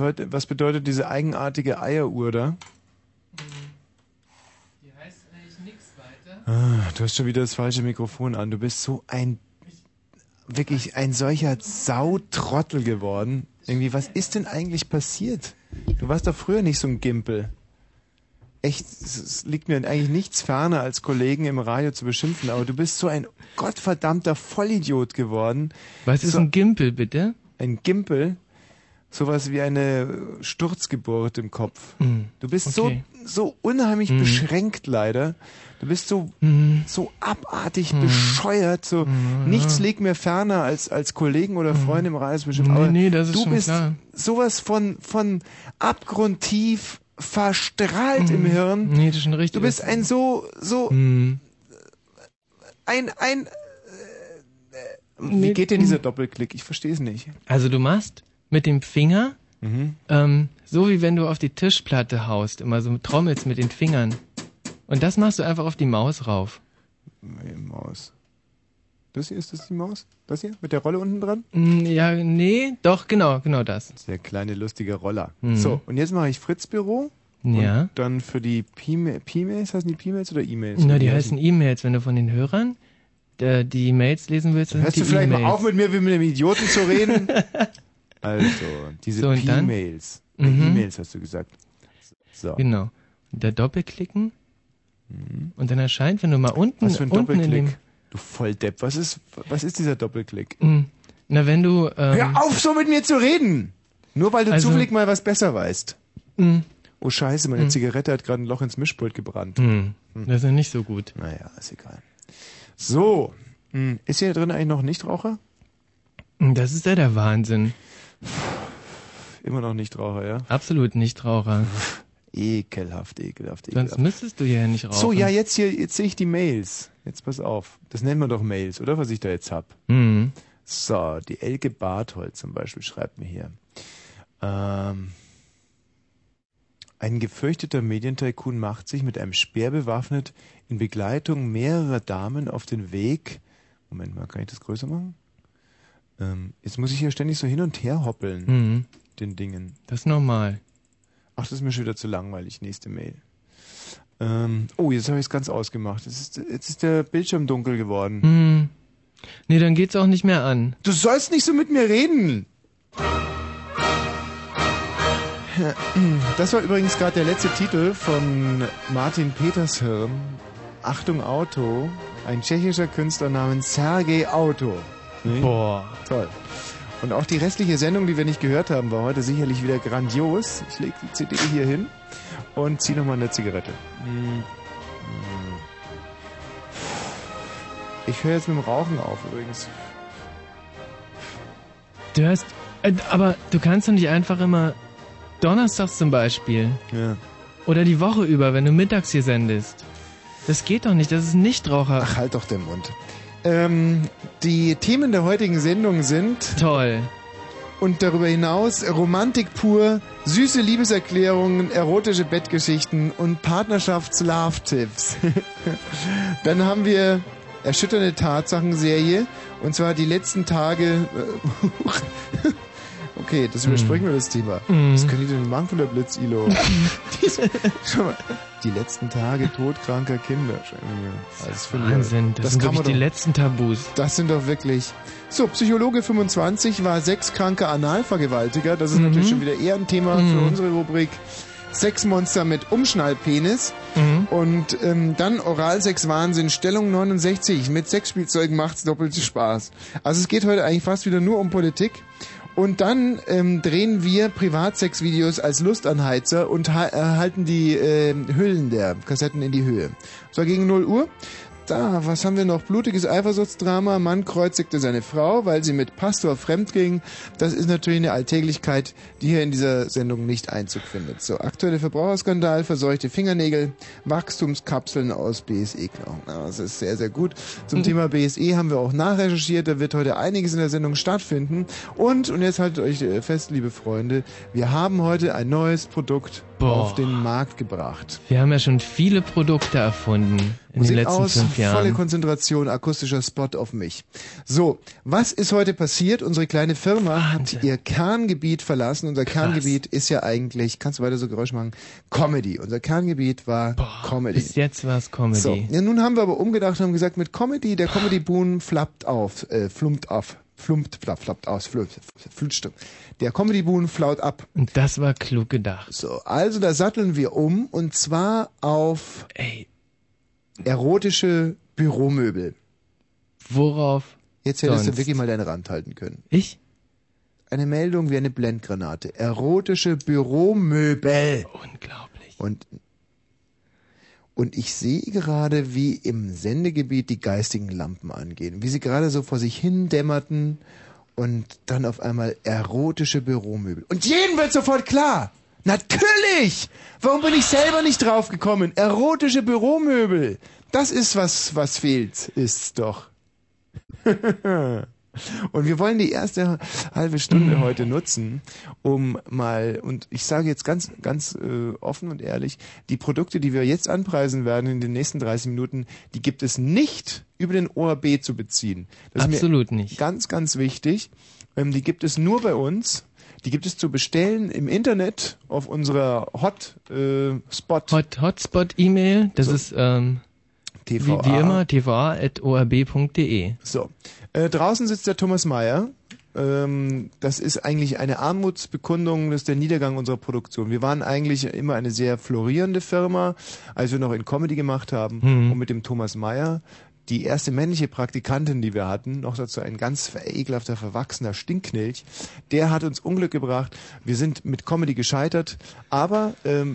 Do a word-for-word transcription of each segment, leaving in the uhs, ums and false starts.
heute, was bedeutet diese eigenartige Eieruhr da? Die heißt eigentlich nichts weiter. Ah, du hast schon wieder das falsche Mikrofon an. Du bist so ein, wirklich ein solcher Sautrottel geworden. Irgendwie, was ist denn eigentlich passiert? Du warst doch früher nicht so ein Gimpel. Echt, es liegt mir eigentlich nichts ferner, als Kollegen im Radio zu beschimpfen, aber du bist so ein gottverdammter Vollidiot geworden. Was ist so ein Gimpel, bitte? Ein Gimpel? Sowas wie eine Sturzgeburt im Kopf. Mm. Du bist Okay. so so unheimlich Mm. beschränkt leider. Du bist so Mm. so abartig Mm. bescheuert. So Mm. nichts liegt mir ferner als als Kollegen oder Freunde im Radio zu beschimpfen. Nee, Aber nee, das ist du schon bist klar. sowas von von abgrundtief verstrahlt Mm. im Hirn. Nee, das ist schon richtig. Du bist ein so so Mm. ein ein Wie Nee, geht denn dieser Doppelklick? Ich verstehe es nicht. Also du machst mit dem Finger, Mhm. ähm, so wie wenn du auf die Tischplatte haust, immer so trommelst mit den Fingern. Und das machst du einfach auf die Maus rauf. Die Maus. Das hier, ist das die Maus? Das hier? Mit der Rolle unten dran? Mm, Ja, nee, doch, genau, genau das. Der kleine lustige Roller. Mhm. So, und jetzt mache ich Fritzbüro. Ja. Und dann für die P-Ma- P-Mails, heißen die P-Mails oder E-Mails? Na, die heißen E-Mails, wenn du von den Hörern äh, die Mails lesen willst, dann Hörst sind du die vielleicht E-Mails. mal auf, mit mir wie mit einem Idioten zu reden? Also, diese So, und dann? P-Mails. Äh, Mhm. E-Mails hast du gesagt. So. Genau. Und da doppelklicken und dann erscheint, wenn du mal unten, Was für ein unten in dem... Doppelklick? Du Volldepp. Was ist, was ist dieser Doppelklick? Mm, Na, wenn du... Ähm, Hör auf, so mit mir zu reden! Nur weil du Also- zufällig mal was besser weißt. mm, Oh Scheiße, meine Mm. Zigarette hat gerade ein Loch ins Mischpult gebrannt. mm, Das ist ja nicht so gut. Naja, ist egal. So, hm, ist hier drin eigentlich noch ein Nichtraucher? Das ist ja der Wahnsinn. Immer noch Nichtraucher, ja? Absolut nicht Raucher. Ekelhaft, ekelhaft, ekelhaft. Sonst müsstest du ja nicht rauchen. So, ja, jetzt hier, jetzt sehe ich die Mails. Jetzt pass auf. Das nennen wir doch Mails, oder? Was ich da jetzt hab. Mhm. So, die Elke Barthold zum Beispiel schreibt mir hier. Ähm, ein gefürchteter Medientycoon macht sich mit einem Speer bewaffnet in Begleitung mehrerer Damen auf den Weg. Moment mal, kann ich das größer machen? Ähm, jetzt muss ich hier ständig so hin und her hoppeln. Mhm. Den Dingen. Das ist normal. Ach, das ist mir schon wieder zu langweilig. Nächste Mail. Ähm, oh, jetzt habe ich es ganz ausgemacht. Jetzt ist, jetzt ist der Bildschirm dunkel geworden. Mhm. Nee, dann geht's auch nicht mehr an. Du sollst nicht so mit mir reden. Das war übrigens gerade der letzte Titel von Martin Petershirn. Achtung Auto. Ein tschechischer Künstler namens Sergej Auto. Nee? Boah. Toll. Und auch die restliche Sendung, die wir nicht gehört haben, war heute sicherlich wieder grandios. Ich lege die C D hier hin und ziehe nochmal eine Zigarette. Ich höre jetzt mit dem Rauchen auf übrigens. Du hast... Äh, aber du kannst doch nicht einfach immer... Donnerstags zum Beispiel. Ja. Oder die Woche über, wenn du mittags hier sendest. Das geht doch nicht, das ist Nichtraucher. Ach, halt doch den Mund. Ähm, die Themen der heutigen Sendung sind... Toll. Und darüber hinaus Romantik pur, süße Liebeserklärungen, erotische Bettgeschichten und Partnerschafts-Love-Tipps. Dann haben wir erschütternde Tatsachenserie, und zwar die letzten Tage... Okay, das überspringen wir das Thema. Mm. Was können die denn machen von der Blitz-Ilo? Schau mal, die letzten Tage todkranker Kinder. Das ist Wahnsinn, das, das sind wirklich die letzten Tabus. Das sind doch wirklich... So, Psychologe fünfundzwanzig war sechskranker Analvergewaltiger. Das ist Mhm. natürlich schon wieder eher ein Thema Mhm. für unsere Rubrik Sexmonster mit Umschnallpenis. Mhm. Und ähm, dann Oralsex-Wahnsinn, Stellung neunundsechzig. Mit Sexspielzeugen macht's doppelt so Spaß. Also es geht heute eigentlich fast wieder nur um Politik. Und dann ähm, drehen wir Privatsexvideos als Lustanheizer und ha- äh, halten die äh, Hüllen der Kassetten in die Höhe. So, gegen null Uhr. Da, was haben wir noch? Blutiges Eifersuchtsdrama. Mann kreuzigte seine Frau, weil sie mit Pastor fremd ging. Das ist natürlich eine Alltäglichkeit, die hier in dieser Sendung nicht Einzug findet. So, aktuelle Verbraucherskandal, verseuchte Fingernägel, Wachstumskapseln aus B S E-Knochen. Ja, das ist sehr, sehr gut. Zum Mhm. Thema B S E haben wir auch nachrecherchiert. Da wird heute einiges in der Sendung stattfinden. Und, und jetzt haltet euch fest, liebe Freunde, wir haben heute ein neues Produkt Boah. auf den Markt gebracht. Wir haben ja schon viele Produkte erfunden in Musik den letzten aus, fünf Jahren. volle Konzentration, akustischer Spot auf mich. So, was ist heute passiert? Unsere kleine Firma Wahnsinn. hat ihr Kerngebiet verlassen. Unser Krass. Kerngebiet ist ja eigentlich, kannst du weiter so Geräusch machen, Comedy. Unser Kerngebiet war Boah, Comedy. Bis jetzt war es Comedy. So, ja, nun haben wir aber umgedacht und haben gesagt, mit Comedy, der Comedy-Boom flappt auf, äh, flumpt auf, flumpt, flappt, flappt aus, flumpt, flutscht. Der Comedy-Boom flaut ab. Und das war klug gedacht. So, also da satteln wir um und zwar auf Ey, erotische Büromöbel. worauf Jetzt hättest sonst? du wirklich mal deine Rand halten können. Ich? Eine Meldung wie eine Blendgranate. Erotische Büromöbel. Unglaublich. Und, und ich sehe gerade, wie im Sendegebiet die geistigen Lampen angehen. Wie sie gerade so vor sich hin dämmerten und dann auf einmal erotische Büromöbel. Und jedem wird sofort klar. Natürlich! Warum bin ich selber nicht draufgekommen? Erotische Büromöbel. Das ist was, was fehlt, ist's doch. Und wir wollen die erste halbe Stunde heute nutzen, um mal, und ich sage jetzt ganz, ganz äh, offen und ehrlich, die Produkte, die wir jetzt anpreisen werden in den nächsten dreißig Minuten, die gibt es nicht über den O R B zu beziehen. Das Absolut ist mir nicht. Ganz, ganz wichtig. Ähm, die gibt es nur bei uns. Die gibt es zu bestellen im Internet auf unserer Hot äh, Spot. Hot, Hotspot-E-Mail, das So. ist ähm, T wie, V A. wie immer t v a at o r b punkt d e. So, äh, draußen sitzt der Thomas Mayer. Ähm, das ist eigentlich eine Armutsbekundung, das ist der Niedergang unserer Produktion. Wir waren eigentlich immer eine sehr florierende Firma, als wir noch in Comedy gemacht haben. Mhm. Und mit dem Thomas Mayer, die erste männliche Praktikantin, die wir hatten, noch dazu ein ganz ekelhafter, verwachsener Stinkknilch, der hat uns Unglück gebracht. Wir sind mit Comedy gescheitert, aber ähm,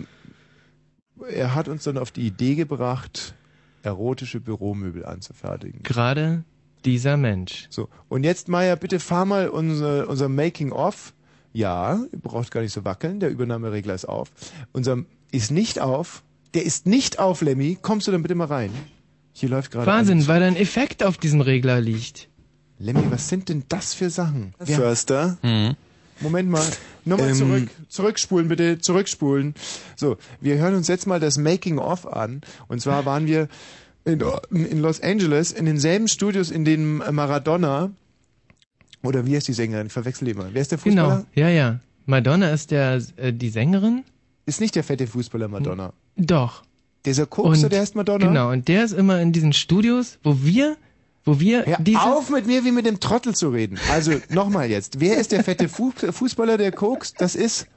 er hat uns dann auf die Idee gebracht, erotische Büromöbel anzufertigen. Gerade dieser Mensch. So, und jetzt, Maya, bitte fahr mal unser, unser Making-of. Ja, ihr braucht gar nicht so wackeln, der Übernahmeregler ist auf. Unser ist nicht auf. Der ist nicht auf, Lemmy. Kommst du dann bitte mal rein? Hier läuft gerade... Wahnsinn, alles. weil da ein Effekt auf diesem Regler liegt. Lemmy, was sind denn das für Sachen? Förster? Mhm. Moment mal. Nochmal Ähm. zurück. Zurückspulen, bitte. Zurückspulen. So, wir hören uns jetzt mal das Making-of an. Und zwar waren wir in, in Los Angeles in denselben Studios, in denen Maradona, oder wie heißt die Sängerin? Ich verwechsel die mal. Wer ist der Fußballer? Genau, ja, ja. Madonna ist der äh, die Sängerin? Ist nicht der fette Fußballer Madonna. Doch. Dieser Kokser, Und- der heißt Madonna? Genau, und der ist immer in diesen Studios, wo wir, wo wir Hör diese... auf mit mir wie mit dem Trottel zu reden. Also, nochmal jetzt. Wer ist der fette Fu Fußballer, der kokst? Das ist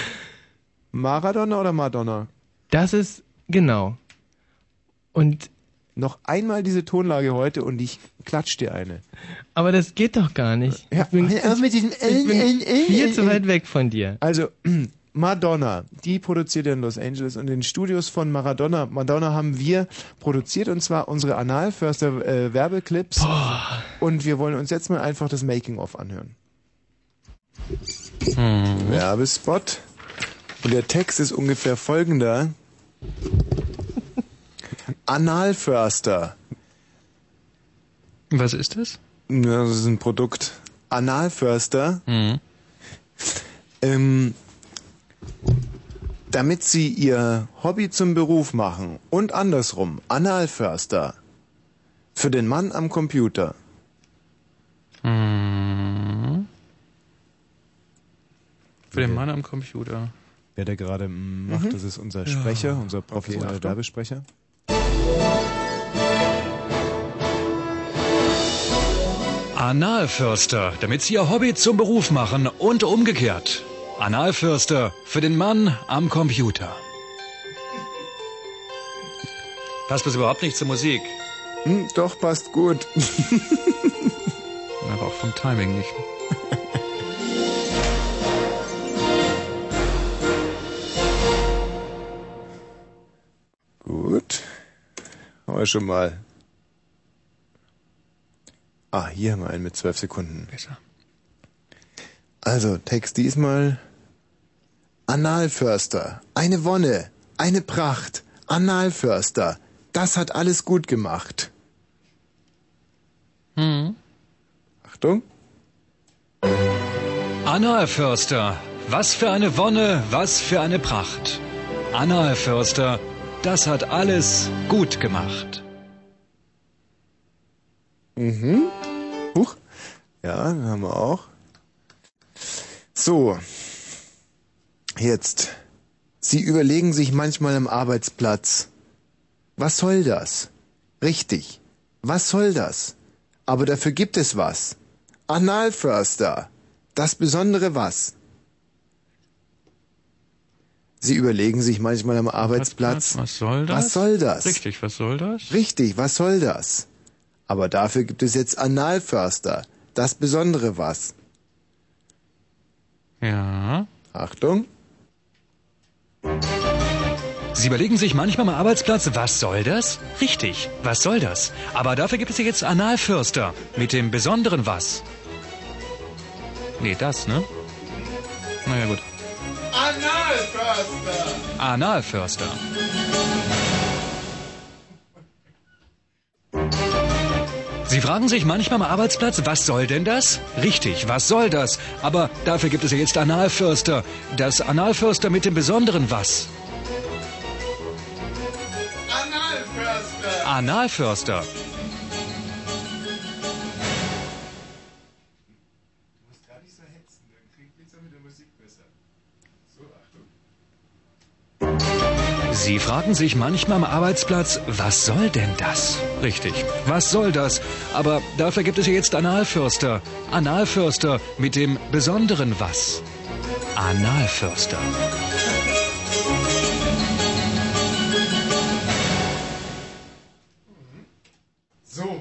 Maradona oder Madonna? Das ist, genau. Und, Noch einmal diese Tonlage heute und ich klatsch dir eine. aber das geht doch gar nicht. Ja, ich bin, hör auf mit diesem ich bin viel zu weit weg von dir. Also, Madonna, die produziert in Los Angeles und in den Studios von Maradona. Madonna haben wir produziert und zwar unsere Analförster äh, Werbeclips. Boah. Und wir wollen uns jetzt mal einfach das Making-of anhören. Hm. Werbespot. Und der Text ist ungefähr folgender. Analförster. Was ist das? Ja, das ist ein Produkt. Analförster. Mhm. Ähm, damit sie ihr Hobby zum Beruf machen und andersrum, Analförster. Für den Mann am Computer. Mhm. Für den Mann am Computer. Wer der gerade mm, macht, das ist unser Sprecher, unser professioneller Werbesprecher. Analförster, damit sie ihr Hobby zum Beruf machen und umgekehrt. Analförster für den Mann am Computer. Passt das überhaupt nicht zur Musik? Hm, doch, passt gut. Aber auch vom Timing nicht. Gut. Haben wir schon mal. Ah, hier haben wir einen mit zwölf Sekunden. Besser. Also, Text diesmal. Analförster. Eine Wonne. Eine Pracht. Analförster. Das hat alles gut gemacht. Mhm. Achtung. Analförster, was für eine Wonne, was für eine Pracht. Analförster, das hat alles gut gemacht. Mhm. Huch. Ja, den haben wir auch. So. Jetzt. Sie überlegen sich manchmal am Arbeitsplatz. Was soll das? Richtig. Was soll das? Aber dafür gibt es was. Analförster. Das besondere was. Sie überlegen sich manchmal am Arbeitsplatz. Was soll das? Was soll das? Richtig, was soll das? Richtig, was soll das? Aber dafür gibt es jetzt Analförster. Das besondere was. Ja. Achtung. Sie überlegen sich manchmal am Arbeitsplatz, was soll das? Richtig, was soll das? Aber dafür gibt es ja jetzt Analförster mit dem besonderen was. Nee, das, ne? Naja, gut. Analförster. Analförster. Sie fragen sich manchmal am Arbeitsplatz, was soll denn das? Richtig, was soll das? Aber dafür gibt es ja jetzt Analförster. Das Analförster mit dem besonderen was. Analförster. Analförster. Du musst gar nicht so hetzen, dann geht's ja mit der Musik besser. So, Achtung. Sie fragen sich manchmal am Arbeitsplatz, was soll denn das? Richtig, was soll das? Aber dafür gibt es ja jetzt Analförster. Analförster mit dem besonderen was. Analförster. So.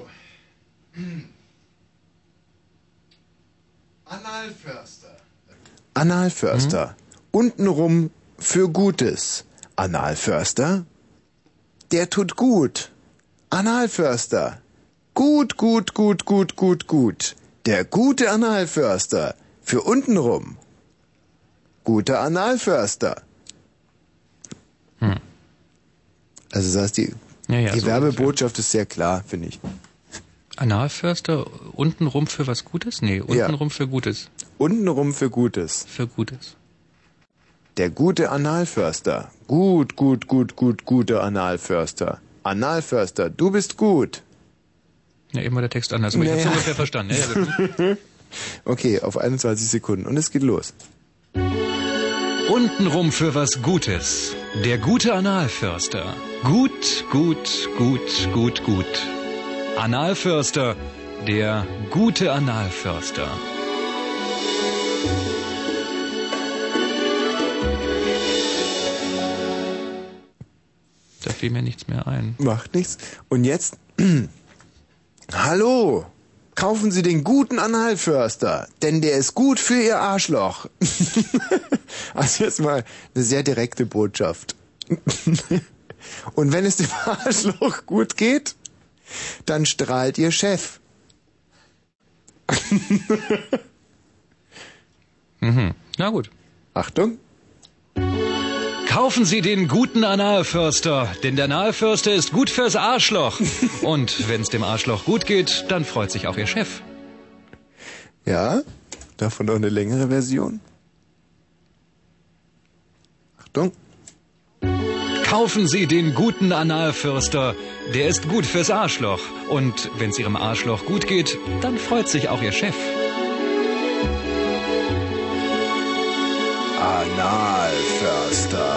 Analförster. Analförster. Mhm. Untenrum für Gutes. Analförster? Der tut gut. Analförster. Gut, gut, gut, gut, gut, gut. Der gute Analförster. Für untenrum. Guter Analförster. Hm. Also das heißt, die, ja, ja, die so Werbebotschaft ist sehr klar, finde ich. Analförster, untenrum für was Gutes? Nee, untenrum ja. für Gutes. Untenrum für Gutes. Für Gutes. Der gute Analförster. Gut, gut, gut, gut, guter Analförster. Analförster, du bist gut. Ja, eben war der Text anders, aber naja. Ich hab's ungefähr verstanden. Ja, okay, auf einundzwanzig Sekunden und es geht los. Untenrum für was Gutes. Der gute Analförster. Gut, gut, gut, gut, gut. Analförster. Der gute Analförster. Da fiel mir nichts mehr ein. Macht nichts. Und jetzt, hallo, kaufen Sie den guten Analförster, denn der ist gut für Ihr Arschloch. Also jetzt mal eine sehr direkte Botschaft. Und wenn es dem Arschloch gut geht, dann strahlt Ihr Chef. Mhm. Na gut. Achtung. Kaufen Sie den guten Analförster, denn der Analförster ist gut fürs Arschloch. Und wenn es dem Arschloch gut geht, dann freut sich auch Ihr Chef. Ja, davon noch eine längere Version. Achtung. Kaufen Sie den guten Analförster, der ist gut fürs Arschloch. Und wenn es Ihrem Arschloch gut geht, dann freut sich auch Ihr Chef. Analförster.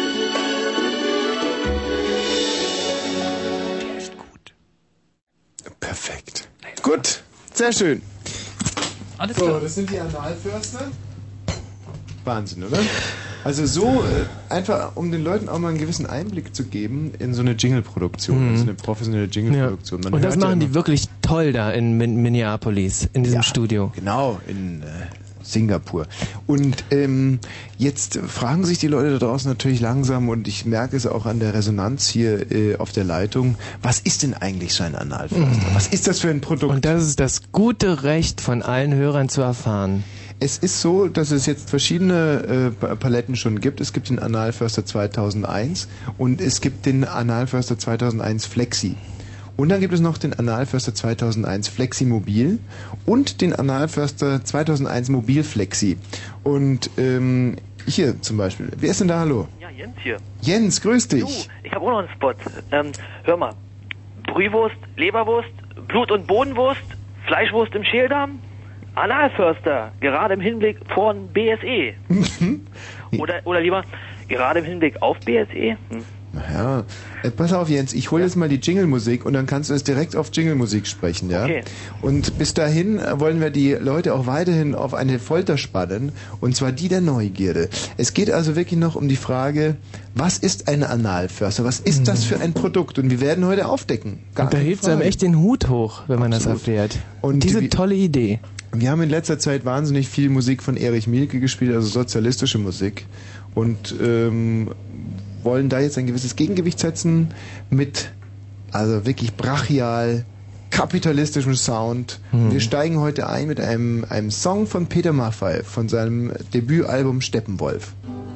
Der ist gut. Perfekt. Gut, sehr schön. Alles so, klar. Das sind die Analförster. Wahnsinn, oder? Also so, äh, einfach um den Leuten auch mal einen gewissen Einblick zu geben in so eine Jingle-Produktion, mhm. also eine professionelle Jingle-Produktion. Ja. Und das machen ja die wirklich toll da in Minneapolis, in diesem ja, Studio. Genau, in äh, Singapur. Und ähm, jetzt fragen sich die Leute da draußen natürlich langsam, und ich merke es auch an der Resonanz hier äh, auf der Leitung, was ist denn eigentlich so ein Analförster? Mhm. Was ist das für ein Produkt? Und das ist das gute Recht von allen Hörern zu erfahren. Es ist so, dass es jetzt verschiedene äh, Paletten schon gibt. Es gibt den Analförster zweitausendeins und es gibt den Analförster zweitausendeins Flexi. Und dann gibt es noch den Analförster zweitausendeins Flexi Mobil und den Analförster zweitausendeins Mobil Flexi. Und ähm, hier zum Beispiel. Wer ist denn da? Hallo? Ja, Jens hier. Jens, grüß dich. Du, ich habe auch noch einen Spot. Ähm, hör mal. Brühwurst, Leberwurst, Blut- und Bodenwurst, Fleischwurst im Schäldarm, Analförster, gerade im Hinblick von B S E. oder, oder lieber, gerade im Hinblick auf B S E. Hm. Naja, äh, pass auf Jens, ich hole ja. jetzt mal die Jingle-Musik und dann kannst du es direkt auf Jingle-Musik sprechen, ja? Okay. Und bis dahin äh, wollen wir die Leute auch weiterhin auf eine Folter spannen, und zwar die der Neugierde. Es geht also wirklich noch um die Frage, was ist ein Analförster? Was ist das für ein Produkt? Und wir werden heute aufdecken. Gar Und da hebt es einem echt den Hut hoch, wenn man Absolut. das erfährt. Und Und diese die, tolle Idee. Wir haben in letzter Zeit wahnsinnig viel Musik von Erich Mielke gespielt, also sozialistische Musik. Und ähm, wollen da jetzt ein gewisses Gegengewicht setzen mit also wirklich brachial kapitalistischem Sound. Hm. Wir steigen heute ein mit einem, einem Song von Peter Maffay von seinem Debütalbum Steppenwolf.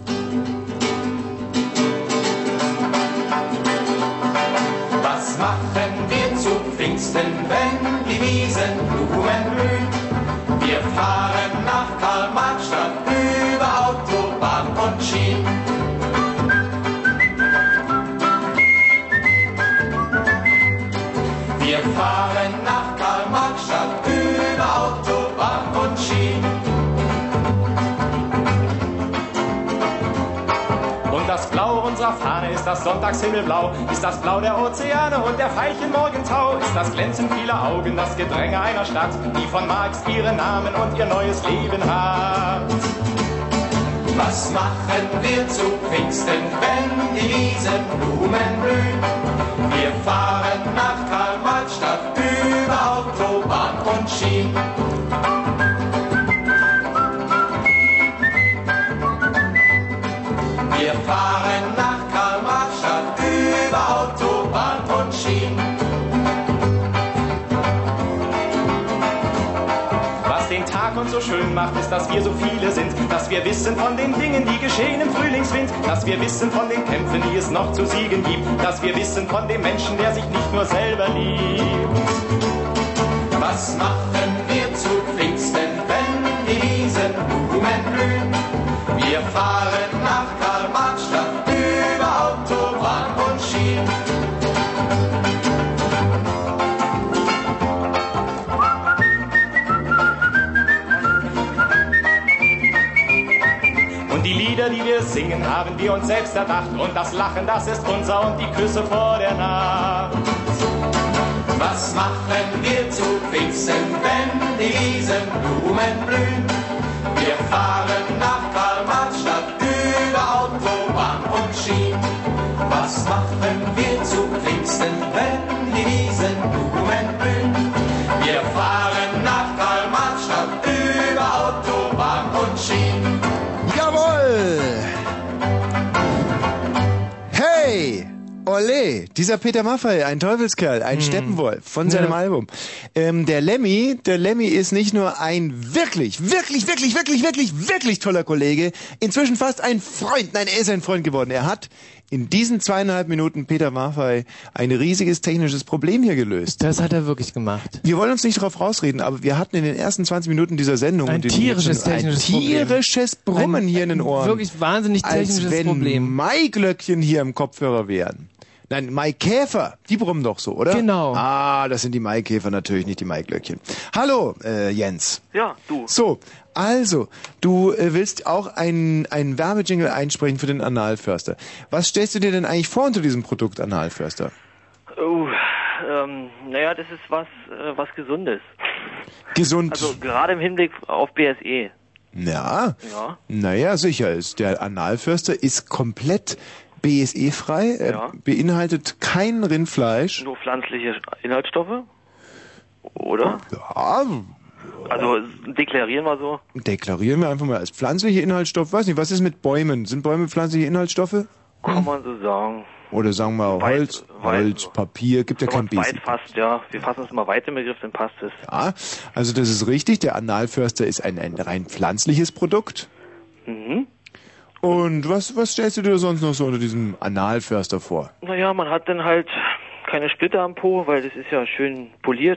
Was machen wir zu Pfingsten, wenn die Wiesen Blumen blühen? Wir fahren nach Karl-Marx-Stadt über Autobahn und Schienen. Wir fahren nach Karl-Marx-Stadt über Autobahn und Schienen. Und das Blau unserer Fahne ist das Sonntagshimmelblau, ist das Blau der Ozeane und der Veilchen Morgentau, ist das Glänzen vieler Augen, das Gedränge einer Stadt, die von Marx ihren Namen und ihr neues Leben hat. Was machen wir zu Pfingsten, wenn die Wiesen Blumen blühen? Wir fahren nach Karl-Marx-Stadt über Autobahn und Schienen. Wir fahren nach Karl-Marx-Stadt über Autobahn und Schienen. Was den Tag uns so schön macht, ist, dass wir so viele sind, dass wir wissen von den Dingen, die geschehen im Frühlingswind, dass wir wissen von den Kämpfen, die es noch zu siegen gibt, dass wir wissen von dem Menschen, der sich nicht nur selber liebt. Was machen wir zu Pfingsten, wenn die Wiesen Blumen blühen? Wir fahren nach Karl-Marx-Stadt über Autobahn und Schienen. Und die Lieder, die wir singen, haben wir uns selbst erdacht. Und das Lachen, das ist unser und die Küsse vor der Nacht. Was machen wir zu Pfingsten, wenn die Wiesen Blumen blühen? Wir fahren nach Karl-Marx-Stadt über Autobahn und Schienen. Was machen wir zu Pfingsten, wenn die Wiesen Blumen blühen? Wir fahren nach Karl-Marx-Stadt über Autobahn und Schienen. Jawohl! Hey! Ole! Dieser Peter Maffay, ein Teufelskerl, ein hm. Steppenwolf von seinem ja. Album. Ähm, der Lemmy, der Lemmy ist nicht nur ein wirklich, wirklich, wirklich, wirklich, wirklich, wirklich toller Kollege, inzwischen fast ein Freund. Nein, er ist ein Freund geworden. Er hat in diesen zweieinhalb Minuten Peter Maffay ein riesiges technisches Problem hier gelöst. Das hat er wirklich gemacht. Wir wollen uns nicht darauf rausreden, aber wir hatten in den ersten zwanzig Minuten dieser Sendung ein tierisches technisches ein tierisches Problem. Brummen ein, hier in den Ohren. Wirklich wahnsinnig technisches als wenn Problem. Maiglöckchen hier im Kopfhörer wären. Nein, Maikäfer, die brummen doch so, oder? Genau. Ah, das sind die Maikäfer, natürlich nicht die Maiglöckchen. Hallo, äh, Jens. Ja, du. So, also, du äh, willst auch einen, einen Werbejingle einsprechen für den Analförster. Was stellst du dir denn eigentlich vor unter diesem Produkt Analförster? Oh, ähm, naja, das ist was, äh, was Gesundes. Gesund? Also gerade im Hinblick auf B S E. Ja. Ja. Naja, sicher ist. Der Analförster ist komplett B S E-frei, er ja. beinhaltet kein Rindfleisch. Nur pflanzliche Inhaltsstoffe? Oder? Ja. Also deklarieren wir so. Deklarieren wir einfach mal als pflanzliche Inhaltsstoffe. Weiß nicht, was ist mit Bäumen? Sind Bäume pflanzliche Inhaltsstoffe? Kann man so sagen. Oder sagen wir weit, Holz, weit, Holz, Papier, gibt ja kein B S E. Weit fast, ja. Wir fassen es mal weit im Begriff, dann passt es. Ja, also das ist richtig. Der Analförster ist ein, ein rein pflanzliches Produkt. Mhm. Und was, was stellst du dir sonst noch so unter diesem Analförster vor? Naja, man hat dann halt keine Splitter am Po, weil das ist ja schön poliert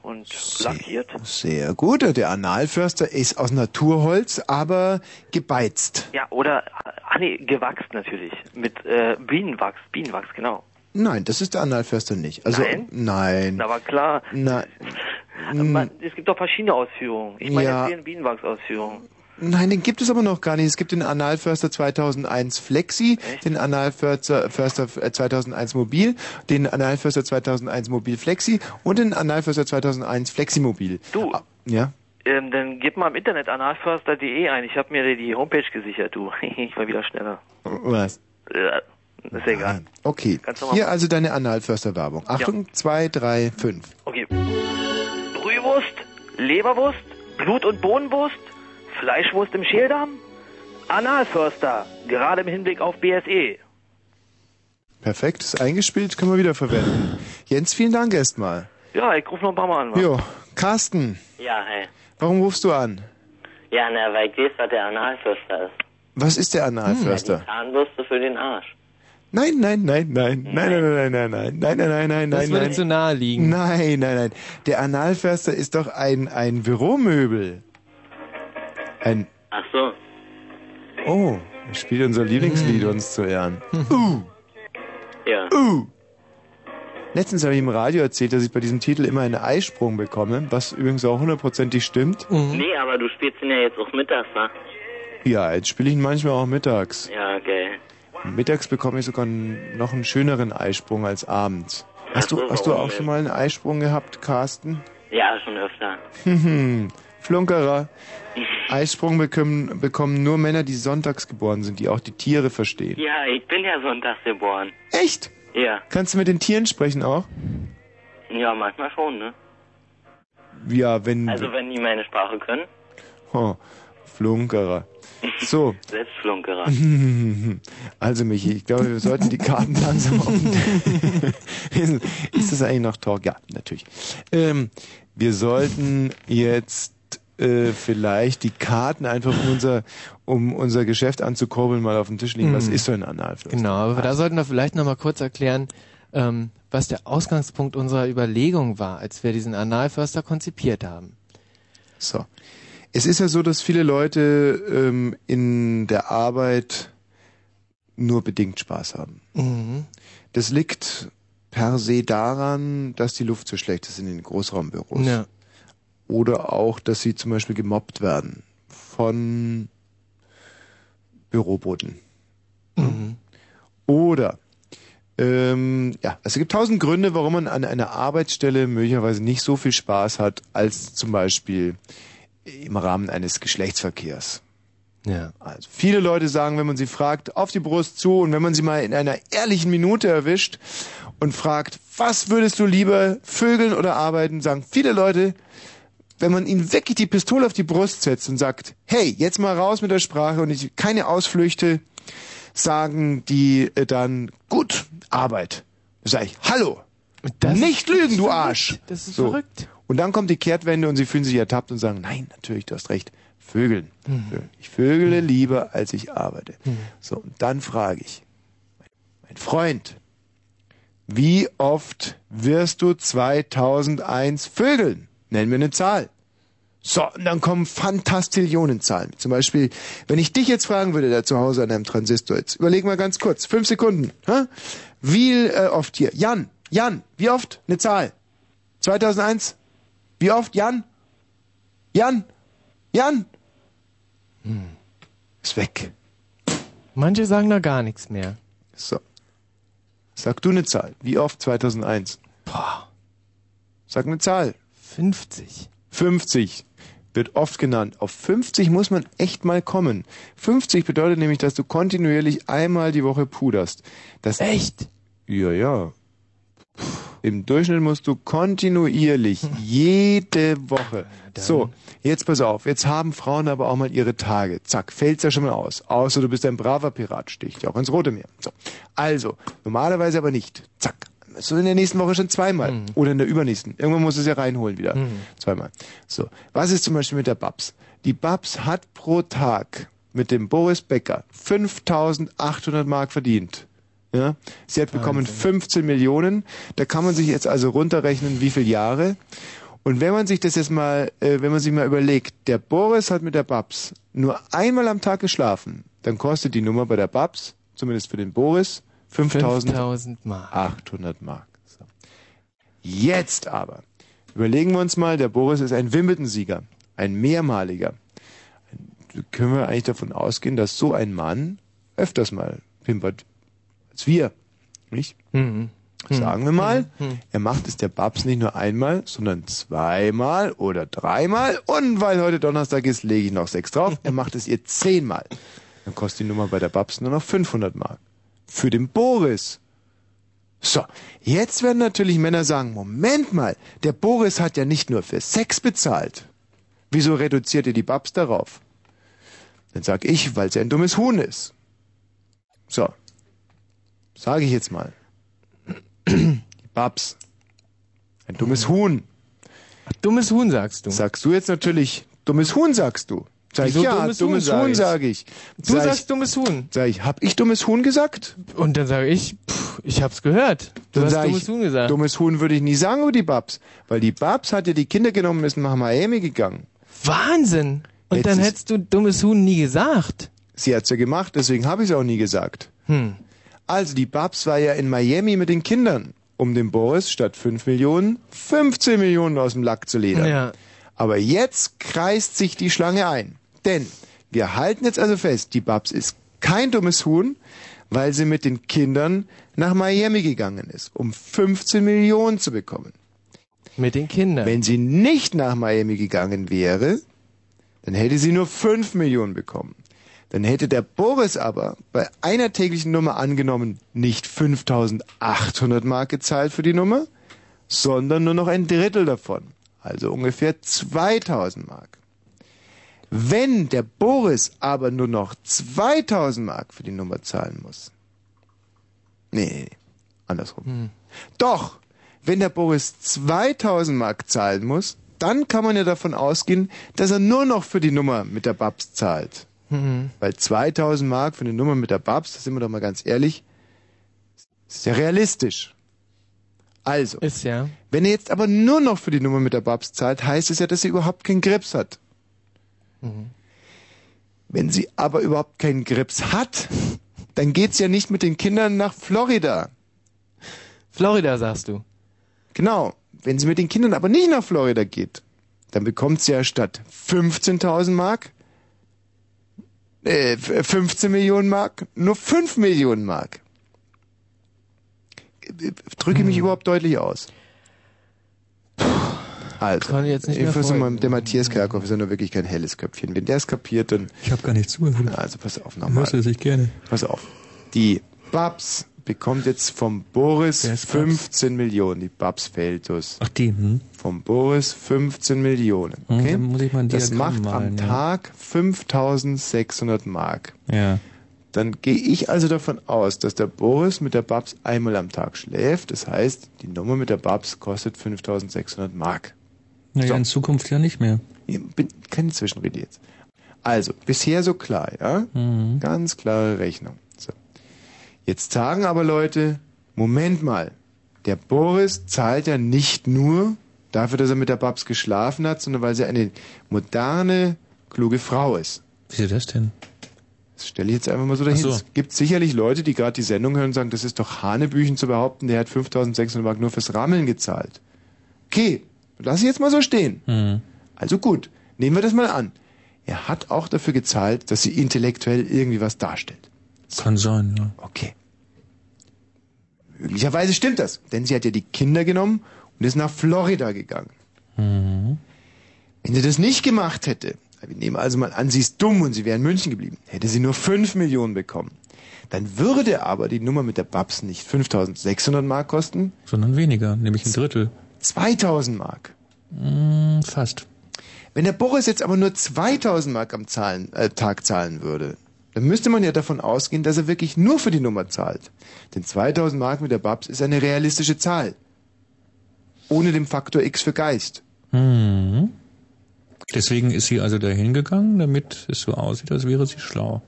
und Sehr, lackiert. sehr gut. Der Analförster ist aus Naturholz, aber gebeizt. Ja, oder, ah nee, gewachst natürlich. Mit äh, Bienenwachs, Bienenwachs, genau. Nein, das ist der Analförster nicht. Also, Nein? Nein. Na, aber klar. Nein. Man, es gibt doch verschiedene Ausführungen. Ich meine Ja. jetzt hier eine Bienenwachs-Ausführung. Nein, den gibt es aber noch gar nicht. Es gibt den Analförster zweitausendeins Flexi, Echt? den Analförster Förster zweitausendeins Mobil, den Analförster zweitausendeins Mobil Flexi und den Analförster zweitausendeins Flexi Mobil. Du. Ah, ja? Ähm, dann gib mal im Internet analförster punkt de ein. Ich habe mir die Homepage gesichert, du. Ich war wieder schneller. Was? Ja, ist egal. Okay. Ganz normal. Hier also deine Analförster-Werbung. Achtung, zwei, drei, fünf. Okay. Brühwurst, Leberwurst, Blut- und Bohnenwurst, Fleischwurst im Schäldarm, Analförster, gerade im Hinblick auf B S E. Perfekt, ist eingespielt, können wir wieder verwenden. Jens, vielen Dank erstmal. Ja, ich rufe noch ein paar Mal an. wa? Jo, Carsten, Ja, hey. warum rufst du an? Ja, na, weil ich weiß, was der Analförster ist. Was ist der Die Analförster? Zahnbürste für den Arsch. Nein, nein, nein, nein, nein, nein, nein, nein, nein, nein, nein, nein, nein, Das nein, würde nein. zu nahe liegen. Nein, nein, nein. Der Analförster ist doch ein, ein Büromöbel. Ein, Ach so. oh, er spielt unser Lieblingslied uns zu Ehren. Uh, Ja. uh. Letztens habe ich im Radio erzählt, dass ich bei diesem Titel immer einen Eisprung bekomme, was übrigens auch hundertprozentig stimmt. Nee, aber du spielst ihn ja jetzt auch mittags, wa? Ja, jetzt spiele ich ihn manchmal auch mittags. Ja, okay. Mittags bekomme ich sogar n- noch einen schöneren Eisprung als abends. Hast Ach du, so, hast du warum auch denn? schon mal einen Eisprung gehabt, Carsten? Ja, schon öfter. Hm, Flunkerer. Eisprung bekommen, bekommen nur Männer, die sonntags geboren sind, die auch die Tiere verstehen. Ja, ich bin ja sonntags geboren. Echt? Ja. Kannst du mit den Tieren sprechen auch? Ja, manchmal schon, ne? Ja, wenn... Also wenn die meine Sprache können. Oh, Flunkerer. So. Selbstflunkerer. Also Michi, ich glaube, wir sollten die Karten langsam auf. Ist das eigentlich noch Talk? Ja, natürlich. Ähm, wir sollten jetzt äh, vielleicht die Karten einfach um unser, um unser Geschäft anzukurbeln, mal auf den Tisch legen. Was Mhm. ist so ein Analförster? Genau, aber da sollten wir vielleicht noch mal kurz erklären, ähm, was der Ausgangspunkt unserer Überlegung war, als wir diesen Analförster konzipiert haben. So. Es ist ja so, dass viele Leute ähm, in der Arbeit nur bedingt Spaß haben. Mhm. Das liegt per se daran, dass die Luft so schlecht ist in den Großraumbüros. Ja. Oder auch, dass sie zum Beispiel gemobbt werden von Büroboten. Mhm. Oder, ähm, ja, es gibt tausend Gründe, warum man an einer Arbeitsstelle möglicherweise nicht so viel Spaß hat, als zum Beispiel im Rahmen eines Geschlechtsverkehrs. Ja. Also viele Leute sagen, wenn man sie fragt, auf die Brust zu, und wenn man sie mal in einer ehrlichen Minute erwischt und fragt, was würdest du lieber, vögeln oder arbeiten, sagen viele Leute, wenn man ihnen wirklich die Pistole auf die Brust setzt und sagt, hey, jetzt mal raus mit der Sprache und ich, keine Ausflüchte, sagen die äh, dann, gut, Arbeit. Da sag ich, hallo, Das nicht ist lügen, du verrückt. Arsch. Das ist So. verrückt. Und dann kommt die Kehrtwende und sie fühlen sich ertappt und sagen, nein, natürlich, du hast recht, vögeln. Ich vögele lieber, als ich arbeite. So, und dann frage ich, mein Freund, wie oft wirst du zweitausendeins vögeln? Nenn mir eine Zahl. So, und dann kommen Fantastillionenzahlen. Zum Beispiel, wenn ich dich jetzt fragen würde, da zu Hause an einem Transistor, jetzt überleg mal ganz kurz, fünf Sekunden. Hä? Wie äh, oft hier? Jan, Jan, wie oft? Eine Zahl. zweitausendeins? Wie oft? Jan? Jan? Jan? Hm. Ist weg. Manche sagen da gar nichts mehr. So. Sag du eine Zahl. Wie oft zweitausendeins? Boah. Sag eine Zahl. fünfzig. fünfzig wird oft genannt. Auf fünfzig muss man echt mal kommen. fünfzig bedeutet nämlich, dass du kontinuierlich einmal die Woche puderst. Das Echt? Ja, ja. Im Durchschnitt musst du kontinuierlich jede Woche. So, jetzt pass auf. Jetzt haben Frauen aber auch mal ihre Tage. Zack, fällt's ja schon mal aus. Außer du bist ein braver Pirat, sticht ja auch ins Rote Meer. So. Also, normalerweise aber nicht. Zack. So in der nächsten Woche schon zweimal. Mhm. Oder in der übernächsten. Irgendwann musst du es ja reinholen wieder. Mhm. Zweimal. So. Was ist zum Beispiel mit der Babs? Die Babs hat pro Tag mit dem Boris Becker fünftausendachthundert Mark verdient. Ja? Sie hat bekommen Wahnsinn. fünfzehn Millionen. Da kann man sich jetzt also runterrechnen, wie viele Jahre. Und wenn man sich das jetzt mal, äh, wenn man sich mal überlegt, der Boris hat mit der Babs nur einmal am Tag geschlafen, dann kostet die Nummer bei der Babs, zumindest für den Boris, fünftausendachthundert Mark. So. Jetzt aber, überlegen wir uns mal, der Boris ist ein Wimbledon-Sieger, ein mehrmaliger. Können wir eigentlich davon ausgehen, dass so ein Mann öfters mal pimpert als wir, nicht? Mhm. Sagen wir mal, mhm. er macht es der Babs nicht nur einmal, sondern zweimal oder dreimal. Und weil heute Donnerstag ist, lege ich noch sechs drauf. Er macht es ihr zehnmal. Dann kostet die Nummer bei der Babs nur noch fünfhundert Mark. Für den Boris. So, jetzt werden natürlich Männer sagen, Moment mal, der Boris hat ja nicht nur für Sex bezahlt. Wieso reduziert ihr die Babs darauf? Dann sag ich, weil sie ein dummes Huhn ist. So, sage ich jetzt mal. Die Babs. Ein dummes Huhn. Ach, dummes Huhn sagst du. Sagst du jetzt natürlich, dummes Huhn sagst du. Sag ich, Wieso ja, dummes dummes Huhn, Huhn sag sage ich. Du sag sagst ich, dummes Huhn. Sag ich, hab ich dummes Huhn gesagt? Und dann sage ich, pff, ich hab's gehört. Du Dann hast sag dummes ich, Huhn gesagt. Dummes Huhn würde ich nie sagen über die Babs. Weil die Babs hat ja die Kinder genommen und ist nach Miami gegangen. Wahnsinn. Und Jetzt dann ist- hättest du dummes Huhn nie gesagt. Sie hat's ja gemacht, deswegen habe ich es auch nie gesagt. Hm. Also die Babs war ja in Miami mit den Kindern, um dem Boris statt fünf Millionen fünfzehn Millionen aus dem Lack zu ledern. Ja. Aber jetzt kreist sich die Schlange ein. Denn wir halten jetzt also fest, die Babs ist kein dummes Huhn, weil sie mit den Kindern nach Miami gegangen ist, um fünfzehn Millionen zu bekommen. Mit den Kindern. Wenn sie nicht nach Miami gegangen wäre, dann hätte sie nur fünf Millionen bekommen. Dann hätte der Boris aber bei einer täglichen Nummer angenommen nicht fünftausendachthundert Mark gezahlt für die Nummer, sondern nur noch ein Drittel davon. Also ungefähr zweitausend Mark. Wenn der Boris aber nur noch zweitausend Mark für die Nummer zahlen muss. Nee, nee, nee. Andersrum. Hm. Doch, wenn der Boris zweitausend Mark zahlen muss, dann kann man ja davon ausgehen, dass er nur noch für die Nummer mit der Babs zahlt. Mhm. Weil zweitausend Mark für eine Nummer mit der Babs, das sind wir doch mal ganz ehrlich, ist ja realistisch. Also, Ist ja. wenn er jetzt aber nur noch für die Nummer mit der Babs zahlt, heißt es ja, dass sie überhaupt keinen Grips hat. Mhm. Wenn sie aber überhaupt keinen Grips hat, dann geht's ja nicht mit den Kindern nach Florida. Florida sagst du. Genau. Wenn sie mit den Kindern aber nicht nach Florida geht, dann bekommt sie ja statt fünfzehntausend Mark, äh, fünfzehn Millionen Mark, nur fünf Millionen Mark. Drücke ich mich überhaupt deutlich aus? Also, Kann ich jetzt nicht mehr versuche mal, folgen. der Matthias Kerkhoff ist ja nur wirklich kein helles Köpfchen. Wenn der es kapiert, dann... Ich habe gar nicht zugehört. Also pass auf, Hörst nochmal. du sich gerne. Pass auf. Die Babs bekommt jetzt vom Boris Wer ist Babs? fünfzehn Millionen. Die Babs Feltus. Ach, die, hm? Vom Boris fünfzehn Millionen. Hm, Okay? dann muss ich mal ein Das Diagramm macht malen, am ja. Tag fünftausendsechshundert Mark. Ja. Dann gehe ich also davon aus, dass der Boris mit der Babs einmal am Tag schläft. Das heißt, die Nummer mit der Babs kostet fünftausendsechshundert Mark. Naja, So. in Zukunft ja nicht mehr. Ich bin keine Zwischenrede jetzt. Also, bisher so klar, ja? Mhm. Ganz klare Rechnung. So. Jetzt sagen aber Leute, Moment mal, der Boris zahlt ja nicht nur dafür, dass er mit der Babs geschlafen hat, sondern weil sie eine moderne, kluge Frau ist. Wieso das denn? Das stelle ich jetzt einfach mal so dahin. Ach so. Es gibt sicherlich Leute, die gerade die Sendung hören und sagen, das ist doch Hanebüchen zu behaupten, der hat fünftausendsechshundert Mark nur fürs Rammeln gezahlt. Okay, lass ich jetzt mal so stehen. Mhm. Also gut, nehmen wir das mal an. Er hat auch dafür gezahlt, dass sie intellektuell irgendwie was darstellt. Kann sein, ja. Okay. Möglicherweise stimmt das, denn sie hat ja die Kinder genommen und ist nach Florida gegangen. Mhm. Wenn sie das nicht gemacht hätte, wir nehmen also mal an, sie ist dumm und sie wäre in München geblieben, hätte sie nur fünf Millionen bekommen. Dann würde aber die Nummer mit der Babs nicht fünftausendsechshundert Mark kosten, Sondern weniger, nämlich ein Drittel. zweitausend Mark. Mm, fast. Wenn der Boris jetzt aber nur zweitausend Mark am Zahlen, äh, Tag zahlen würde, dann müsste man ja davon ausgehen, dass er wirklich nur für die Nummer zahlt. Denn zweitausend Mark mit der Babs ist eine realistische Zahl. Ohne den Faktor X für Geist. Mhm. Deswegen ist sie also dahin gegangen, damit es so aussieht, als wäre sie schlau.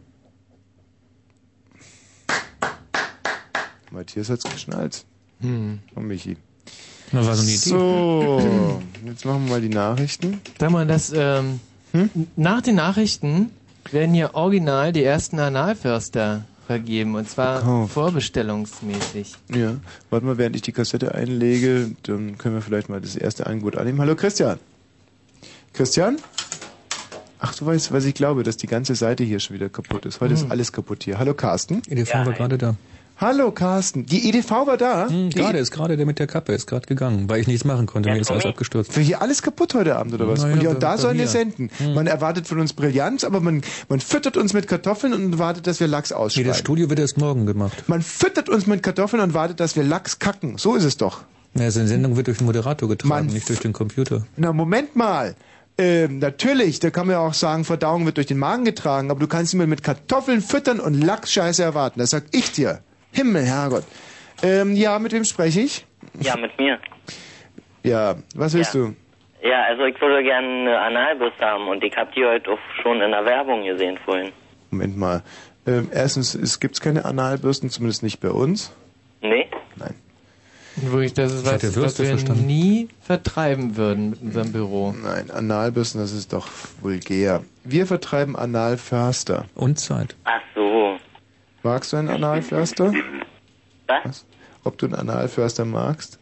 Matthias hat's geschnallt. Hm. Und Michi. Na, war so eine Idee. So, jetzt machen wir mal die Nachrichten. Sag mal, das, ähm, hm? nach den Nachrichten werden hier original die ersten Analförster vergeben, und zwar Gekauft. vorbestellungsmäßig. Ja, warte mal, während ich die Kassette einlege, dann können wir vielleicht mal das erste Angebot annehmen. Hallo Christian. Christian? Ach, du weißt, was ich glaube, dass die ganze Seite hier schon wieder kaputt ist. Heute hm. ist alles kaputt hier. Hallo Carsten. E D V ja, war gerade da. Hallo Carsten. Die E D V war da? Hm, gerade, ist gerade der mit der Kappe, ist gerade gegangen, weil ich nichts machen konnte. Ja, mir ist alles abgestürzt. Für hier alles kaputt heute Abend, oder was? Na und, ja, ja, und da bei sollen mir. wir senden. Hm. Man erwartet von uns Brillanz, aber man, man füttert uns mit Kartoffeln und wartet, dass wir Lachs ausschneiden. Nee, das Studio wird erst morgen gemacht. Man füttert uns mit Kartoffeln und wartet, dass wir Lachs kacken. So ist es doch. Ja, also die Sendung wird durch den Moderator getragen, Man nicht durch den Computer. Na, Moment mal. Ähm, natürlich, da kann man ja auch sagen, Verdauung wird durch den Magen getragen, aber du kannst nicht mehr mit Kartoffeln füttern und Lachsscheiße erwarten. Das sag ich dir. Himmel, Herrgott. Ähm, ja, mit wem spreche ich? Ja, mit mir. Ja, was willst ja. du? Ja, also ich würde gerne eine Analbürste haben und ich habe die heute auch schon in der Werbung gesehen vorhin. Moment mal. Ähm, erstens, es gibt keine Analbürsten, zumindest nicht bei uns. Nee? Nein. Wirklich, das ist was, was wir verstanden. nie vertreiben würden mit unserem Büro. Nein, Analbürsten, das ist doch vulgär. Wir vertreiben Analförster. Und Zeit. Ach so. Magst du einen Analförster? Was? was? Ob du einen Analförster magst?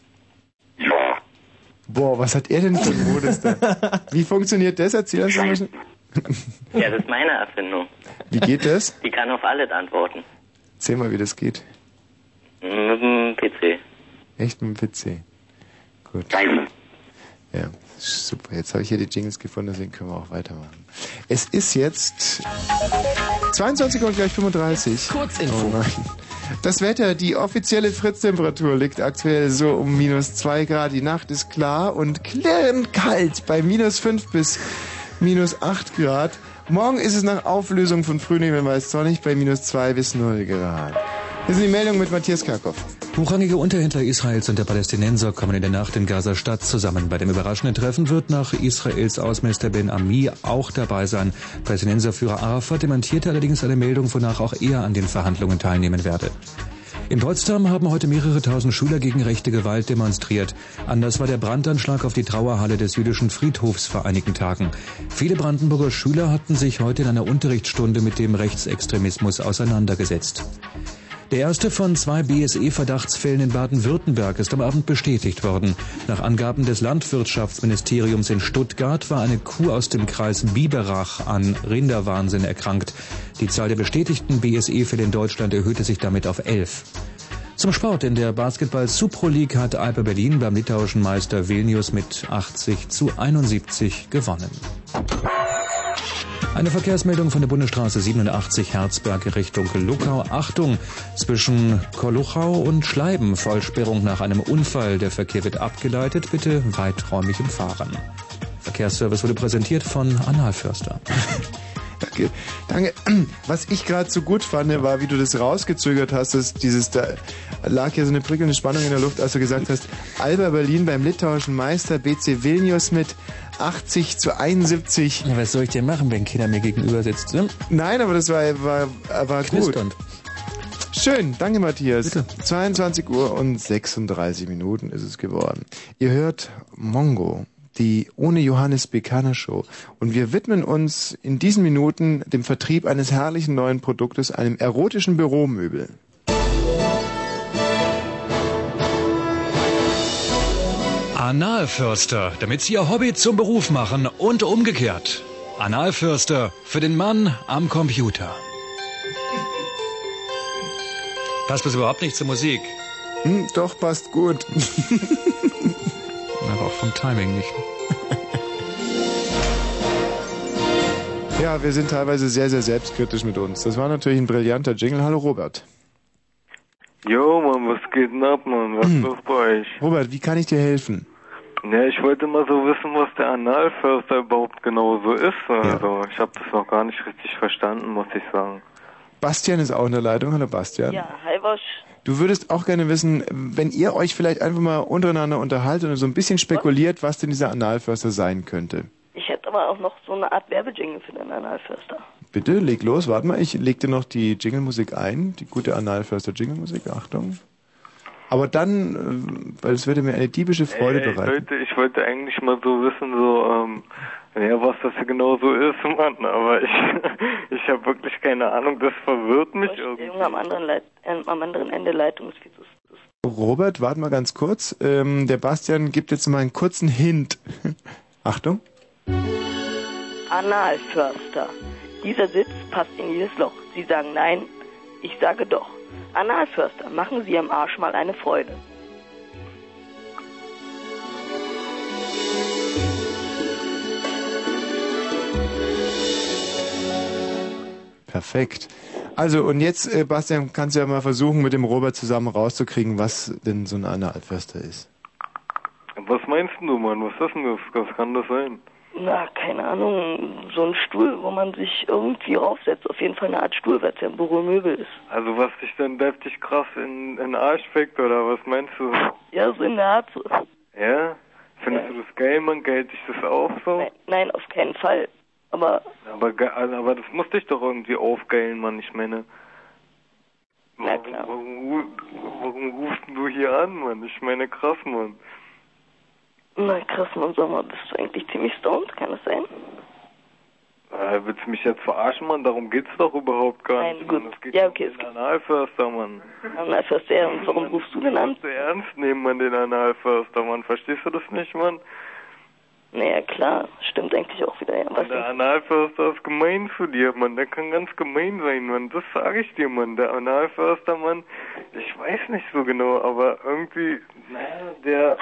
Boah, was hat er denn für ein Modus da? Wie funktioniert das? Erzähl das mal. Ja, das ist meine Erfindung. Wie geht das? Die kann auf alles antworten. Erzähl mal, wie das geht. Mit dem P C. Echt mit dem P C? Gut. Ja, super. Jetzt habe ich hier die Jingles gefunden, deswegen können wir auch weitermachen. Es ist jetzt zweiundzwanzig Uhr und gleich fünfunddreißig. Kurzinfo. Oh nein. Das Wetter, die offizielle Fritz-Temperatur liegt aktuell so um minus zwei Grad. Die Nacht ist klar und klirrend kalt bei minus fünf bis minus acht Grad. Morgen ist es nach Auflösung von Frühling meist sonnig bei minus zwei bis null Grad. Hier sind die Meldungen mit Matthias Kerkhoff. Hochrangige Unterhändler Israels und der Palästinenser kommen in der Nacht in Gaza-Stadt zusammen. Bei dem überraschenden Treffen wird nach Israels Außenminister Ben Ami auch dabei sein. Palästinenserführer Arafat dementierte allerdings eine Meldung, wonach auch er an den Verhandlungen teilnehmen werde. In Potsdam haben heute mehrere tausend Schüler gegen rechte Gewalt demonstriert. Anders war der Brandanschlag auf die Trauerhalle des jüdischen Friedhofs vor einigen Tagen. Viele Brandenburger Schüler hatten sich heute in einer Unterrichtsstunde mit dem Rechtsextremismus auseinandergesetzt. Der erste von zwei B S E-Verdachtsfällen in Baden-Württemberg ist am Abend bestätigt worden. Nach Angaben des Landwirtschaftsministeriums in Stuttgart war eine Kuh aus dem Kreis Biberach an Rinderwahnsinn erkrankt. Die Zahl der bestätigten B S E-Fälle in Deutschland erhöhte sich damit auf elf. Zum Sport. In der Basketball-Super League hat Alba Berlin beim litauischen Meister Vilnius mit achtzig zu einundsiebzig gewonnen. Eine Verkehrsmeldung von der Bundesstraße siebenundachtzig Herzberg Richtung Luckau. Achtung, zwischen Koluchau und Schleiben Vollsperrung nach einem Unfall. Der Verkehr wird abgeleitet. Bitte weiträumig fahren. Verkehrsservice wurde präsentiert von Analförster. Danke. Danke. Was ich gerade so gut fand, war, wie du das rausgezögert hast, dass dieses, da lag ja so eine prickelnde Spannung in der Luft, als du gesagt hast, Alba Berlin beim litauischen Meister B C Vilnius mit achtzig zu einundsiebzig. Ja, was soll ich denn machen, wenn Kinder mir gegenüber sitzt? Ne? Nein, aber das war, war, war gut. Schön, danke Matthias. Bitte. zweiundzwanzig Uhr und sechsunddreißig Minuten ist es geworden. Ihr hört Mongo, die Ohne Johannes Bekaner Show. Und wir widmen uns in diesen Minuten dem Vertrieb eines herrlichen neuen Produktes, einem erotischen Büromöbel. Analförster, damit Sie Ihr Hobby zum Beruf machen und umgekehrt. Analförster für den Mann am Computer. Passt das überhaupt nicht zur Musik? Hm, doch, passt gut. Aber auch vom Timing nicht. Ja, wir sind teilweise sehr, sehr selbstkritisch mit uns. Das war natürlich ein brillanter Jingle. Hallo Robert. Jo, Mann, was geht denn ab, Mann? Was ist los bei euch? Robert, wie kann ich dir helfen? Ja, ich wollte mal so wissen, was der Analförster überhaupt genau so ist. Also, ja. Ich habe das noch gar nicht richtig verstanden, muss ich sagen. Bastian ist auch in der Leitung. Hallo Bastian. Ja, hi Bosch. Du würdest auch gerne wissen, wenn ihr euch vielleicht einfach mal untereinander unterhaltet und so ein bisschen spekuliert, was denn dieser Analförster sein könnte. Ich hätte aber auch noch so eine Art Werbejingle für den Analförster. Bitte, leg los. Warte mal, ich leg dir noch die Jingle-Musik ein. Die gute Analförster-Jingle-Musik. Achtung. Aber dann, äh, weil es würde mir eine diebische Freude Ey, bereiten. Leute, ich wollte eigentlich mal so wissen, so, ähm, ja, was das genau so ist, Mann, aber ich, ich habe wirklich keine Ahnung, das verwirrt mich irgendwie. Junge am anderen, Leit äh, am anderen Ende Leitung ist viel zu... Robert, warte mal ganz kurz. Ähm, der Bastian gibt jetzt mal einen kurzen Hint. Achtung. Analförster. Dieser Sitz passt in jedes Loch. Sie sagen nein, ich sage doch. Analförster, machen Sie am Arsch mal eine Freude. Perfekt. Also, und jetzt, äh, Bastian, kannst du ja mal versuchen, mit dem Robert zusammen rauszukriegen, was denn so ein Analförster ist. Was meinst du, Mann? Was ist denn das? Was kann das sein? Na, keine Ahnung, so ein Stuhl, wo man sich irgendwie raufsetzt. Auf jeden Fall eine Art Stuhl, weil es ja ein Büromöbel ist. Also, was dich dann deftig krass in, in den Arsch fickt, oder was meinst du? Ja, so in der Art so. Ja? Findest ja. du das geil, Mann? Geilt dich das auch so? Nein, nein, auf keinen Fall. Aber... Aber, aber das muss dich doch irgendwie aufgeilen, Mann, ich meine... Na klar. Warum, warum rufst du hier an, Mann? Ich meine, krass, Mann. Na krass, Mann, sag mal, bist du eigentlich ziemlich stoned? Kann das sein? Äh, willst du mich jetzt verarschen, Mann? Darum geht's doch überhaupt gar Nein, nicht. gut. Mann. Es geht ja, okay. um den Analförster, Mann. Analförster, ja, und warum rufst du denn an? Du musst ernst nehmen, Mann, den Analförster, Mann. Verstehst du das nicht, Mann? Naja, klar. Stimmt eigentlich auch wieder, ja. Was der Analförster ist gemein zu dir, Mann. Der kann ganz gemein sein, Mann. Das sage ich dir, Mann. Der Analförster, Mann, ich weiß nicht so genau, aber irgendwie, naja, der...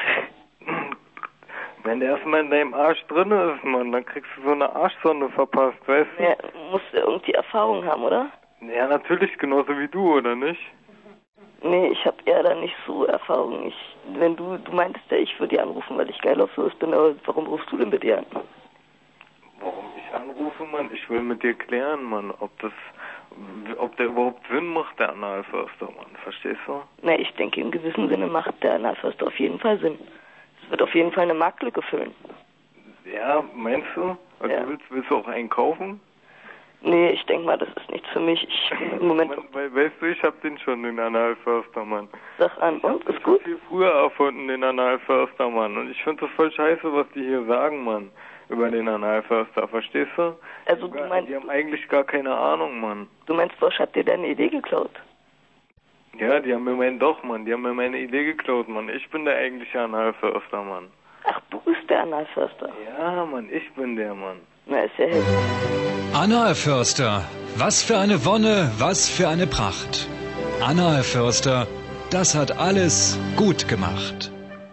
Wenn der erstmal in deinem Arsch drin ist, Mann, dann kriegst du so eine Arschsonde verpasst, weißt du? Ja, musst du irgendwie Erfahrung haben, oder? Ja, natürlich, genauso wie du, oder nicht? Nee, ich hab eher da nicht so Erfahrung. Ich, wenn du, du meintest ja, ich würde dir anrufen, weil ich geil auf sowas bin, aber warum rufst du denn bei dir an? Warum ich anrufe, Mann? Ich will mit dir klären, Mann, ob das, ob der überhaupt Sinn macht, der Analförster, Mann, verstehst du? Nee, ich denke, im gewissen Sinne macht der Analförster auf jeden Fall Sinn. Es wird auf jeden Fall eine Marktlücke füllen. Ja, meinst du? Also ja. willst, willst du auch einen kaufen? Nee, ich denke mal, das ist nicht für mich. Ich im Moment. Mann, weil, weißt du, ich hab den schon, den Analförster, Mann. Sag an, ich und? Ist gut? viel früher erfunden, den Analförster, Mann. Und ich finde das voll scheiße, was die hier sagen, Mann. Über den Analförster, verstehst du? Also du meinst... Die haben eigentlich gar keine Ahnung, Mann. Du meinst, Bosch hat dir deine Idee geklaut? Ja, die haben mir mein, doch, Mann, die haben mir meine Idee geklaut, Mann. Ich bin der eigentliche Analförster, Mann. Ach, du bist der Analförster? Ja, Mann, ich bin der, Mann. Na, ist ja hell. Analförster, was für eine Wonne, was für eine Pracht. Analförster, das hat alles gut gemacht.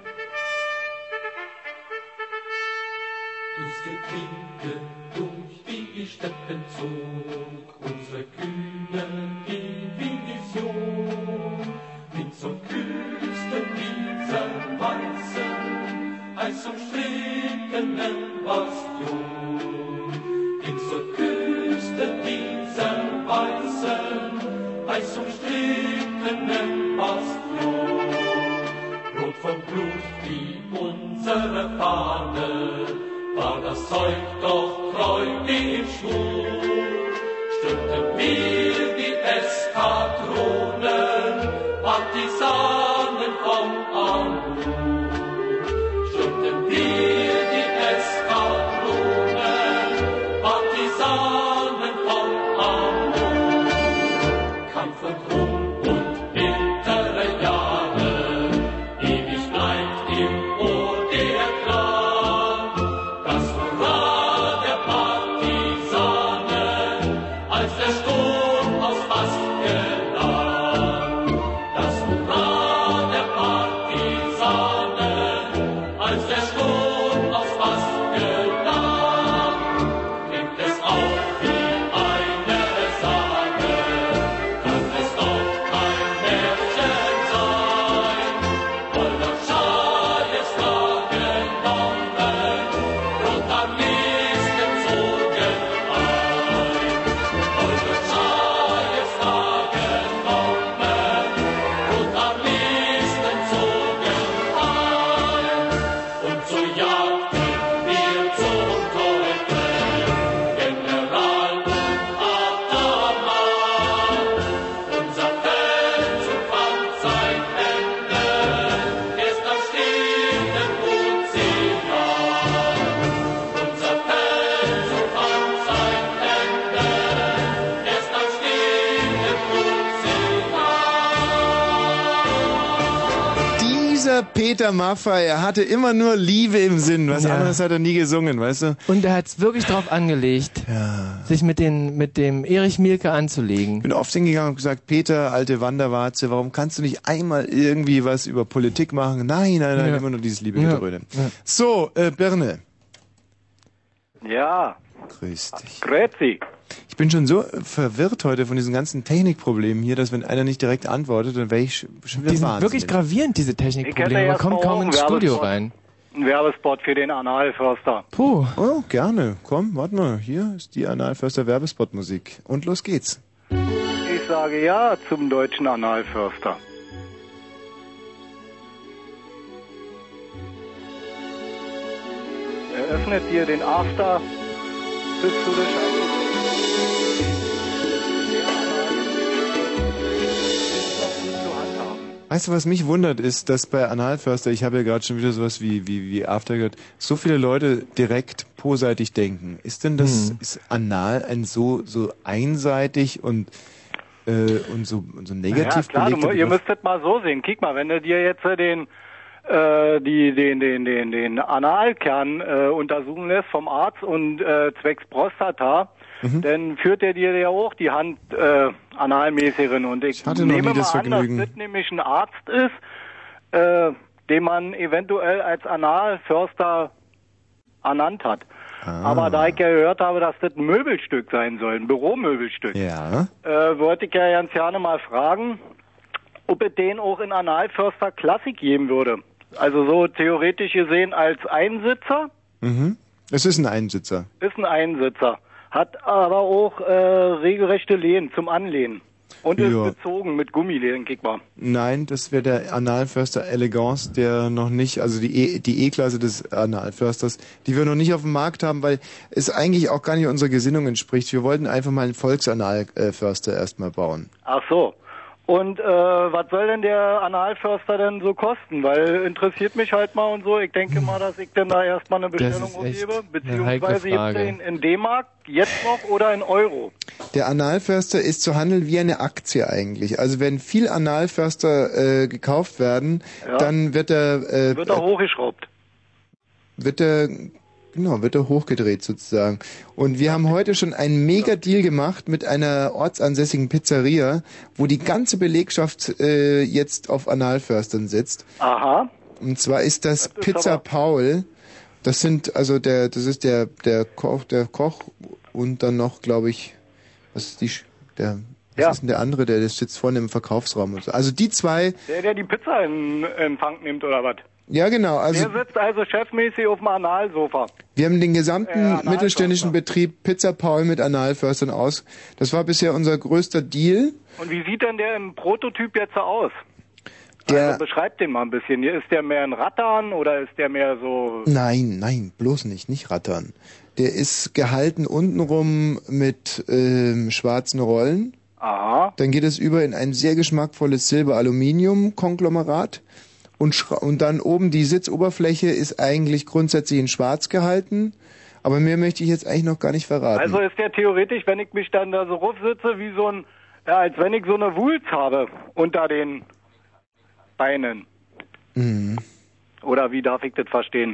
Durchs Getriebe, durch die Steppen zog unsere kühne Division hin zur Küste dieser weißen, eisumstrittenen Bastion. Hin zur Küste dieser weißen, eisumstrittenen Bastion. Rot von Blut wie unsere Fahne, war das Zeug doch treu im Schwur. Stürmten wir die Eskatronen, Partisanen vom Amur. Stürmten wir die Eskatronen, Partisanen vom Amur. Kampf und Ruhm und bittere Jahre, ewig bleibt im Ohr der Klang. Das Hurra der Partisanen, als der Sturm aus Fast gelang. Das Hurra Dieser Peter Maffay, er hatte immer nur Liebe im Sinn. Was Ja. anderes hat er nie gesungen, weißt du? Und er hat es wirklich drauf angelegt, Ja. sich mit, den, mit dem Erich Mielke anzulegen. Ich bin oft hingegangen und gesagt, Peter, alte Wanderwarze, warum kannst du nicht einmal irgendwie was über Politik machen? Nein, nein, nein, Ja. immer nur dieses liebe Ja. Gedröhne. Ja. So, äh, Birne. Ja. Grüß dich. Grüezi. Ich bin schon so verwirrt heute von diesen ganzen Technikproblemen hier, dass wenn einer nicht direkt antwortet, dann wäre ich schon wieder Die sind wahnsinnig. wirklich gravierend, diese Ich hätte Technikprobleme. Man jetzt kommt mal kaum auch ins einen Studio Werbespot. rein. Ein Werbespot für den Analförster. Puh. Oh, gerne. Komm, warte mal. Hier ist die Analförster Werbespotmusik. Und los geht's. Ich sage ja zum deutschen Analförster. Eröffnet dir den After bis zu der Scheibe. Weißt du, was mich wundert, ist, dass bei Analförster, ich habe ja gerade schon wieder sowas wie, wie, wie After gehört, so viele Leute direkt poseitig denken. Ist denn das, Hm. ist Anal ein so, so einseitig und, äh, und so, und so negativ Ja, klar, du, belegter mu- ihr Begriff? müsstet mal so sehen. Kick mal, wenn du dir jetzt äh, den äh, die, den, den, den, den Analkern äh, untersuchen lässt vom Arzt und äh, zwecks Prostata, Mhm. dann führt er dir ja auch die Hand äh, analmäßig rein. Und ich, hatte noch nehme nie das mal an, Vergnügen. dass das nämlich ein Arzt ist, äh, den man eventuell als Analförster ernannt hat. Ah. Aber da ich ja gehört habe, dass das ein Möbelstück sein soll, ein Büromöbelstück, Ja. äh, wollte ich ja ganz gerne mal fragen, ob es den auch in Analförster Klassik geben würde. Also so theoretisch gesehen als Einsitzer, Mhm. Es ist ein Einsitzer. ist ein Einsitzer, hat aber auch äh, regelrechte Lehnen zum Anlehnen. Und ist Ja. bezogen mit Gummilehnen, kick mal. Nein, das wäre der Analförster Elegance, der noch nicht, also die E- die E-Klasse des Analförsters, die wir noch nicht auf dem Markt haben, weil es eigentlich auch gar nicht unserer Gesinnung entspricht. Wir wollten einfach mal einen Volksanalförster erstmal bauen. Ach so. Und äh, was soll denn der Analförster denn so kosten? Weil interessiert mich halt mal und so. Ich denke mal, dass ich dann da erstmal eine Bestellung ist echt umgebe. eine heikle Beziehungsweise Frage. gibt's den in D-Mark jetzt noch oder in Euro? Der Analförster ist zu handeln wie eine Aktie eigentlich. Also wenn viel Analförster äh, gekauft werden, Ja. dann wird er äh, Wird er hochgeschraubt. wird er genau wird er hochgedreht sozusagen. Und wir haben heute schon einen mega Deal gemacht mit einer ortsansässigen Pizzeria, wo die ganze Belegschaft äh, jetzt auf Analförstern sitzt. Aha. Und zwar ist das, ist Pizza aber- Paul. Das sind also der das ist der der Koch der Koch und dann noch glaube ich was ist die Sch- der was Ja. ist denn der andere, der das sitzt vorne im Verkaufsraum und so. Also die zwei, Der, der die Pizza in Empfang nimmt oder was? ja genau, also Der sitzt also chefmäßig auf dem Analsofa. wir haben den Äh, gesamten Analförster. mittelständischen Betrieb Pizza Paul mit Analförstern aus. Das war bisher unser größter Deal. Und wie sieht denn der im Prototyp jetzt so aus? Der Also beschreib den mal ein bisschen. Ist der mehr ein Rattan oder ist der mehr so... Nein, nein, bloß nicht, nicht rattern. Der ist gehalten untenrum mit ähm, schwarzen Rollen. Aha. Dann geht es über in ein sehr geschmackvolles Silber-Aluminium-Konglomerat. Und, schra- und dann oben die Sitzoberfläche ist eigentlich grundsätzlich in schwarz gehalten. Aber mehr möchte ich jetzt eigentlich noch gar nicht verraten. Also ist der theoretisch, wenn ich mich dann da so ruf sitze, wie so ein... Ja, als wenn ich so eine Wulst habe unter den Beinen. Mhm. Oder wie darf ich das verstehen?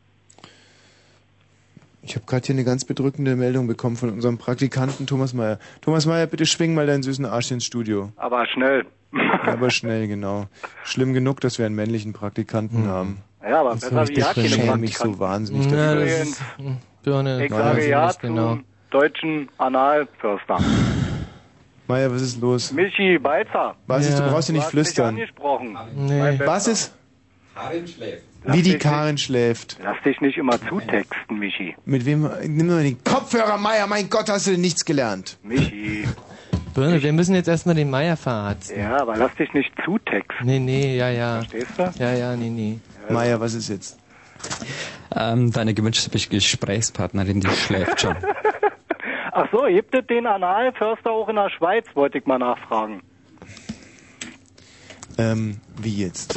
Ich habe gerade hier eine ganz bedrückende Meldung bekommen von unserem Praktikanten Thomas Mayer. Thomas Mayer, bitte schwing mal deinen süßen Arsch ins Studio. Aber schnell. Aber schnell, genau. Schlimm genug, dass wir einen männlichen Praktikanten haben. Ja, aber Das besser wie ja keine schäme mich Praktikanten. so wahnsinnig Ja, dafür. das ist, Birne, Ich weiß sage ja nicht zum genau. deutschen Analförster. Mayer, was ist los? Michi Beizer. Was ist, du Ja. brauchst ja Du nicht hast mich flüstern. angesprochen. Nee. Mein Bester. Was ist? Karin schläft. Lass Wie die dich Karin schläft. Lass dich nicht immer zutexten, Michi. Mit wem? Nimm mal den Kopfhörer, Mayer. Mein Gott, hast du denn nichts gelernt? Michi. Birne, wir müssen jetzt erstmal den Meier verarzten. Ja, aber lass dich nicht zutexten. Nee, nee, ja, ja. Verstehst du? Ja, ja, nee, nee. Mayer, was ist jetzt? Ähm, deine gewünschte Gesprächspartnerin, die schläft schon. Ach so, gibt es den Analförster auch in der Schweiz, wollte ich mal nachfragen. Ähm, wie jetzt?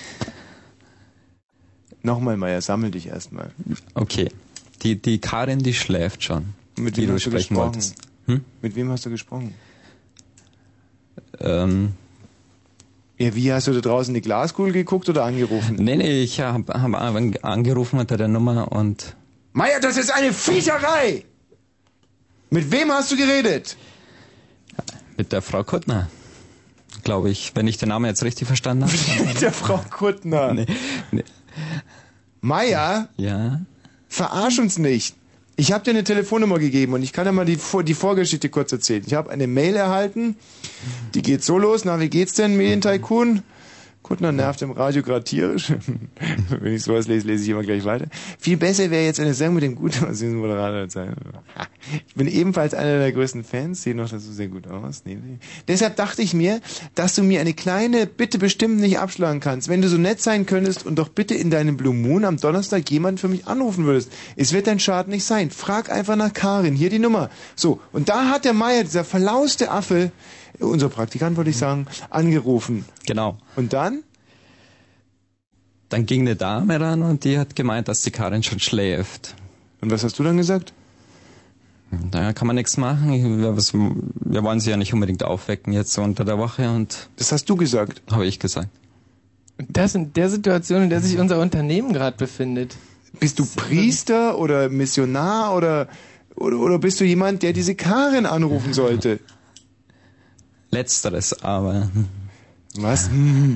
Nochmal, Mayer, sammel dich erstmal. Okay. Die, die Karin, die schläft schon. Mit die wem du hast du sprechen gesprochen? wolltest. Hm? Mit wem hast du gesprochen? Ähm, Ja, wie, hast du da draußen in die Glaskugel geguckt oder angerufen? Nee, nee, ich habe hab angerufen unter der Nummer und... Meier, das ist eine Viecherei! Mit wem hast du geredet? Mit der Frau Kuttner, glaube ich, wenn ich den Namen jetzt richtig verstanden habe. Mit der Frau Kuttner? Nee, nee. Meier? Ja? Verarsch uns nicht. Ich habe dir eine Telefonnummer gegeben und ich kann dir mal die, die Vorgeschichte kurz erzählen. Ich habe eine Mail erhalten, die geht so los. Na, wie geht's denn, Medientycoon? Kuttner nervt im Radio gerade tierisch. Wenn ich sowas lese, lese ich immer gleich weiter. Viel besser wäre jetzt eine Sendung mit dem guten aussehenden Moderator sein. Ich bin ebenfalls einer der größten Fans, sehe noch dazu sehr gut aus. Nee, nee. Deshalb dachte ich mir, dass du mir eine kleine Bitte bestimmt nicht abschlagen kannst. Wenn du so nett sein könntest und doch bitte in deinem Blue Moon am Donnerstag jemanden für mich anrufen würdest. Es wird dein Schaden nicht sein. Frag einfach nach Karin. Hier die Nummer. So, und da hat der Meier, dieser verlauste Affe, unser Praktikant, wollte ich sagen, angerufen. Genau. Und dann? Dann ging eine Dame ran und die hat gemeint, dass die Karin schon schläft. Und was hast du dann gesagt? Da kann man nichts machen. Ich, wir, was, wir wollen sie ja nicht unbedingt aufwecken jetzt so unter der Woche und... Das hast du gesagt? Habe ich gesagt. Das in der Situation, in der sich unser Unternehmen gerade befindet. Bist du Priester oder Missionar oder, oder, oder bist du jemand, der diese Karin anrufen sollte? Letzteres, aber... Was?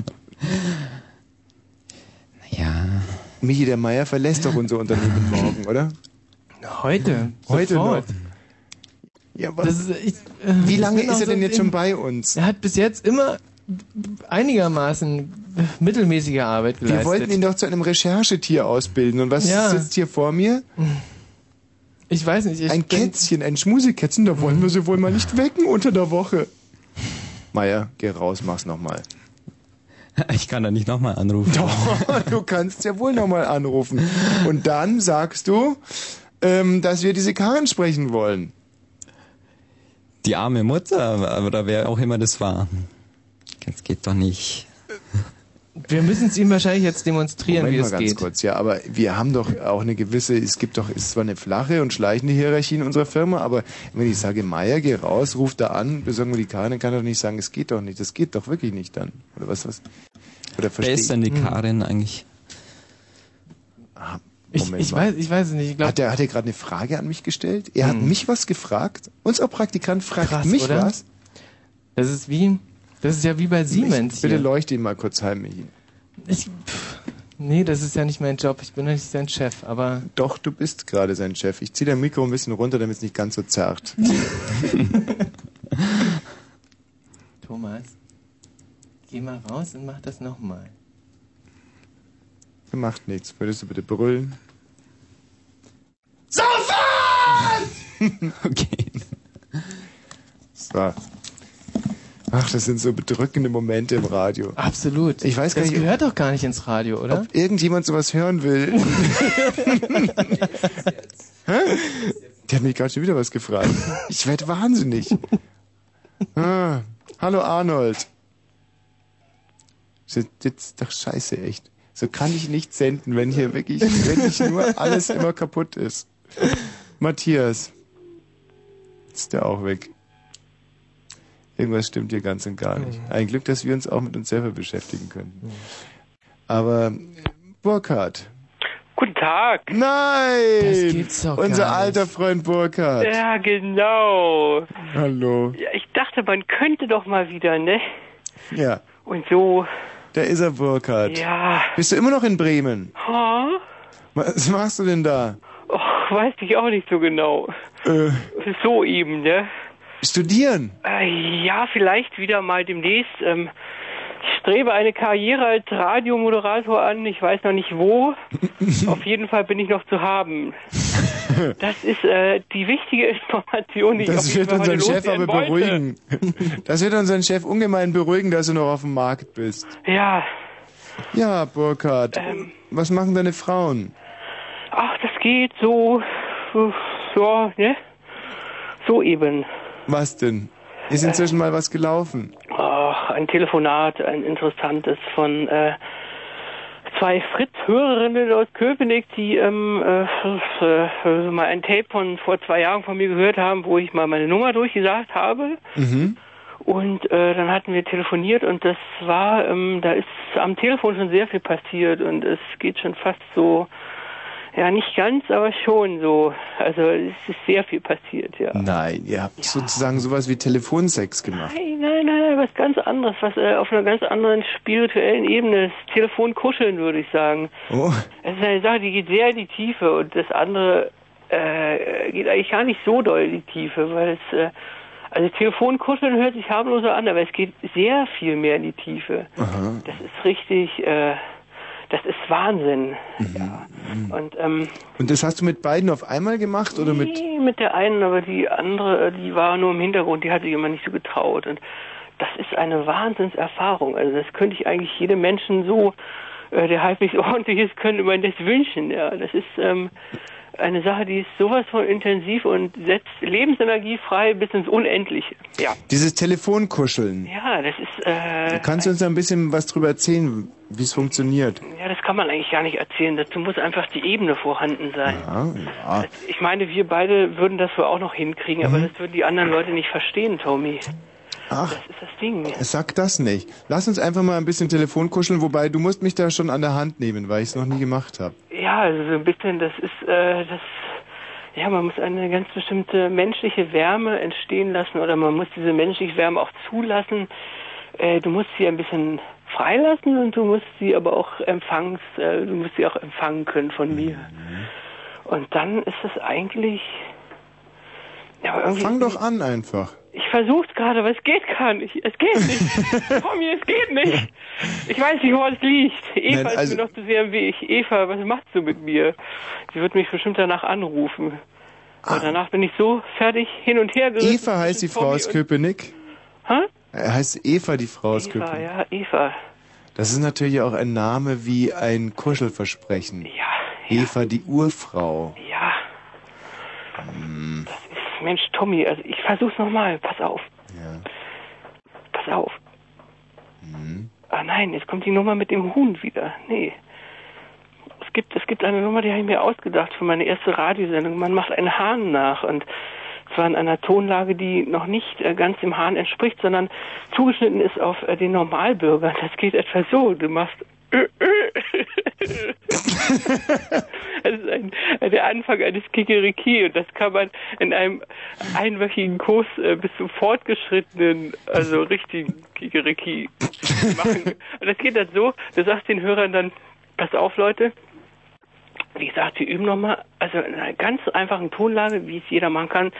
Ja. Michi, der Meier verlässt doch unser Unternehmen morgen, oder? Heute. Heute sofort. noch. Ja, was? Das ist, ich, äh, Wie lange ich ist er so denn jetzt in, schon bei uns? Er hat bis jetzt immer einigermaßen mittelmäßige Arbeit geleistet. Wir wollten ihn doch zu einem Recherchetier ausbilden. Und was ja. sitzt hier vor mir? Ich weiß nicht. Ich ein Kätzchen, ein Schmusekätzchen, da wollen wir sie wohl mal nicht wecken unter der Woche. Meier, geh raus, mach's nochmal. Ich kann da nicht nochmal anrufen. Doch, du kannst ja wohl nochmal anrufen. Und dann sagst du, ähm, dass wir diese Karin sprechen wollen. Die arme Mutter, oder wer auch immer das war. Das geht doch nicht. Wir müssen es ihm wahrscheinlich jetzt demonstrieren, Moment wie mal es ganz geht. kurz, ja, aber wir haben doch auch eine gewisse, es gibt doch, ist zwar eine flache und schleichende Hierarchie in unserer Firma, aber wenn ich sage, Meier, geh raus, ruf da an, besorgen wir die Karin, dann kann er doch nicht sagen, es geht doch nicht, das geht doch wirklich nicht dann. Oder was, was? Oder verstehe Wer ist denn die Karin eigentlich? Ah, ich, ich, weiß, ich weiß es nicht. Ich glaub, hat er hat er gerade eine Frage an mich gestellt? Er hm. hat mich was gefragt? Unser Praktikant fragt Krass, mich oder? was? Das ist wie, das ist ja wie bei Siemens ich, Bitte hier. leuchte ihn mal kurz heim, Michi. Ich, pff, nee, das ist ja nicht mein Job. Ich bin ja nicht sein Chef, aber... Doch, du bist gerade sein Chef. Ich ziehe dein Mikro ein bisschen runter, damit es nicht ganz so zerrt. Thomas, geh mal raus und mach das nochmal. Macht nichts. Würdest du bitte brüllen? Sofort! Okay. So. Ach, das sind so bedrückende Momente im Radio. Absolut. Ich weiß gar das nicht, gehört doch gar nicht ins Radio, oder? Ob irgendjemand sowas hören will. Hä? Der hat mich gerade schon wieder was gefragt. Ich werde wahnsinnig. Ah, hallo Arnold. Das ist doch scheiße, echt. So kann ich nicht senden, wenn hier wirklich, wenn nicht nur alles immer kaputt ist. Matthias. Jetzt ist der auch weg. Irgendwas stimmt hier ganz und gar nicht. Ein Glück, dass wir uns auch mit uns selber beschäftigen können. Aber Burkhard. Guten Tag. Nein! Das gibt's doch Unser gar alter nicht. Freund Burkhard. Ja, genau. Hallo. Ja, ich dachte, man könnte doch mal wieder, ne? Ja. Und so. Da ist er, Burkhard. Ja. Bist du immer noch in Bremen? Ha? Was machst du denn da? Och, weiß ich auch nicht so genau. Äh, So eben, ne? studieren? Äh, ja, vielleicht wieder mal demnächst. Ähm, ich strebe eine Karriere als Radiomoderator an. Ich weiß noch nicht wo. Auf jeden Fall bin ich noch zu haben. Das ist äh, die wichtige Information, die Das ich auf jeden wird Fall unseren heute Chef aber loswerden wollte. beruhigen. Das wird unseren Chef ungemein beruhigen, dass du noch auf dem Markt bist. Ja. Ja, Burkhard. Ähm. Was machen deine Frauen? Ach, das geht so, so, so, ne? So eben. Was denn? Ist inzwischen mal was gelaufen? Ach, ein Telefonat, ein interessantes von äh, zwei Fritz-Hörerinnen aus Köpenick, die ähm, äh, äh, mal ein Tape von vor zwei Jahren von mir gehört haben, wo ich mal meine Nummer durchgesagt habe. Mhm. Und äh, dann hatten wir telefoniert und das war, ähm, da ist am Telefon schon sehr viel passiert und es geht schon fast so, ja nicht ganz, aber schon so. Also es ist sehr viel passiert, ja. Nein, ihr habt ja. sozusagen sowas wie Telefonsex gemacht. Nein, nein, nein, was ganz anderes, was äh, auf einer ganz anderen spirituellen Ebene ist. Telefonkuscheln, würde ich sagen. Oh. Es ist eine Sache, die geht sehr in die Tiefe und das andere äh, geht eigentlich gar nicht so doll in die Tiefe, weil es, äh, also Telefonkuscheln hört sich harmloser an, aber es geht sehr viel mehr in die Tiefe. Aha. Das ist richtig, äh, das ist Wahnsinn. Mhm. Ja. Und, ähm, Und das hast du mit beiden auf einmal gemacht oder mit? Nee, mit der einen, aber die andere, die war nur im Hintergrund, die hat sich immer nicht so getraut. Und das ist eine Wahnsinnserfahrung. Also das könnte ich eigentlich jedem Menschen so, äh, der halbwegs ordentlich ist, könnte man das wünschen. Ja, das ist ähm, eine Sache, die ist sowas von intensiv und setzt Lebensenergie frei bis ins Unendliche. Ja. Dieses Telefonkuscheln. Ja, das ist. Äh, Kannst du uns da ein bisschen was drüber erzählen, wie es funktioniert? Ja, das kann man eigentlich gar nicht erzählen. Dazu muss einfach die Ebene vorhanden sein. Ja, ja. Ich meine, wir beide würden das wohl auch noch hinkriegen, Mhm. aber das würden die anderen Leute nicht verstehen, Tommy. Ach, das ist das Ding. Sag das nicht. Lass uns einfach mal ein bisschen Telefonkuscheln, wobei du musst mich da schon an der Hand nehmen, weil ich es noch nie gemacht habe. Ja, also so ein bisschen, das ist, äh, das, ja, man muss eine ganz bestimmte menschliche Wärme entstehen lassen oder man muss diese menschliche Wärme auch zulassen. Äh, du musst sie ein bisschen freilassen und du musst sie aber auch empfangs, äh, du musst sie auch empfangen können von mir. Und dann ist es eigentlich, ja, aber irgendwie. Fang doch an einfach. Ich versuch's gerade, aber es geht gar nicht. Es geht nicht. Tommy, es geht nicht. Ich weiß nicht, wo es liegt. Eva Nein, also ist mir noch zu sehr im Weg. Eva, was machst du mit mir? Sie wird mich bestimmt danach anrufen. Ah. Und danach bin ich so fertig hin und her gerissen. Eva heißt die Frau aus Köpenick. Hä? Er heißt Eva, die Frau aus Eva, Köpenick. ja, Eva. Das ist natürlich auch ein Name wie ein Kuschelversprechen. Ja, ja. Eva, die Urfrau. Ja. Hm. Das ist, Mensch, Tommy, also ich versuch's nochmal. Pass auf. Ja. Pass auf. Hm. Ah nein, jetzt kommt die Nummer mit dem Huhn wieder. Nee. Es gibt, es gibt eine Nummer, die habe ich mir ausgedacht für meine erste Radiosendung. Man macht einen Hahn nach und zwar in einer Tonlage, die noch nicht äh, ganz dem Hahn entspricht, sondern zugeschnitten ist auf äh, den Normalbürger. Das geht etwa so. Du machst äh, äh. Das ist ein, der Anfang eines Kikeriki und das kann man in einem einwöchigen Kurs äh, bis zum fortgeschrittenen, also richtigen Kikeriki machen. Und das geht dann so, du sagst den Hörern dann, pass auf Leute, wie gesagt, wir üben nochmal, also in einer ganz einfachen Tonlage, wie es jeder machen kann.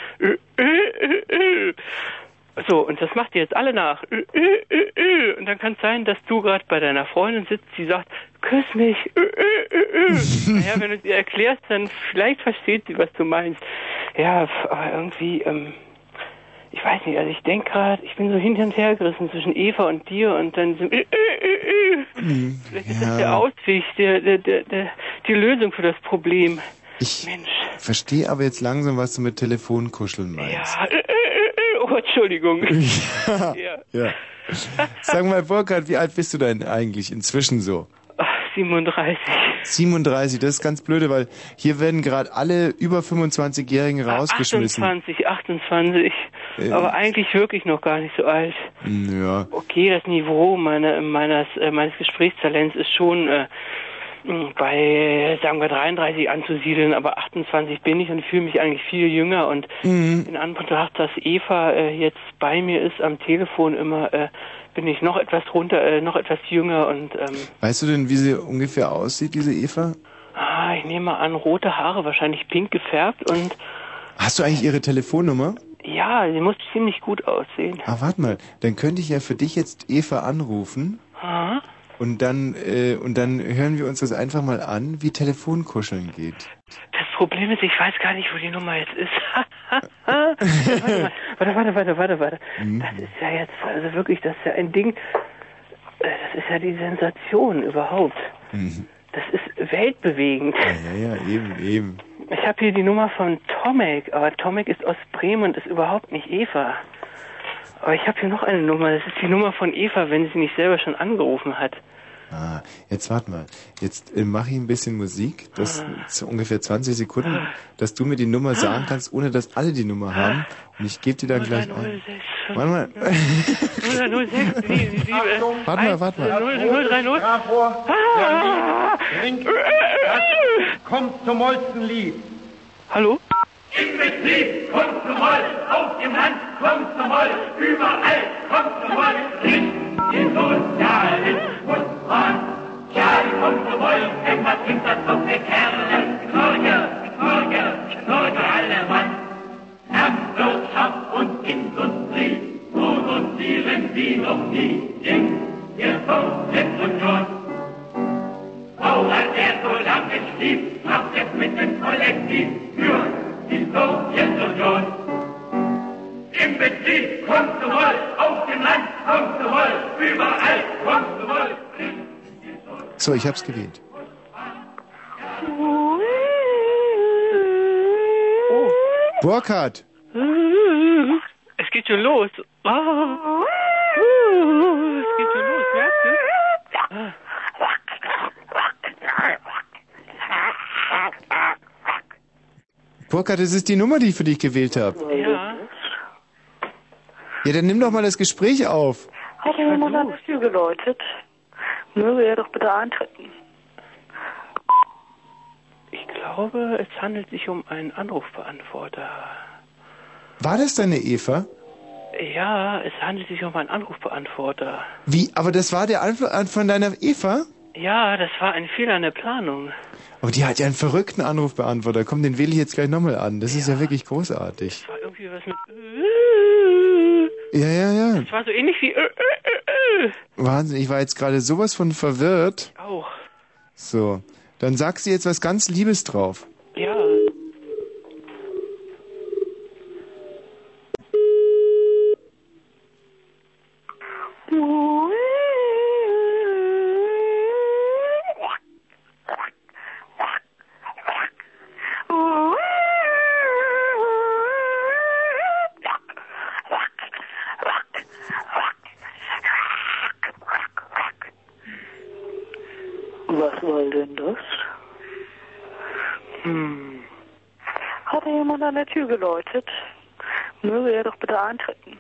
So, und das macht ihr jetzt alle nach. Und dann kann es sein, dass du gerade bei deiner Freundin sitzt, sie sagt, küss mich. Naja, wenn du es ihr erklärst, dann vielleicht versteht sie, was du meinst. Ja, aber irgendwie, ähm, ich weiß nicht, also ich denke gerade, ich bin so hin und her gerissen zwischen Eva und dir und dann so, äh, äh, äh. Vielleicht ist Ja. das der Ausweg, der, der, der, der, die Lösung für das Problem. Ich Mensch. verstehe aber jetzt langsam, was du mit Telefonkuscheln meinst. Ja, äh, äh, äh, oh, Entschuldigung. Ja. Ja. Ja. Sag mal, Burkhard, wie alt bist du denn eigentlich inzwischen so? Ach, siebenunddreißig. siebenunddreißig, das ist ganz blöde, weil hier werden gerade alle über fünfundzwanzigjährigen rausgeschmissen. achtundzwanzig, achtundzwanzig. Äh. Aber eigentlich wirklich noch gar nicht so alt. Ja. Okay, das Niveau meine, meines, äh, meines Gesprächstalents ist schon äh, bei, sagen wir, dreiunddreißig anzusiedeln, aber achtundzwanzig bin ich und ich fühle mich eigentlich viel jünger und Mhm. in Anbetracht, dass Eva äh, jetzt bei mir ist am Telefon immer, äh, bin ich noch etwas runter, äh, noch etwas jünger und ähm, Weißt du denn, wie sie ungefähr aussieht, diese Eva? ah, ich nehme mal an, rote Haare, wahrscheinlich pink gefärbt und Hast du eigentlich ihre Telefonnummer? ja, sie muss ziemlich gut aussehen. Ah, warte mal, dann könnte ich ja für dich jetzt Eva anrufen Aha. und dann äh, und dann hören wir uns das einfach mal an, wie Telefonkuscheln geht. Das Problem ist, ich weiß gar nicht, wo die Nummer jetzt ist. warte, mal, warte, warte, warte, warte, warte. Mhm. Das ist ja jetzt, also wirklich, das ist ja ein Ding, äh, das ist ja die Sensation überhaupt. Mhm. Das ist weltbewegend. Ja, ja, eben, eben. Ich habe hier die Nummer von Tomek, aber Tomek ist aus Bremen und ist überhaupt nicht Eva. Aber ich habe hier noch eine Nummer, das ist die Nummer von Eva, wenn sie nicht selber schon angerufen hat. Ah, jetzt warte mal. Jetzt äh, mache ich ein bisschen Musik. Das ist ungefähr zwanzig Sekunden, dass du mir die Nummer sagen kannst, ohne dass alle die Nummer haben. Und ich gebe dir dann gleich ein. Warte mal. null sechs sieben. Warte mal, warte mal. null drei null. Kommt zum Molzenlied. Hallo? Im Betrieb, kommt zum Moll, auf dem Land, kommt zum Moll, überall, kommt zum Moll, nicht in Sozialismus an. Ja, kommt zum Moll, denn was gibt das auf der Kerle? Knorke, Knorke, Knorke, alle Mann. Wirtschaft und Industrie produzieren sie noch nie in der Sowjetunion. Bauer, der so lange schlief, macht jetzt mit dem Kollektiv für die Sowjetunion. Im Betrieb kommt zum Moll, auf dem Land kommt zum Moll, überall kommt zum Moll. So, ich hab's gewählt. Burkhard! Es geht schon los. Oh. Es geht schon los, merkst du? Ah. Burkhard, das ist die Nummer, die ich für dich gewählt habe. Ja. Ja, dann nimm doch mal das Gespräch auf. Hat jemand an die Tür geläutet? Möge er doch bitte eintreten. Ich glaube, es handelt sich um einen Anrufbeantworter. War das deine Eva? Ja, es handelt sich um einen Anrufbeantworter. Wie? Aber das war der Anruf von deiner Eva? Ja, das war ein Fehler in der Planung. Aber die hat ja einen verrückten Anrufbeantworter. Komm, den wähle ich jetzt gleich nochmal an. Das ist ja wirklich großartig. Das war irgendwie was mit... Ja, ja, ja. Das war so ähnlich wie... Wahnsinn, ich war jetzt gerade sowas von verwirrt. Auch. So, dann sagst du jetzt was ganz Liebes drauf. Ja. Was war denn das? Hm. Hat er jemand an der Tür geläutet? Möge er doch bitte eintreten.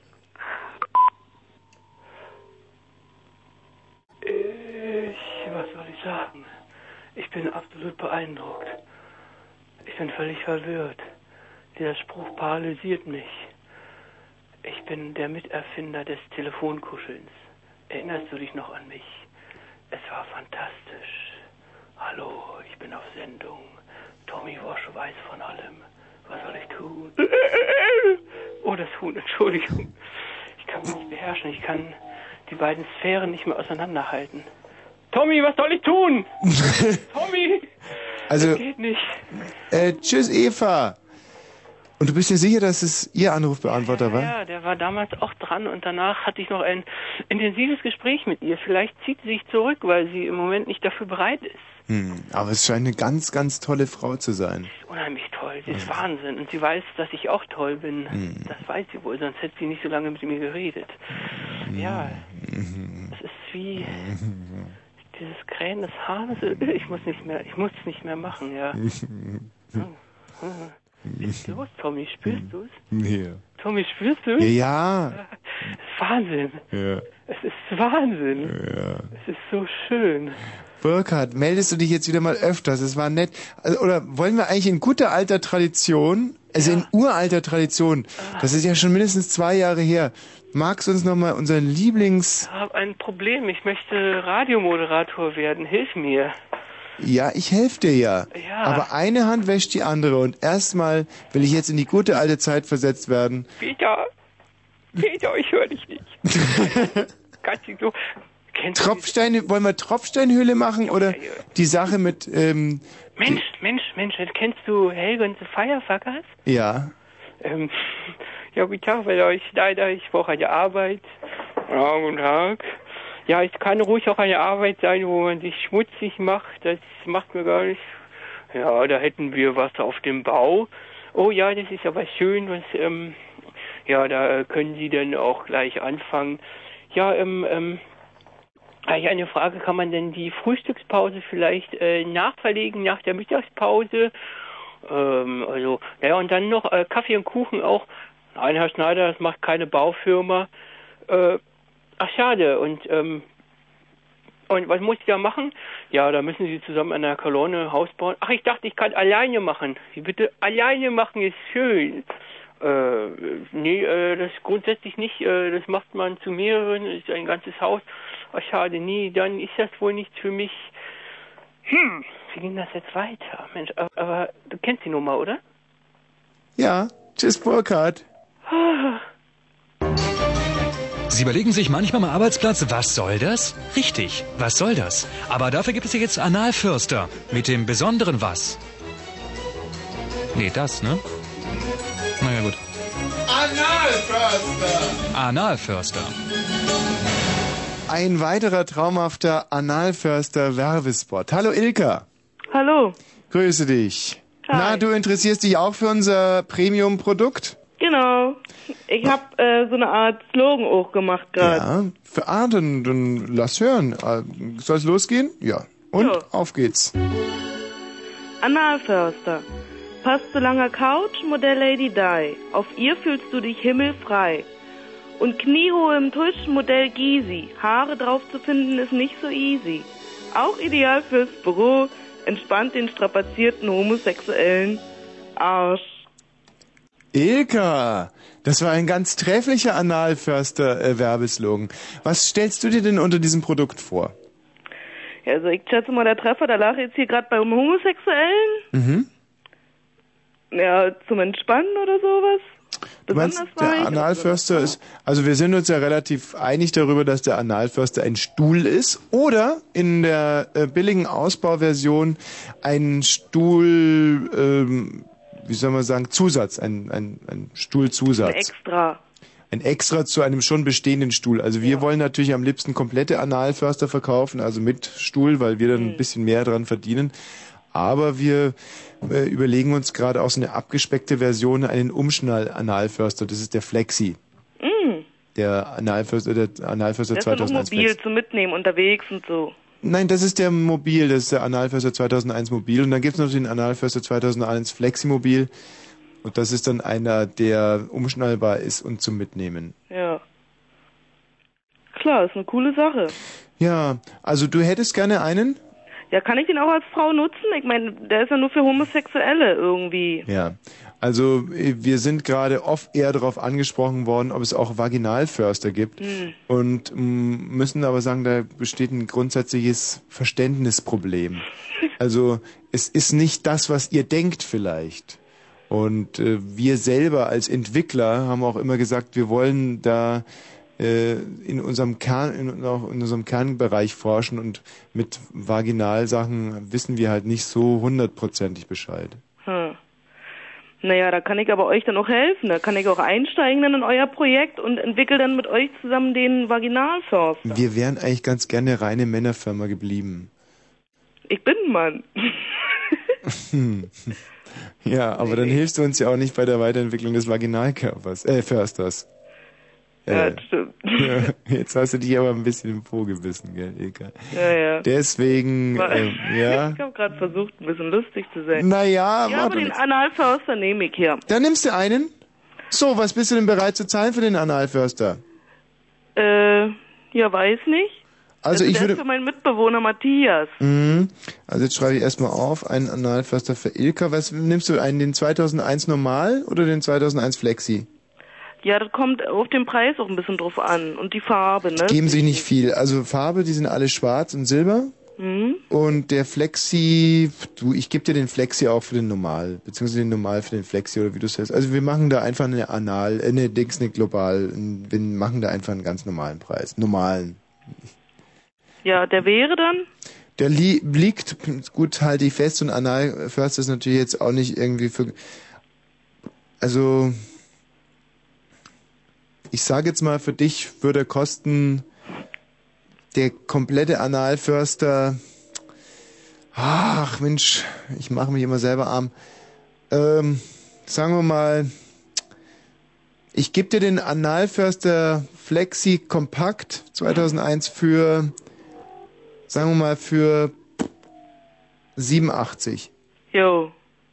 Ich, was soll ich sagen? Ich bin absolut beeindruckt. Ich bin völlig verwirrt. Der Spruch paralysiert mich. Ich bin der Miterfinder des Telefonkuschelns. Erinnerst du dich noch an mich? Es war fantastisch. Hallo, ich bin auf Sendung. Tommy Walsh weiß von allem. Was soll ich tun? Oh, das Huhn, Entschuldigung. Ich kann mich nicht beherrschen. Ich kann die beiden Sphären nicht mehr auseinanderhalten. Tommy, was soll ich tun? Tommy! Also, das geht nicht. Äh, tschüss Eva. Und du bist dir sicher, dass es ihr Anrufbeantworter war? Ja, der war damals auch dran und danach hatte ich noch ein intensives Gespräch mit ihr. Vielleicht zieht sie sich zurück, weil sie im Moment nicht dafür bereit ist. Hm, aber es scheint eine ganz, ganz tolle Frau zu sein. Unheimlich toll, sie ist Wahnsinn und sie weiß, dass ich auch toll bin. Hm. Das weiß sie wohl, sonst hätte sie nicht so lange mit mir geredet. Ja, Mhm. es ist wie dieses Krähen des Hahnes. Ich muss nicht mehr, ich muss es nicht mehr machen, ja. Was ist los, Tommy? Spürst du es? Ja. Tommy, spürst du es? Ja. Es ist Wahnsinn. Ja. Es ist Wahnsinn. Ja. Es ist so schön. Burkhard, meldest du dich jetzt wieder mal öfters? Es war nett. Also, oder wollen wir eigentlich in guter alter Tradition, also in uralter Tradition, das ist ja schon mindestens zwei Jahre her, magst du uns nochmal unseren Lieblings... Ich habe ein Problem. Ich möchte Radiomoderator werden. Hilf mir. Ja, ich helfe dir ja. Ja. Aber eine Hand wäscht die andere und erstmal will ich jetzt in die gute alte Zeit versetzt werden. Peter, Peter, ich höre dich nicht. Kannst du so... Kennst Tropfsteine, wollen wir Tropfsteinhöhle machen oder die Sache mit... Ähm, Mensch, Mensch, Mensch, kennst du Helge und the Firefuckers? ja. Ähm, ja, guten Tag, weil euch leider, ich brauche eine Arbeit. Ja, guten Tag. Ja, es kann ruhig auch eine Arbeit sein, wo man sich schmutzig macht. Das macht mir gar nicht. Ja, da hätten wir was auf dem Bau. Oh ja, das ist aber schön. Was, ähm, ja, da können Sie dann auch gleich anfangen. Ja, ähm, ähm, Eigentlich eine Frage, kann man denn die Frühstückspause vielleicht äh, nachverlegen nach der Mittagspause? Ähm, also, naja, und dann noch äh, Kaffee und Kuchen auch. Nein, Herr Schneider, das macht keine Baufirma. Äh, ach, schade. Und, ähm, und was muss ich da machen? Ja, da müssen Sie zusammen an der Kolonne Haus bauen. Ach, ich dachte, ich kann alleine machen. Sie bitte, alleine machen ist schön. Äh, nee, äh, das grundsätzlich nicht. Äh, das macht man zu mehreren, das ist ein ganzes Haus. Ach, schade, nee, dann ist das wohl nichts für mich. Hm, wie ging das jetzt weiter? Mensch, aber, aber du kennst die Nummer, oder? Ja, tschüss, Burkhard. Sie überlegen sich manchmal am Arbeitsplatz, was soll das? Richtig, was soll das? Aber dafür gibt es ja jetzt Analförster mit dem besonderen Was. Nee, das, ne? Na ja, gut. Analförster! Analförster. Ein weiterer traumhafter Analförster-Werbespot. Hallo Ilka. Hallo. Grüße dich. Hi. Na, du interessierst dich auch für unser Premium-Produkt? Genau. Ich habe äh, so eine Art Slogan auch gemacht gerade. Ja, für, ah, dann, dann lass hören. Äh, Soll es losgehen? Ja. Und Ja. auf geht's. Analförster. Passt zu langer Couch, Modell Lady Di. Auf ihr fühlst du dich himmelfrei. Und kniehohe im Tusch, Modell Gysi. Haare drauf zu finden ist nicht so easy. Auch ideal fürs Büro, entspannt den strapazierten homosexuellen Arsch. Ilka, das war ein ganz trefflicher Analförster-Werbeslogan. Was stellst du dir denn unter diesem Produkt vor? Ja, also ich schätze mal, der Treffer, der lag jetzt hier gerade beim Homosexuellen. Mhm. Ja, zum Entspannen oder sowas. Du meinst, der Analförster ist, also wir sind uns ja relativ einig darüber, dass der Analförster ein Stuhl ist oder in der äh, billigen Ausbauversion ein Stuhl, ähm, wie soll man sagen, Zusatz, ein, ein, ein Stuhlzusatz. Ein Extra. Ein Extra zu einem schon bestehenden Stuhl. Also wir wollen natürlich am liebsten komplette Analförster verkaufen, also mit Stuhl, weil wir dann ein bisschen mehr dran verdienen. Aber wir äh, überlegen uns gerade auch so eine abgespeckte Version, einen Umschnall-Analförster. Das ist der Flexi. Mm. Der Analförster, der Analförster Das ist nur zweitausendeins mobil Flexi. zum Mitnehmen unterwegs und so. Nein, das ist der Mobil, das ist der Analförster zweitausendeins Mobil. Und dann gibt's noch den Analförster zweitausendeins Flexi-Mobil. Und das ist dann einer, der umschnallbar ist und zum Mitnehmen. Ja. Klar, ist eine coole Sache. Ja, also du hättest gerne einen? Ja, kann ich den auch als Frau nutzen? Ich meine, der ist ja nur für Homosexuelle irgendwie. Ja, also äh, wir sind gerade off-air darauf angesprochen worden, ob es auch Vaginalförster gibt Hm. und m, müssen aber sagen, da besteht ein grundsätzliches Verständnisproblem. Also es ist nicht das, was ihr denkt vielleicht. Und äh, wir selber als Entwickler haben auch immer gesagt, wir wollen da äh, in unserem Kern, in, auch in unserem Kernbereich forschen und mit Vaginalsachen wissen wir halt nicht so hundertprozentig Bescheid. Hm. Naja, da kann ich aber euch dann auch helfen. Da kann ich auch einsteigen dann in euer Projekt und entwickle dann mit euch zusammen den Vaginalförster. Wir wären eigentlich ganz gerne eine reine Männerfirma geblieben. Ich bin ein Mann. Hm. Ja, aber dann hilfst du uns ja auch nicht bei der Weiterentwicklung des Vaginalkörpers, äh, Försters. Ja, Äh, das stimmt. ja, jetzt hast du dich aber ein bisschen im Po gebissen, gell, Ilka? Ja, ja. Deswegen, War- ähm, ja. Ich habe gerade versucht, ein bisschen lustig zu sein. Naja, ja, warte aber den jetzt. Analförster nehme ich hier. Dann nimmst du einen. So, was bist du denn bereit zu zahlen für den Analförster? Äh, ja, weiß nicht. Also ich der würde... ist für meinen Mitbewohner Matthias. Mhm. Also jetzt schreibe ich erstmal auf, einen Analförster für Ilka. Was nimmst du, einen den zweitausendeins Normal oder den zweitausendeins Flexi? Ja, das kommt auf den Preis auch ein bisschen drauf an. Und die Farbe, ne? Geben sich nicht viel. Also Farbe, die sind alle schwarz und silber. Mhm. Und der Flexi, du, ich gebe dir den Flexi auch für den Normal, beziehungsweise den Normal für den Flexi oder wie du es heißt. Also wir machen da einfach eine Anal, äh, eine Dings, eine Global, wir machen da einfach einen ganz normalen Preis. Normalen. Ja, der wäre dann? Der li liegt, gut, halte ich fest, und Analförster ist natürlich jetzt auch nicht irgendwie für, also, ich sage jetzt mal, für dich würde kosten der komplette Analförster, ach Mensch, ich mache mich immer selber arm, ähm, sagen wir mal, ich gebe dir den Analförster Flexi Kompakt zweitausendeins für Sagen wir mal für siebenundachtzig. Jo.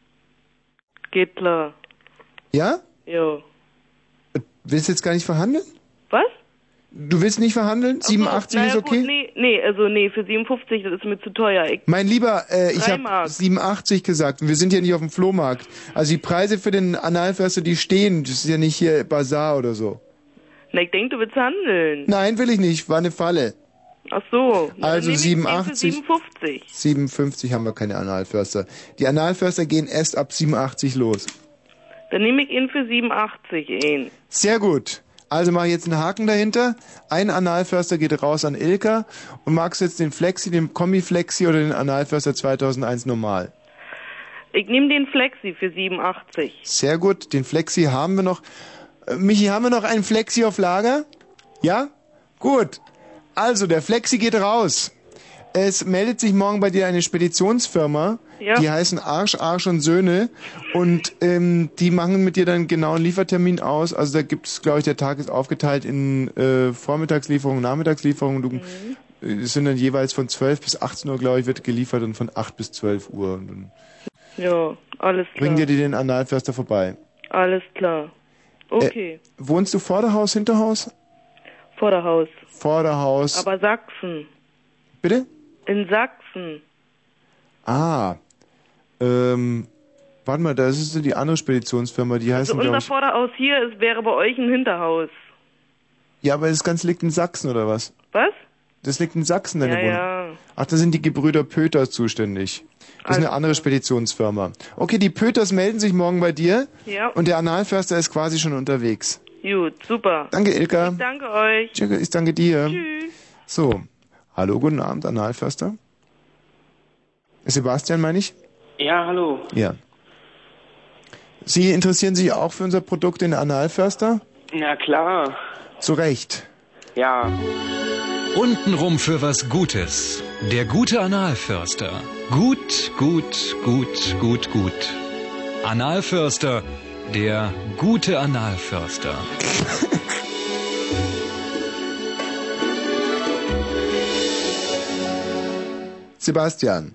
Geht klar. Ja? Jo. Willst du jetzt gar nicht verhandeln? Was? Du willst nicht verhandeln? Ach so, siebenundachtzig naja, ist okay? Gut, nee, nee, also nee, für siebenundfünfzig, das ist mir zu teuer. Ich, Mein Lieber, äh, ich Drei habe Mark. siebenundachtzig gesagt und wir sind ja nicht auf dem Flohmarkt. Also die Preise für den Analförster, die stehen. Das ist ja nicht hier Bazar oder so. na, ich denke, du willst handeln. Nein, will ich nicht. War eine Falle. Ach so. Na, Also dann nehm ich den siebenundachtzig. Für siebenundfünfzig. siebenundfünfzig haben wir keine Analförster. Die Analförster gehen erst ab siebenundachtzig los. Dann nehme ich ihn für siebenundachtzig ein. Sehr gut. Also mache ich jetzt einen Haken dahinter. Ein Analförster geht raus an Ilka. Und magst du jetzt den Flexi, den Kombi-Flexi oder den Analförster zweitausendeins normal? Ich nehme den Flexi für siebenundachtzig. Sehr gut. Den Flexi haben wir noch. Äh, Michi, haben wir noch einen Flexi auf Lager? Ja? Gut. Also, der Flexi geht raus. Es meldet sich morgen bei dir eine Speditionsfirma. Ja. Die heißen Arsch, Arsch und Söhne. Und ähm, die machen mit dir dann einen genauen Liefertermin aus. Also da gibt es, glaube ich, der Tag ist aufgeteilt in äh, Vormittagslieferung, Nachmittagslieferung. Du, äh, es sind dann jeweils von zwölf bis achtzehn Uhr, glaube ich, wird geliefert und von acht bis zwölf Uhr. Und dann Ja, alles klar. bringen dir die den Analförster vorbei. Alles klar. Okay. Äh, wohnst du Vorderhaus, Hinterhaus? Vorderhaus. Vorderhaus. Aber Sachsen. Bitte? In Sachsen. Ah. Ähm, warte mal, das ist die andere Speditionsfirma, die heißen, Also glaube unser ich... Vorderhaus hier ist, wäre bei euch ein Hinterhaus. Ja, aber das Ganze liegt in Sachsen, oder was? Was? Das liegt in Sachsen, deine Ja, Wohnung. ja. Ach, da sind die Gebrüder Pöters zuständig. Das ist eine andere Speditionsfirma. Okay, die Pöters melden sich morgen bei dir. Ja. Und der Analförster ist quasi schon unterwegs. Gut, super. Danke, Ilka. Ich danke euch. Ich danke dir. Tschüss. So. Hallo, guten Abend, Analförster. Sebastian, meine ich? Ja, hallo. Ja. Sie interessieren sich auch für unser Produkt, den Analförster? Na klar. Zu Recht. Ja. Untenrum für was Gutes. Der gute Analförster. Gut, gut, gut, gut, gut. Analförster. Der gute Analförster. Sebastian.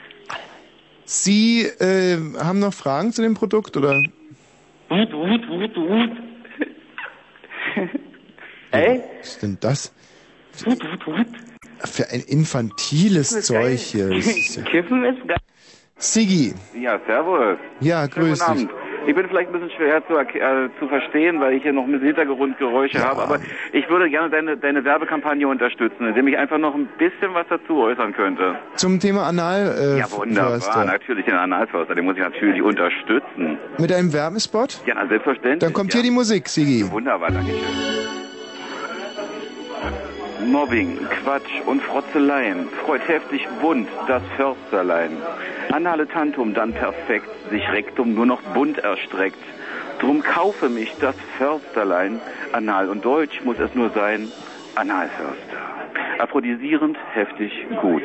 Sie äh, haben noch Fragen zu dem Produkt, oder? Wut, wut, wut, wut. Ey? Was ist denn das? Wut, wut, wut. Für ein infantiles Das ist Zeug geil. hier. Das ist ja- Kiffen ist geil. Siggi. Ja, servus. Ja, grüß Schönen dich. Abend. Ich bin vielleicht ein bisschen schwer zu, erk- äh, zu verstehen, weil ich hier noch ein bisschen Hintergrundgeräusche habe, aber ich würde gerne deine, deine Werbekampagne unterstützen, indem ich einfach noch ein bisschen was dazu äußern könnte. Zum Thema Anal. Äh, Ja, wunderbar. Förster. Natürlich den Analförster, den muss ich natürlich unterstützen. Mit einem Werbespot? Ja, na, selbstverständlich. Dann kommt ja. hier die Musik, Siggi. Wunderbar, danke schön. Mobbing, Quatsch und Frotzeleien freut heftig bunt das Försterlein. Anale Tantum dann perfekt, sich Rektum nur noch bunt erstreckt. Drum kaufe mich das Försterlein, anal und deutsch muss es nur sein, Analförster. Aphrodisierend, heftig, gut.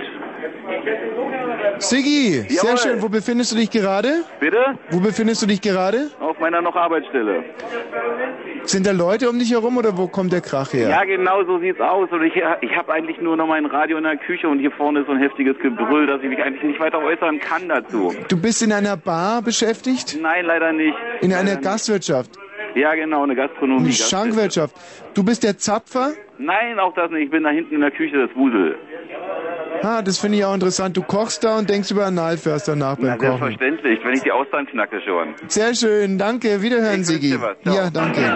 Siggi, sehr Jawohl. schön. Wo befindest du dich gerade? Bitte? Wo befindest du dich gerade? Auf meiner noch Arbeitsstelle. Sind da Leute um dich herum oder wo kommt der Krach her? Ja, genau so sieht's aus. Und ich, ich habe eigentlich nur noch mein Radio in der Küche und hier vorne ist so ein heftiges Gebrüll, dass ich mich eigentlich nicht weiter äußern kann dazu. Du bist in einer Bar beschäftigt? Nein, leider nicht. In einer Leider Gastwirtschaft? nicht. Ja, genau, eine Gastronomie. Eine Schankwirtschaft. Du bist der Zapfer? Nein, auch das nicht. Ich bin da hinten in der Küche, das Wusel. Ah, das finde ich auch interessant. Du kochst da und denkst über Analförster nach beim Na, Kochen. selbstverständlich, wenn ich die Austern knacke schon. Sehr schön, danke. Wiederhören, Ich wünsche Siggi. dir was. Ciao. Ja, danke.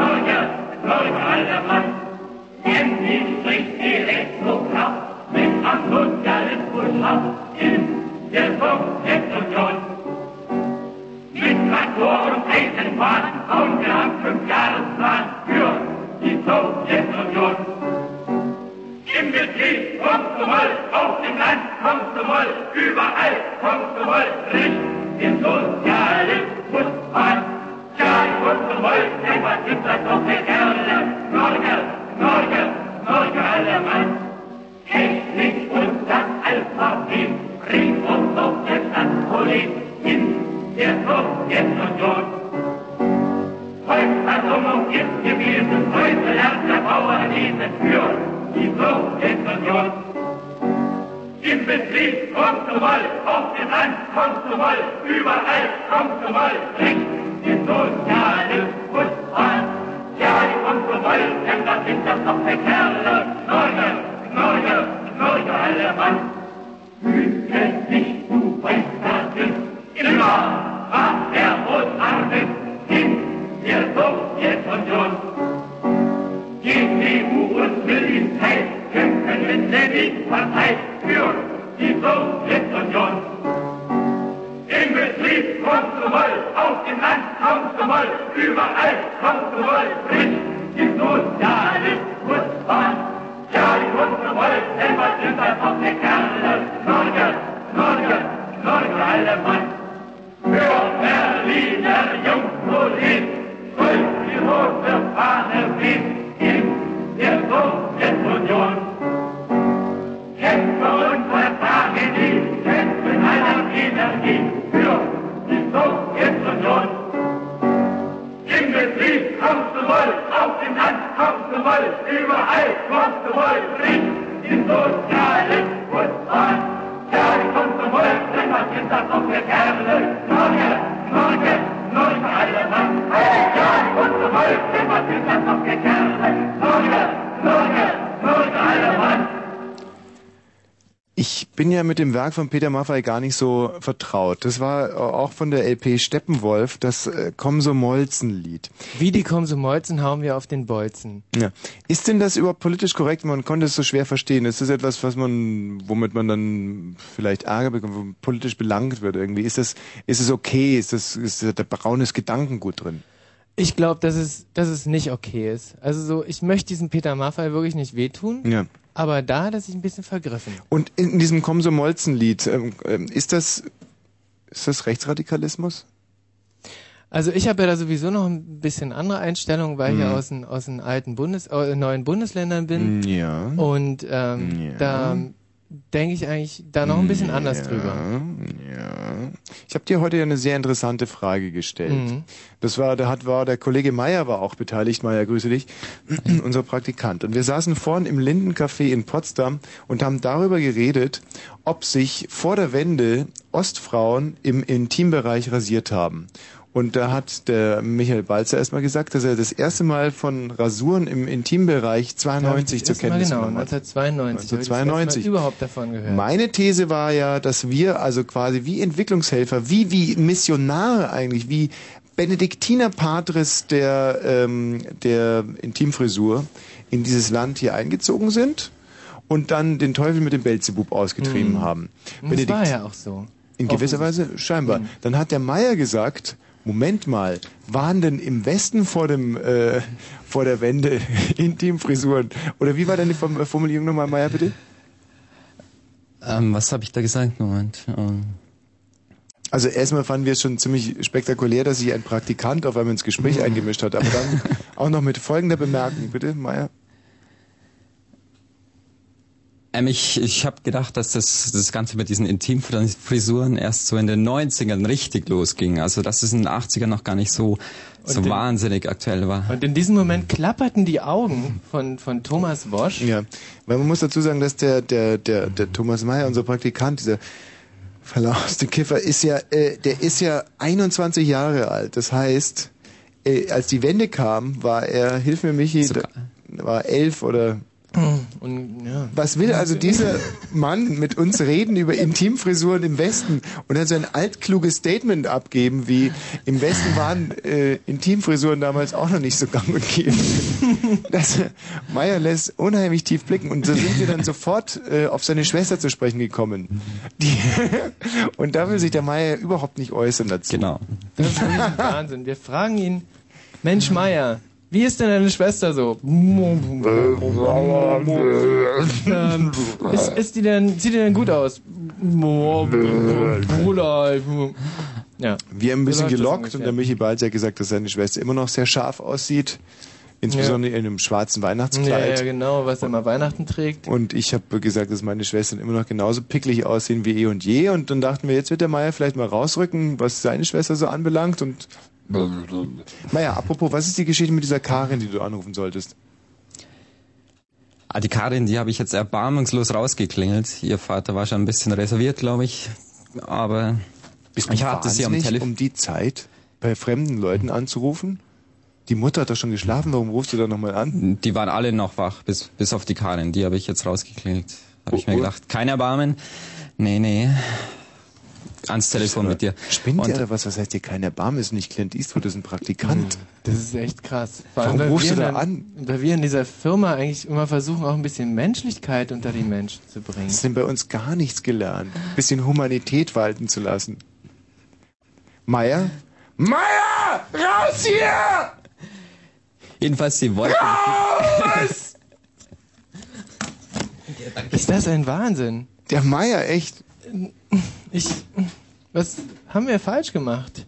Endlich spricht die Rechtsdruckkraft mit Sozialismus in der Sowjetunion. Mit Traktor und Eisenbahn bauen wir am Fünfjahresplan für die Sowjetunion. Im Betrieb kommst du mal, auf dem Land kommst du mal, überall kommst du mal, Licht im Sozialismus an. Ja, kommst du mal, denn was ist das doch für Kerle? Norge, Norge, Norge alle Mann. Technik und das Alphabet bringt uns auf der Stadtprolet in der Sowjetunion. Volksversammlung ist gewesen, heute lernt der Bauer lesen für die Sowjetunion. Im Betrieb kommst du mal, auf dem Land kommst du mal, überall kommst du mal, bringt den Sozialismus an. Ja, die kommst du mal, denn das sind das doch für Kerle. Norge, Norge, Norge, alle Mann. Hüte dich, du weißt, das ist immer, was der Großartig in der Sowjetunion. Die C D U und Militär kämpfen mit Lenin-Partei für die Sowjetunion. Im Betrieb kommst du mal, auf dem Land kommst du mal, überall kommst du mal, bricht die Sozialismus an. Ja, die kommst du mal, denn was sind das auf der Kerle? Norge, Norge, Norge, alle Mann. Für Berliner Jungpolitik soll die rote Fahne wehen in der Sowjetunion. Kämpfe und vertrage die, kämpfen aller Energie für die Sowjetunion. Im Betrieb kommst du wohl, auf dem Land kommst du wohl, überall kommst du wohl, bricht die Sozialismus an. Ja, die kommst du wohl, denn was sind das noch für Kerle? Norge, Norge, Norge, alle Mann. Ja, die kommst du wohl, denn was sind das noch für Kerle? Norge, Norge, Norge, alle Mann. Ich bin ja mit dem Werk von Peter Maffay gar nicht so vertraut. Das war auch von der L P Steppenwolf, das äh, Komsomolzen-Lied. Wie die Komsomolzen hauen wir auf den Bolzen. Ja. Ist denn das überhaupt politisch korrekt? Man konnte es so schwer verstehen. Ist das etwas, was man, womit man dann vielleicht Ärger bekommt, wo politisch belangt wird irgendwie? Ist das, ist es okay? Ist das, ist da braunes Gedankengut drin? Ich glaube, dass es, dass es nicht okay ist. Also so, ich möchte diesem Peter Maffay wirklich nicht wehtun. Ja. Aber da hat er sich ein bisschen vergriffen. Und in diesem Komsomolzen-Lied, ähm, ist das, ist das Rechtsradikalismus? Also ich habe ja da sowieso noch ein bisschen andere Einstellungen, weil ich ja aus den, aus den alten Bundes, äh, neuen Bundesländern bin. Ja. Und ähm, Ja. da denke ich eigentlich da noch ein bisschen anders ja, drüber. Ja. Ich habe dir heute ja eine sehr interessante Frage gestellt. Mhm. Das war, da hat war der Kollege Meier war auch beteiligt. Meier, grüße dich, unser Praktikant. Und wir saßen vorn im Lindencafé in Potsdam und haben darüber geredet, ob sich vor der Wende Ostfrauen im Intimbereich rasiert haben. Und da hat der Michael Balzer erstmal gesagt, dass er das erste Mal von Rasuren im Intimbereich zweiundneunzig zur Kenntnis genau, genommen hat. neunzehnhundertzweiundneunzig. neunzehnhundertzweiundneunzig. Habe ich das erste Mal überhaupt davon gehört. Meine These war ja, dass wir also quasi wie Entwicklungshelfer, wie wie Missionare eigentlich, wie Benediktinerpatres der ähm, der Intimfrisur in dieses Land hier eingezogen sind und dann den Teufel mit dem Beelzebub ausgetrieben Mhm. haben. Und das war ja auch so. In gewisser Weise scheinbar. Mhm. Dann hat der Meier gesagt, Moment mal, waren denn im Westen vor dem äh, vor der Wende Intimfrisuren? Oder wie war deine Form- Formulierung nochmal, Meier, bitte? Ähm, was habe ich da gesagt? Moment. Ähm. Also erstmal fanden wir es schon ziemlich spektakulär, dass sich ein Praktikant auf einmal ins Gespräch eingemischt hat. Aber dann auch noch mit folgender Bemerkung, bitte, Meier. Ähm, ich ich habe gedacht, dass das, das Ganze mit diesen Intimfrisuren erst so in den neunzigern richtig losging. Also dass es in den achtzigern noch gar nicht so, so Und in- wahnsinnig aktuell war. Und in diesem Moment klapperten die Augen von, von Thomas Wosch. Ja, weil man muss dazu sagen, dass der, der, der, der Thomas Meier, unser Praktikant, dieser verlauste Kiffer, ist ja, äh, der ist ja einundzwanzig Jahre alt. Das heißt, äh, als die Wende kam, war er, hilf mir Michi, da, war elf oder... Und, ja. Was will also dieser Mann mit uns reden über Intimfrisuren im Westen und dann so ein altkluges Statement abgeben, wie im Westen waren äh, Intimfrisuren damals auch noch nicht so gang und gäbe. Das Meier lässt unheimlich tief blicken und so sind wir dann sofort äh, auf seine Schwester zu sprechen gekommen. Die und da will sich der Meier überhaupt nicht äußern dazu. Genau. Das ist wirklich ein Wahnsinn. Wir fragen ihn, Mensch Meier, wie ist denn deine Schwester so? ähm, ist, ist die denn, sieht die denn gut aus? Bruder. Ja. Wir haben ein bisschen So läuft das gelockt und ungefähr. der Michi Balz hat gesagt, dass seine Schwester immer noch sehr scharf aussieht. Insbesondere in einem schwarzen Ja, Weihnachtskleid. ja, genau, was er mal Weihnachten trägt. Und ich habe gesagt, dass meine Schwestern immer noch genauso picklig aussehen wie eh und je. Und dann dachten wir, jetzt wird der Meier vielleicht mal rausrücken, was seine Schwester so anbelangt. Und Meier, apropos, was ist die Geschichte mit dieser Karin, die du anrufen solltest? Ah, die Karin, die habe ich jetzt erbarmungslos rausgeklingelt. Ihr Vater war schon ein bisschen reserviert, glaube ich. Aber Bist du ich hatte sie am wahnsinnig, Telefon. um die Zeit bei fremden Leuten anzurufen? Die Mutter hat doch schon geschlafen, warum rufst du da nochmal an? Die waren alle noch wach, bis, bis auf die Karin. Die habe ich jetzt rausgeklingelt. Habe ich Oh, mir oh. gedacht, kein Erbarmen. Nee, nee. Ans Telefon mit dir. Spinnt Und- ihr oder was? Was heißt hier kein Erbarmen? Ist nicht Clint Eastwood, das ist ein Praktikant. Das ist echt krass. Vor Warum weil rufst wir du da dann- an? Weil wir in dieser Firma eigentlich immer versuchen, auch ein bisschen Menschlichkeit unter die Menschen zu bringen. Das sind bei uns gar nichts gelernt. Ein bisschen Humanität walten zu lassen. Meier? Meier! Raus hier! Jedenfalls, sie wollten... Raus! Ist das ein Wahnsinn? Der Meier, echt. Ich... Was haben wir falsch gemacht?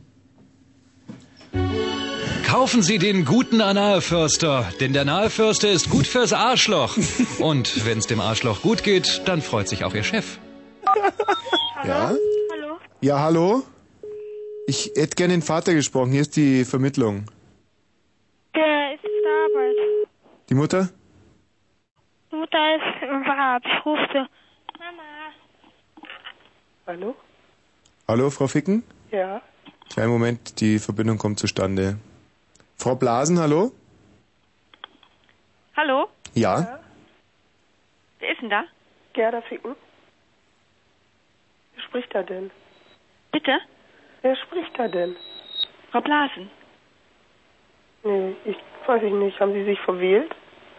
Kaufen Sie den guten Analförster, denn der Analförster ist gut fürs Arschloch. Und wenn es dem Arschloch gut geht, dann freut sich auch Ihr Chef. Ja? Hallo? Ja, hallo? Ich hätte gerne den Vater gesprochen. Hier ist die Vermittlung. Der ist auf der Arbeit. Die Mutter? Die Mutter ist im Bad. Ich rufe sie. Mama. Hallo? Hallo, Frau Ficken? Ja. Kleinen Moment, die Verbindung kommt zustande. Frau Blasen, hallo? Hallo? Ja? Wer ist denn da? Gerda Ficken. Wer spricht da denn? Bitte? Wer spricht da denn? Frau Blasen. Nee, ich weiß ich nicht. Haben Sie sich verwählt?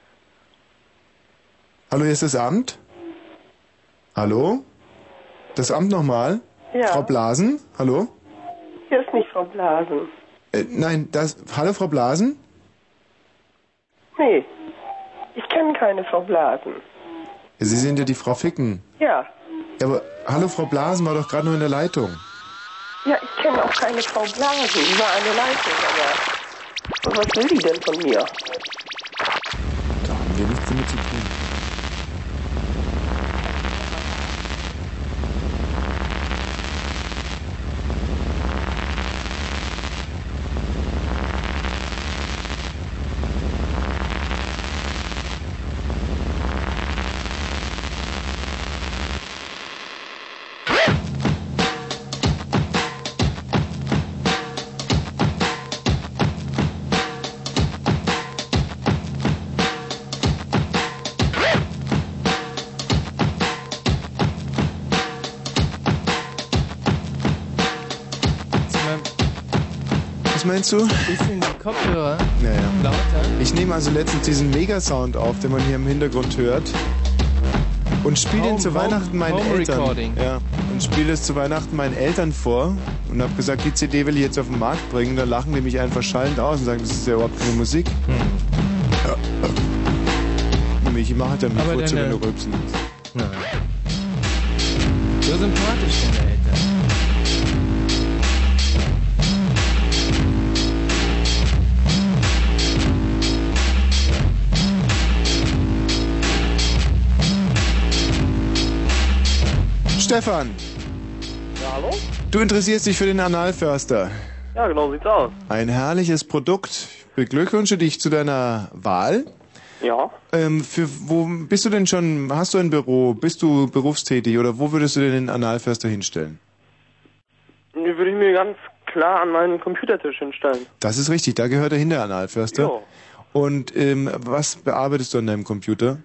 Hallo, hier ist das Amt? Hallo? Das Amt nochmal? Ja. Frau Blasen, hallo? Hier ist nicht Frau Blasen. Äh, nein, das... Hallo, Frau Blasen? Nee, ich kenne keine Frau Blasen. Ja, Sie sind ja die Frau Ficken. Ja. Ja, aber hallo, Frau Blasen war doch gerade nur in der Leitung. Ja, ich kenne auch keine Frau Blasen. Die war eine Leitung, aber... Und was will die denn von mir? Da haben wir nichts damit zu tun. Was meinst du? Bisschen die Kopfhörer. Naja. Lauter. Ich nehme also letztens diesen Megasound auf, den man hier im Hintergrund hört. Und spiele Home- den zu Home- Weihnachten meinen Home Eltern. Recording. Ja. Und spiele es zu Weihnachten meinen Eltern vor. Und habe gesagt, die C D will ich jetzt auf den Markt bringen. Da lachen die mich einfach schallend aus und sagen, das ist ja überhaupt keine Musik. Ja. Und Michi, mach halt dann Aber Mikro zu, wenn deine- du rülpsen willst. Nein. So sympathisch, deine Eltern. Stefan, Ja, hallo? du interessierst dich für den Analförster. Ja, genau sieht's aus. Ein herrliches Produkt. Ich beglückwünsche dich zu deiner Wahl. Ja. Ähm, für wo bist du denn schon? Hast du ein Büro? Bist du berufstätig oder wo würdest du denn den Analförster hinstellen? Die würde ich mir ganz klar an meinen Computertisch hinstellen. Das ist richtig, da gehört er hin, der Analförster. Jo. Und ähm, was bearbeitest du an deinem Computer?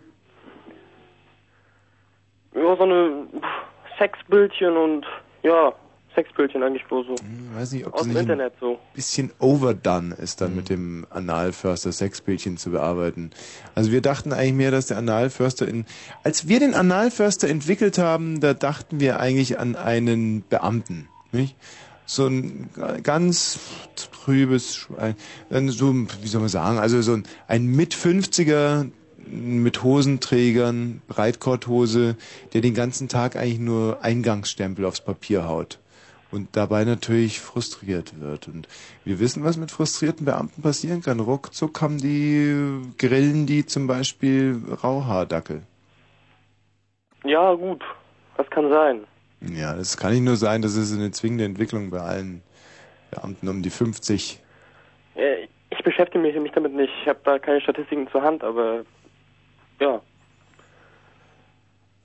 Ja, so eine pff, Sexbildchen und ja, Sexbildchen eigentlich bloß so. Ich weiß nicht, ob Aus es dem nicht Internet so. ein bisschen overdone ist, dann mit dem Analförster Sexbildchen zu bearbeiten. Also wir dachten eigentlich mehr, dass der Analförster in... Als wir den Analförster entwickelt haben, da dachten wir eigentlich an einen Beamten, nicht? So ein ganz trübes Schwein, dann so, wie soll man sagen, also so ein, ein Mit-fünfziger mit Hosenträgern, Breitkorthose, der den ganzen Tag eigentlich nur Eingangsstempel aufs Papier haut und dabei natürlich frustriert wird. Und wir wissen, was mit frustrierten Beamten passieren kann. Ruckzuck haben die, grillen die zum Beispiel Rauhaardackel. Ja, gut. Das kann sein. Ja, das kann nicht nur sein, das ist eine zwingende Entwicklung bei allen Beamten um die fünfzig. Äh, Ich beschäftige mich, mich damit nicht. Ich habe da keine Statistiken zur Hand, aber ja.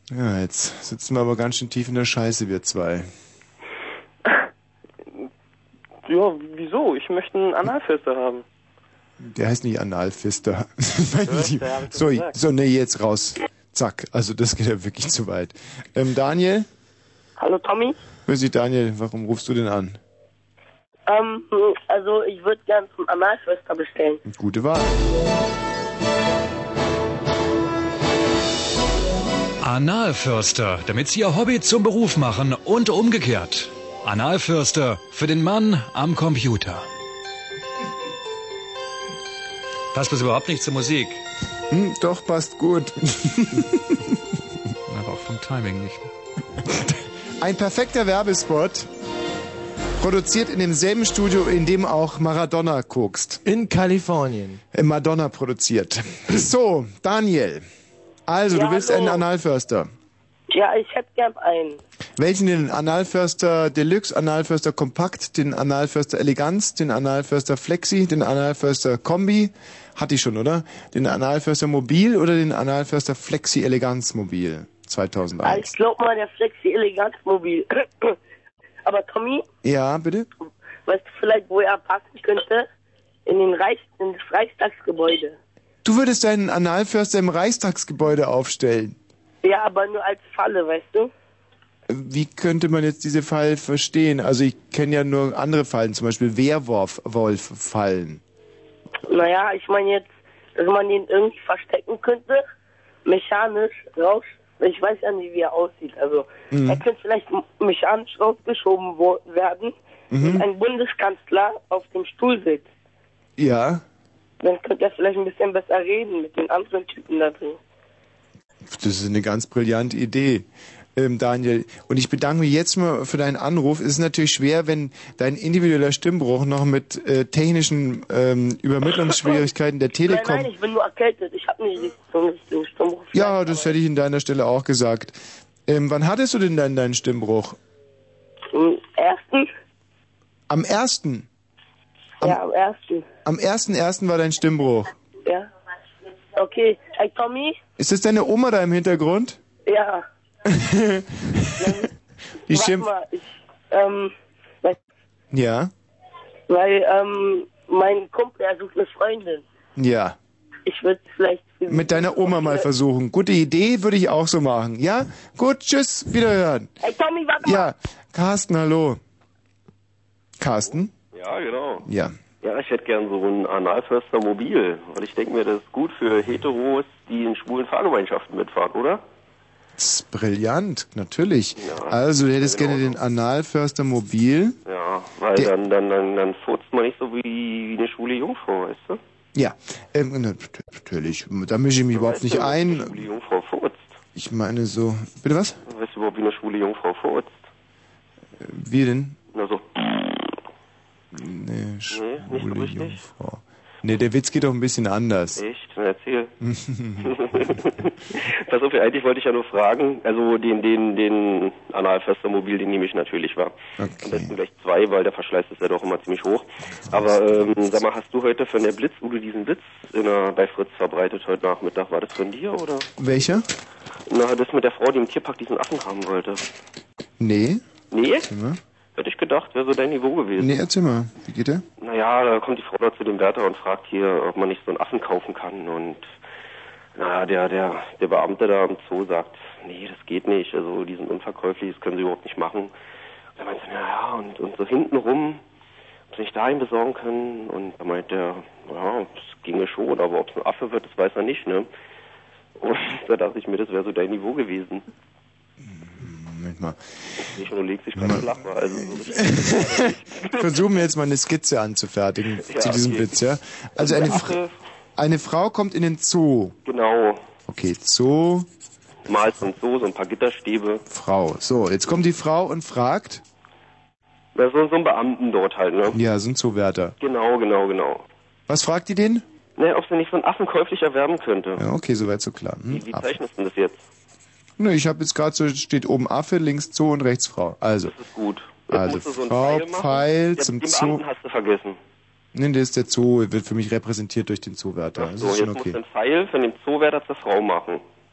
Ja, jetzt sitzen wir aber ganz schön tief in der Scheiße, wir zwei. Ja, wieso? Ich möchte einen Analförster haben. Der heißt nicht Analfister. Ja, ja, hab ich so, gesagt. so, nee, jetzt raus. Zack. Also das geht ja wirklich zu weit. Ähm, Daniel? Hallo Tommy. Grüß dich, Daniel. Warum rufst du denn an? Ähm, also ich würde gern zum Analförster bestellen. Gute Wahl. Analförster, damit Sie Ihr Hobby zum Beruf machen und umgekehrt. Analförster für den Mann am Computer. Passt das überhaupt nicht zur Musik? Hm, doch, passt gut. Aber auch vom Timing nicht. Ein perfekter Werbespot. Produziert in demselben Studio, in dem auch Maradona kokst. In Kalifornien. Äh, Madonna produziert. So, Daniel. Also, Ja, du willst hallo. einen Analförster. Ja, ich hätte gern einen. Welchen? Den Analförster Deluxe, Analförster Kompakt, den Analförster Eleganz, den Analförster Flexi, den Analförster Kombi? Hatte ich schon, oder? Den Analförster Mobil oder den Analförster Flexi Eleganz Mobil Ah, zweitausendeins? ich glaub mal, der Flexi Elegant Mobil. Aber Tommy, Ja, bitte? weißt du vielleicht, wo er passen könnte? In den Reichs in das Reichstagsgebäude. Du würdest deinen Analförster im Reichstagsgebäude aufstellen. Ja, aber nur als Falle, weißt du? Wie könnte man jetzt diese Fall verstehen? Also ich kenne ja nur andere Fallen, zum Beispiel Werwolf-Fallen. Naja, ich meine jetzt, dass man den irgendwie verstecken könnte, mechanisch raus. Ich weiß ja nicht, wie er aussieht. Also Mhm. er könnte vielleicht m- mechanisch rausgeschoben wo- werden, Mhm. wenn ein Bundeskanzler auf dem Stuhl sitzt. Ja, Dann könnte er vielleicht ein bisschen besser reden mit den anderen Typen da drin. das ist eine ganz brillante Idee, ähm, Daniel. Und ich bedanke mich jetzt mal für deinen Anruf. Es ist natürlich schwer, wenn dein individueller Stimmbruch noch mit äh, technischen ähm, Übermittlungsschwierigkeiten der Telekom... Nein, nein, ich bin nur erkältet. Ich habe nicht so einen richtigen Stimmbruch. Ja, das hätte ich in deiner Stelle auch gesagt. Ähm, wann hattest du denn dann deinen Stimmbruch? Am ersten? Am ersten? Am, Ja, am ersten. Am ersten ersten war dein Stimmbruch. Ja. Okay. Hey, Tommy? Ist das deine Oma da im Hintergrund? Ja. Die Warte schimpft... mal, ich, ähm, weil, Ja, weil, ähm, mein Kumpel, er sucht eine Freundin. ja. Ich würde vielleicht... Mit deiner Oma mal versuchen. Gute Idee, würde ich auch so machen. Ja? Gut, tschüss, wiederhören. Hey, Tommy, warte mal. Ja, Carsten, hallo. Carsten? Ja, genau. Ja. Ja, ich hätte gern so ein Analförster Mobil, weil ich denke mir, das ist gut für Heteros, die in schwulen Fahrgemeinschaften mitfahren, oder? Das ist brillant, natürlich. Also, du hättest gerne den Analförster Mobil. Ja, weil Der- dann, dann, dann, dann furzt man nicht so wie, wie eine schwule Jungfrau, weißt du? Ja, ähm, na, natürlich. Da mische ich mich überhaupt Weißt nicht du, wie ein. eine schwule Jungfrau furzt? Ich meine so... Bitte was? Weißt du überhaupt, wie eine schwule Jungfrau furzt? Wie denn? Na so. Nee, nicht so schwule richtig. Jungfrau. Nee, der Witz geht doch ein bisschen anders. Echt? Dann erzähl. Pass auf, eigentlich wollte ich ja nur fragen, also den, den, den Analförster Mobil, den nehme ich natürlich wahr. Am besten gleich zwei, weil der Verschleiß ist ja doch immer ziemlich hoch. Aber ähm, sag mal, hast du heute von der Blitz, Udo, diesen Witz in der, bei Fritz verbreitet heute Nachmittag? War das von dir, oder? Welcher? Na, das mit der Frau, die im Tierpark diesen Affen haben wollte. Nee. Nee? Erzähl mal. Hätte ich gedacht, wäre so dein Niveau gewesen. Nee, erzähl mal. Wie geht der? Naja, da kommt die Frau da zu dem Wärter und fragt hier, ob man nicht so einen Affen kaufen kann. Und naja, der, der, der Beamte da im Zoo sagt, nee, das geht nicht. Also die sind unverkäuflich, das können sie überhaupt nicht machen. Und er meinte, na ja, und, und so hintenrum, ob sie nicht dahin besorgen können. Und da meint der, ja, das ginge schon, aber ob es ein Affe wird, das weiß er nicht, ne? Und da dachte ich mir, das wäre so dein Niveau gewesen. Moment mal. Nicht nur legst dich gerade lachen, also so richtig. Versuchen wir jetzt mal eine Skizze anzufertigen Ja, zu diesem okay. Witz, ja? Also eine, Der Fra Affe- eine Frau kommt in den Zoo. Genau. Okay, Zoo, Malst und so, so ein paar Gitterstäbe. Frau. So, jetzt kommt die Frau und fragt. Na, so, so ein Beamten dort halt, ne? Ja, so ein Zoowärter. Genau, genau, genau. Was fragt die den? Ne, ob sie nicht so einen Affen käuflich erwerben könnte. Ja, okay, soweit so klar. Hm, Wie, wie Affe. zeichnest du das jetzt? Ne, ich habe jetzt gerade so, steht oben Affe, links Zoo und rechts Frau. Also, Das ist gut. Jetzt also musst du so einen Frau, Pfeil machen. Pfeil Ja, zum den Zoo. Beamten hast du vergessen. Ne, das ist der Zoo, wird für mich repräsentiert durch den Zoowärter. Das So, ist jetzt schon musst okay. du einen Pfeil von dem Zoowärter zur Frau machen.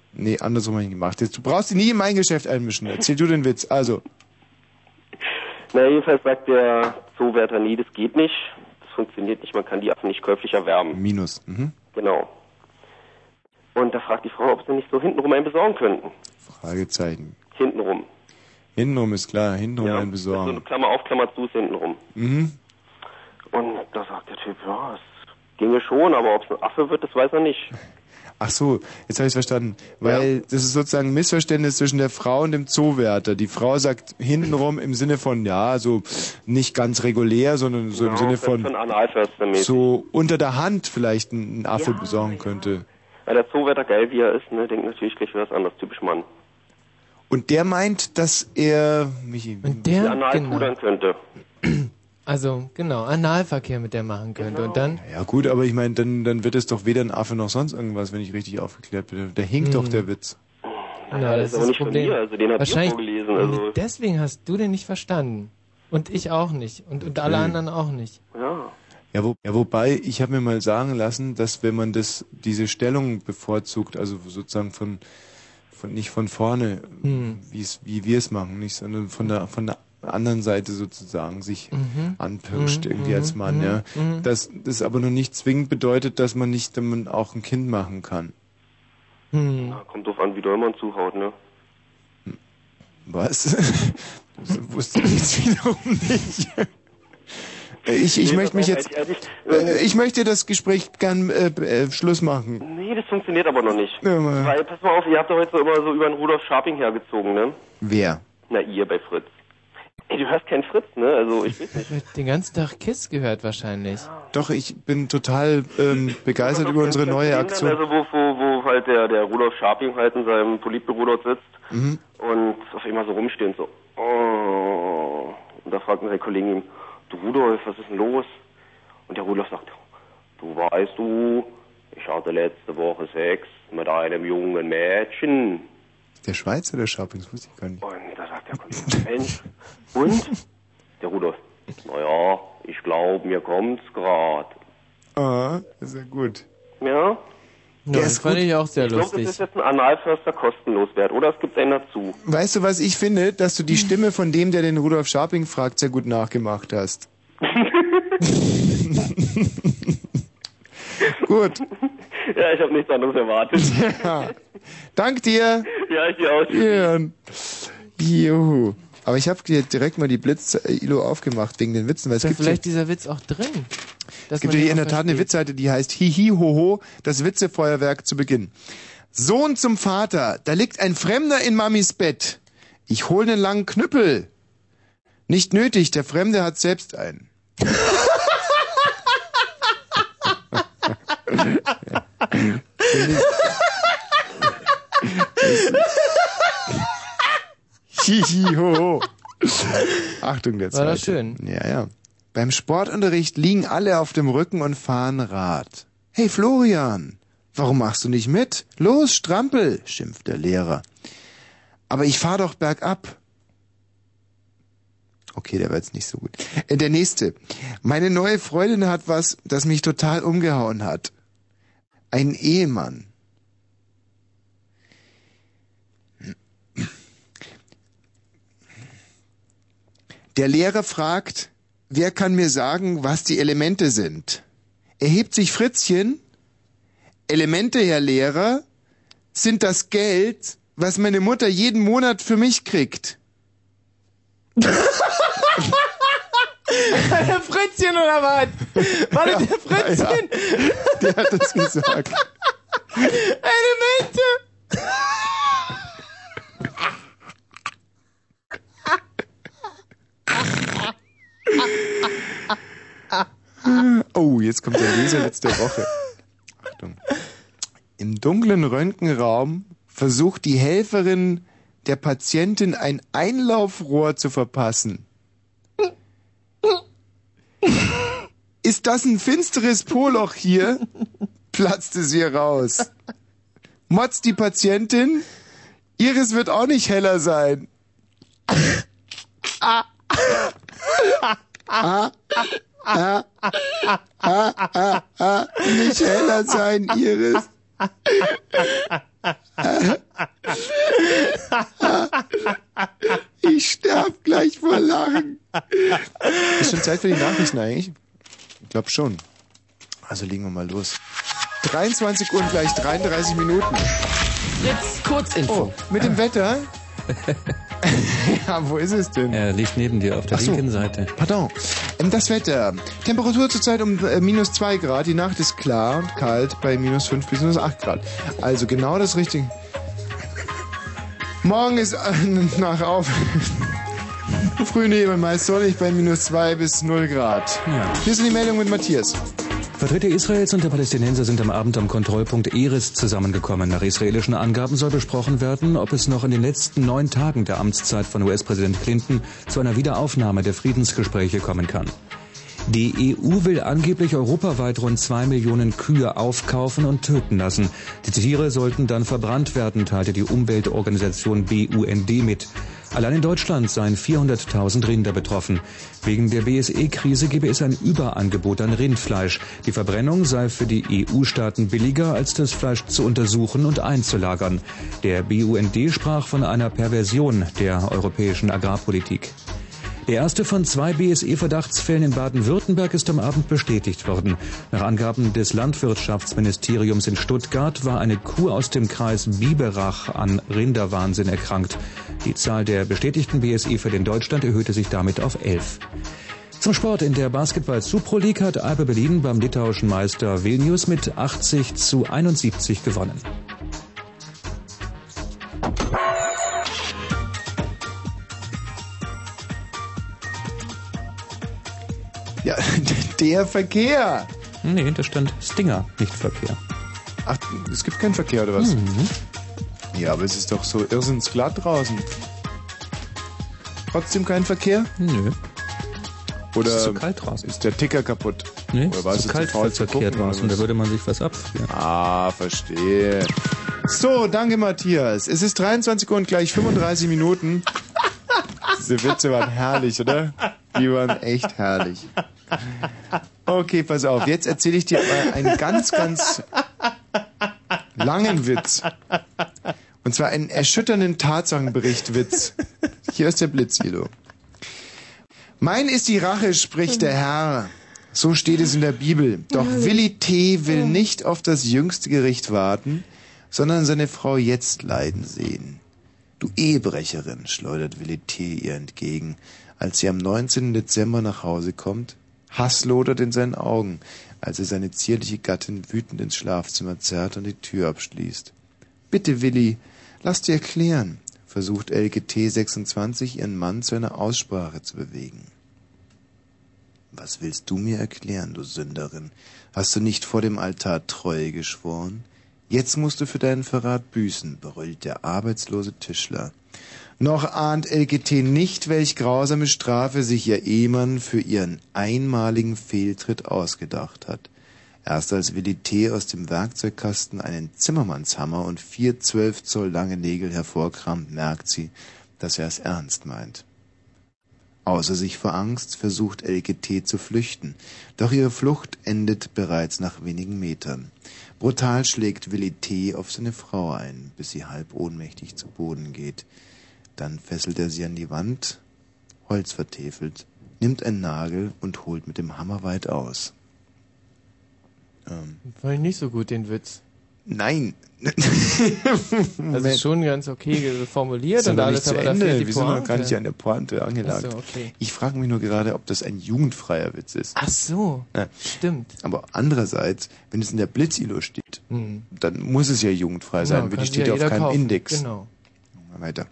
Nee, andersrum habe ich gemacht. Jetzt, du brauchst dich nie in mein Geschäft einmischen. Erzähl du den Witz. Also. Na, jedenfalls sagt der Zoowärter, nee, das geht nicht. Das funktioniert nicht, man kann die Affen nicht käuflich erwerben. Minus. Mhm. Genau. Und da fragt die Frau, ob sie nicht so hintenrum einen besorgen könnten. Fragezeichen. Hintenrum. Hintenrum ist klar, hintenrum Ja, einen besorgen. so eine Klammer auf, Klammer zu ist hintenrum. Mhm. Und da sagt der Typ, ja, es ginge schon, aber ob es ein Affe wird, das weiß er nicht. Ach so, jetzt habe ich verstanden. Weil ja. das ist sozusagen ein Missverständnis zwischen der Frau und dem Zoowärter. Die Frau sagt hintenrum im Sinne von, ja, so nicht ganz regulär, sondern so ja, im Sinne von, von so unter der Hand vielleicht ein Affe ja, besorgen könnte. Ja, der Zoowärter, geil wie er ist, ne, denkt natürlich gleich wieder was anderes, typisch Mann. Und der meint, dass er mich und der anal genau. pudern könnte. Also, genau, Analverkehr mit der machen könnte. Genau. Und dann? Ja gut, aber ich meine, dann, dann wird es doch weder ein Affe noch sonst irgendwas, wenn ich richtig aufgeklärt bin. Der hinkt hm. doch, der Witz. Ja, das, das ist auch nicht Problem. Von mir, also den hab ich vorgelesen. Also. Deswegen hast du den nicht verstanden. Und ich auch nicht. Und, und okay. alle anderen auch nicht. Ja. Ja, wo, ja wobei, ich habe mir mal sagen lassen, dass wenn man das diese Stellung bevorzugt, also sozusagen von, von nicht von vorne, hm. wie's, wie wir es machen, nicht, sondern von der von der anderen Seite sozusagen sich mhm. anpirscht mhm. irgendwie als Mann, mhm. ja. Mhm. Dass das aber noch nicht zwingend bedeutet, dass man nicht dann auch ein Kind machen kann. Mhm. Ja, kommt drauf an, wie doll man zuhaut, ne? Was? Das wusste ich jetzt wiederum nicht. Ich, ich nee, möchte mich jetzt, ehrlich, äh, ich möchte das Gespräch gern äh, äh, Schluss machen. Nee, das funktioniert aber noch nicht. Ja, mal. Weil, pass mal auf, ihr habt doch heute so immer so über den Rudolf Scharping hergezogen, ne? Wer? Na, ihr bei Fritz. Ey, du hörst keinen Fritz, ne? Also, ich weiß nicht. Den ganzen Tag KISS gehört wahrscheinlich. Doch, ich bin total ähm, begeistert über unsere neue Aktion. Also, wo, wo, wo halt der, der Rudolf Scharping halt in seinem Politbüro dort sitzt mhm. und auf einmal so rumstehen, so, oh. Und da fragt seine Kollegen ihm, du Rudolf, was ist denn los? Und der Rudolf sagt, du weißt du, ich hatte letzte Woche Sex mit einem jungen Mädchen. Der Schweizer, der Scharping, das wusste ich gar nicht. Und da sagt der Kollege, Mensch, und? Der Rudolf, naja, ich glaube, mir kommt's grad. Ah, ist ja gut. Ja? Ja, das fand ich auch sehr ich lustig. Ich glaube, das ist jetzt ein Analförster kostenlos wert, oder es gibt einen dazu. Weißt du, was ich finde? Dass du die Stimme von dem, der den Rudolf Scharping fragt, sehr gut nachgemacht hast. Gut. Ja, ich habe nichts anderes erwartet. Ja. Dank dir. Ja, ich dir auch. Ja. Juhu. Aber ich habe dir direkt mal die Blitz-Ilo aufgemacht wegen den Witzen. Weil es ist gibt vielleicht dieser Witz auch drin? Es gibt hier in der Tat eine Witzseite, die heißt Hihi-Hoho, das Witzefeuerwerk zu Beginn. Sohn zum Vater, da liegt ein Fremder in Mamis Bett. Ich hol nen langen Knüppel. Nicht nötig, der Fremde hat selbst einen. Hihi-Hoho. Achtung, der zweite. War das schön? Ja, ja. Beim Sportunterricht liegen alle auf dem Rücken und fahren Rad. Hey Florian, warum machst du nicht mit? Los, strampel, schimpft der Lehrer. Aber ich fahr doch bergab. Okay, der war jetzt nicht so gut. Äh, der nächste. Meine neue Freundin hat was, das mich total umgehauen hat. Ein Ehemann. Der Lehrer fragt, wer kann mir sagen, was die Elemente sind? Erhebt sich Fritzchen. Elemente, Herr Lehrer, sind das Geld, was meine Mutter jeden Monat für mich kriegt. Der Fritzchen oder was? War das der Fritzchen? Ja, der hat das gesagt. Elemente! Oh, jetzt kommt der Leserwitz der Woche. Achtung. Im dunklen Röntgenraum versucht die Helferin der Patientin ein Einlaufrohr zu verpassen. Ist das ein finsteres Poloch hier? Platzte sie raus. Motzt die Patientin? Ihres wird auch nicht heller sein. Ah. Ah. Ah, ah, ah, ah, nicht heller sein, Iris. Ich sterb gleich vor Lachen. Ist schon Zeit für die Nachrichten eigentlich? Ich glaube schon. Also legen wir mal los. dreiundzwanzig Uhr und gleich dreiunddreißig Minuten. Fritz, Kurzinfo. Oh, mit dem Wetter? Ja, wo ist es denn? Er liegt neben dir auf der Ach so. linken Seite. Pardon. Ähm, Das Wetter. Temperatur zurzeit um äh, minus zwei Grad. Die Nacht ist klar und kalt bei minus fünf bis minus acht Grad. Also genau das Richtige. Morgen ist äh, nach auf. Frühnebel, meist sonnig bei minus zwei bis null Grad. Ja. Hier sind die Meldungen mit Matthias. Vertreter Israels und der Palästinenser sind am Abend am Kontrollpunkt Eris zusammengekommen. Nach israelischen Angaben soll besprochen werden, ob es noch in den letzten neun Tagen der Amtszeit von U S-Präsident Clinton zu einer Wiederaufnahme der Friedensgespräche kommen kann. Die E U will angeblich europaweit rund zwei Millionen Kühe aufkaufen und töten lassen. Die Tiere sollten dann verbrannt werden, teilte die Umweltorganisation B U N D mit. Allein in Deutschland seien vierhunderttausend Rinder betroffen. Wegen der B S E-Krise gebe es ein Überangebot an Rindfleisch. Die Verbrennung sei für die E U-Staaten billiger, als das Fleisch zu untersuchen und einzulagern. Der B U N D sprach von einer Perversion der europäischen Agrarpolitik. Der erste von zwei B S E-Verdachtsfällen in Baden-Württemberg ist am Abend bestätigt worden. Nach Angaben des Landwirtschaftsministeriums in Stuttgart war eine Kuh aus dem Kreis Biberach an Rinderwahnsinn erkrankt. Die Zahl der bestätigten B S E-Fälle in Deutschland erhöhte sich damit auf elf. Zum Sport. In der Basketball-Super League hat Alba Berlin beim litauischen Meister Vilnius mit achtzig zu einundsiebzig gewonnen. Ja, der Verkehr. Nee, da stand Stinger, nicht Verkehr. Ach, es gibt keinen Verkehr, oder was? Mhm. Ja, aber es ist doch so irrsinnsglatt draußen. Trotzdem kein Verkehr? Nö. Oder es ist zu kalt draußen. Ist der Ticker kaputt? Nee, oder war es ist zu kalt für Verkehr draußen, da würde man sich was abfrieren. Ah, verstehe. So, danke Matthias. Es ist dreiundzwanzig Uhr und gleich fünfunddreißig Minuten. Diese Witze waren herrlich, oder? Die waren echt herrlich. Okay, pass auf. Jetzt erzähle ich dir mal einen ganz, ganz langen Witz. Und zwar einen erschütternden Tatsachenbericht-Witz. Hier ist der Blitzilo. Mein ist die Rache, spricht der Herr. So steht es in der Bibel. Doch Willi T. will nicht auf das jüngste Gericht warten, sondern seine Frau jetzt leiden sehen. Du Ehebrecherin, schleudert Willi T. ihr entgegen, als sie am neunzehnten Dezember nach Hause kommt. Hass lodert in seinen Augen, als er seine zierliche Gattin wütend ins Schlafzimmer zerrt und die Tür abschließt. Bitte, Willi, lass dir erklären, versucht Elke T. sechsundzwanzig ihren Mann zu einer Aussprache zu bewegen. Was willst du mir erklären, du Sünderin? Hast du nicht vor dem Altar Treue geschworen? Jetzt musst du für deinen Verrat büßen, brüllt der arbeitslose Tischler. Noch ahnt Elke T. nicht, welch grausame Strafe sich ihr Ehemann für ihren einmaligen Fehltritt ausgedacht hat. Erst als Willi T. aus dem Werkzeugkasten einen Zimmermannshammer und vier zwölf Zoll lange Nägel hervorkramt, merkt sie, dass er es ernst meint. Außer sich vor Angst versucht Elke T. zu flüchten, doch ihre Flucht endet bereits nach wenigen Metern. Brutal schlägt Willi T. auf seine Frau ein, bis sie halb ohnmächtig zu Boden geht. Dann fesselt er sie an die Wand, Holz vertefelt, nimmt einen Nagel und holt mit dem Hammer weit aus. Ähm. Fand ich nicht so gut, den Witz. Nein. Das ist schon ganz okay formuliert und alles, aber da fehlt die Wir sind noch Pointe. gar nicht an der Pointe angelangt. Ach so, okay. Ich frage mich nur gerade, ob das ein jugendfreier Witz ist. Ach so, ja. Stimmt. Aber andererseits, wenn es in der Blitzilo steht, mhm. dann muss es ja jugendfrei sein, Ja, weil die kann steht ja ja auf jeder keinem kaufen. Index. Genau. Mal weiter.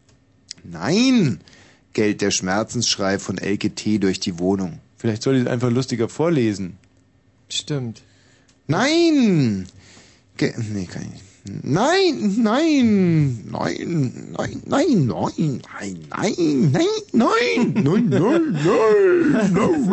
Nein! Gellt der Schmerzensschrei von Elke T. durch die Wohnung. Vielleicht soll ich es einfach lustiger vorlesen. Stimmt. Nein! Ge nee, kann ich nicht. Nein, nein, nein, nein, nein, nein, nein, nein, nein, nein, nein, nein, nein,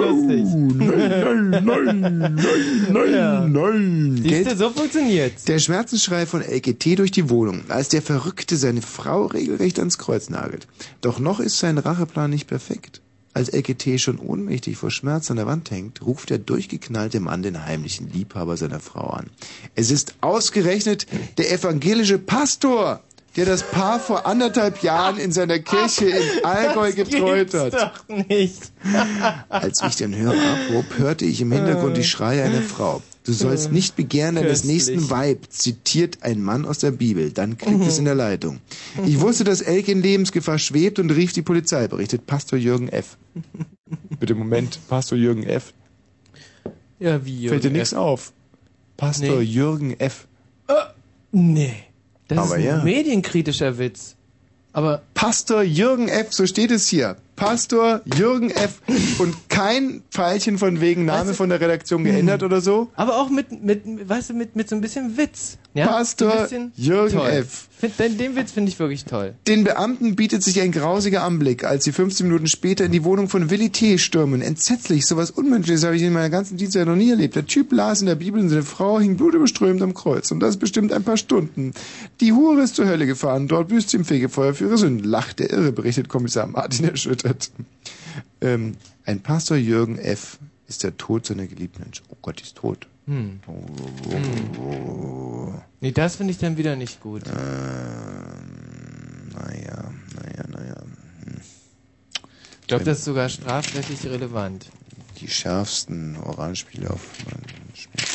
nein, nein, nein, nein. Siehst du, so funktioniert's. Der Schmerzensschrei von Elke T. durch die Wohnung, als der Verrückte seine Frau regelrecht ans Kreuz nagelt. Doch noch ist sein Racheplan nicht perfekt. Als L K T schon ohnmächtig vor Schmerz an der Wand hängt, ruft der durchgeknallte Mann den heimlichen Liebhaber seiner Frau an. Es ist ausgerechnet der evangelische Pastor, der das Paar vor anderthalb Jahren in seiner Kirche in Allgäu getreut hat. Doch nicht. Als ich den Hörer abhob, hörte ich im Hintergrund die Schreie einer Frau. Du sollst nicht begehren deines nächsten Weib, zitiert ein Mann aus der Bibel. Dann klickt es in der Leitung. Ich wusste, dass Elke in Lebensgefahr schwebt und rief die Polizei, berichtet Pastor Jürgen F. Bitte, Moment, Pastor Jürgen F. Ja, wie Jürgen Fällt dir F. nichts auf? Pastor Nee. Jürgen F. Äh, nee. Das Aber ist ein ja. medienkritischer Witz. Aber Pastor Jürgen F., so steht es hier. Pastor Jürgen F. Und kein Pfeilchen von wegen Name Weißt du- von der Redaktion geändert oder so. Aber auch mit, mit, weißt du, mit, mit so ein bisschen Witz. Ja? Pastor Ein bisschen Jürgen toll. F. Find, den, den Witz finde ich wirklich toll. Den Beamten bietet sich ein grausiger Anblick, als sie fünfzehn Minuten später in die Wohnung von Willi T. stürmen. Entsetzlich, sowas Unmenschliches habe ich in meiner ganzen Dienstzeit noch nie erlebt. Der Typ las in der Bibel und seine Frau hing blutüberströmt am Kreuz. Und das bestimmt ein paar Stunden. Die Hure ist zur Hölle gefahren, dort büßt sie im Fegefeuer für ihre Sünden. Lacht der Irre, berichtet Kommissar Martin erschüttert. Ähm, ein Pastor Jürgen F. ist der Tod seiner geliebten Menschen. Oh Gott, die ist tot. Hm. Oh, oh, oh, oh. Nee, das finde ich dann wieder nicht gut. Ähm, naja, naja, naja. Hm. Ich glaube, das ist sogar strafrechtlich relevant. Die schärfsten Oralspiele auf meinem Spiel.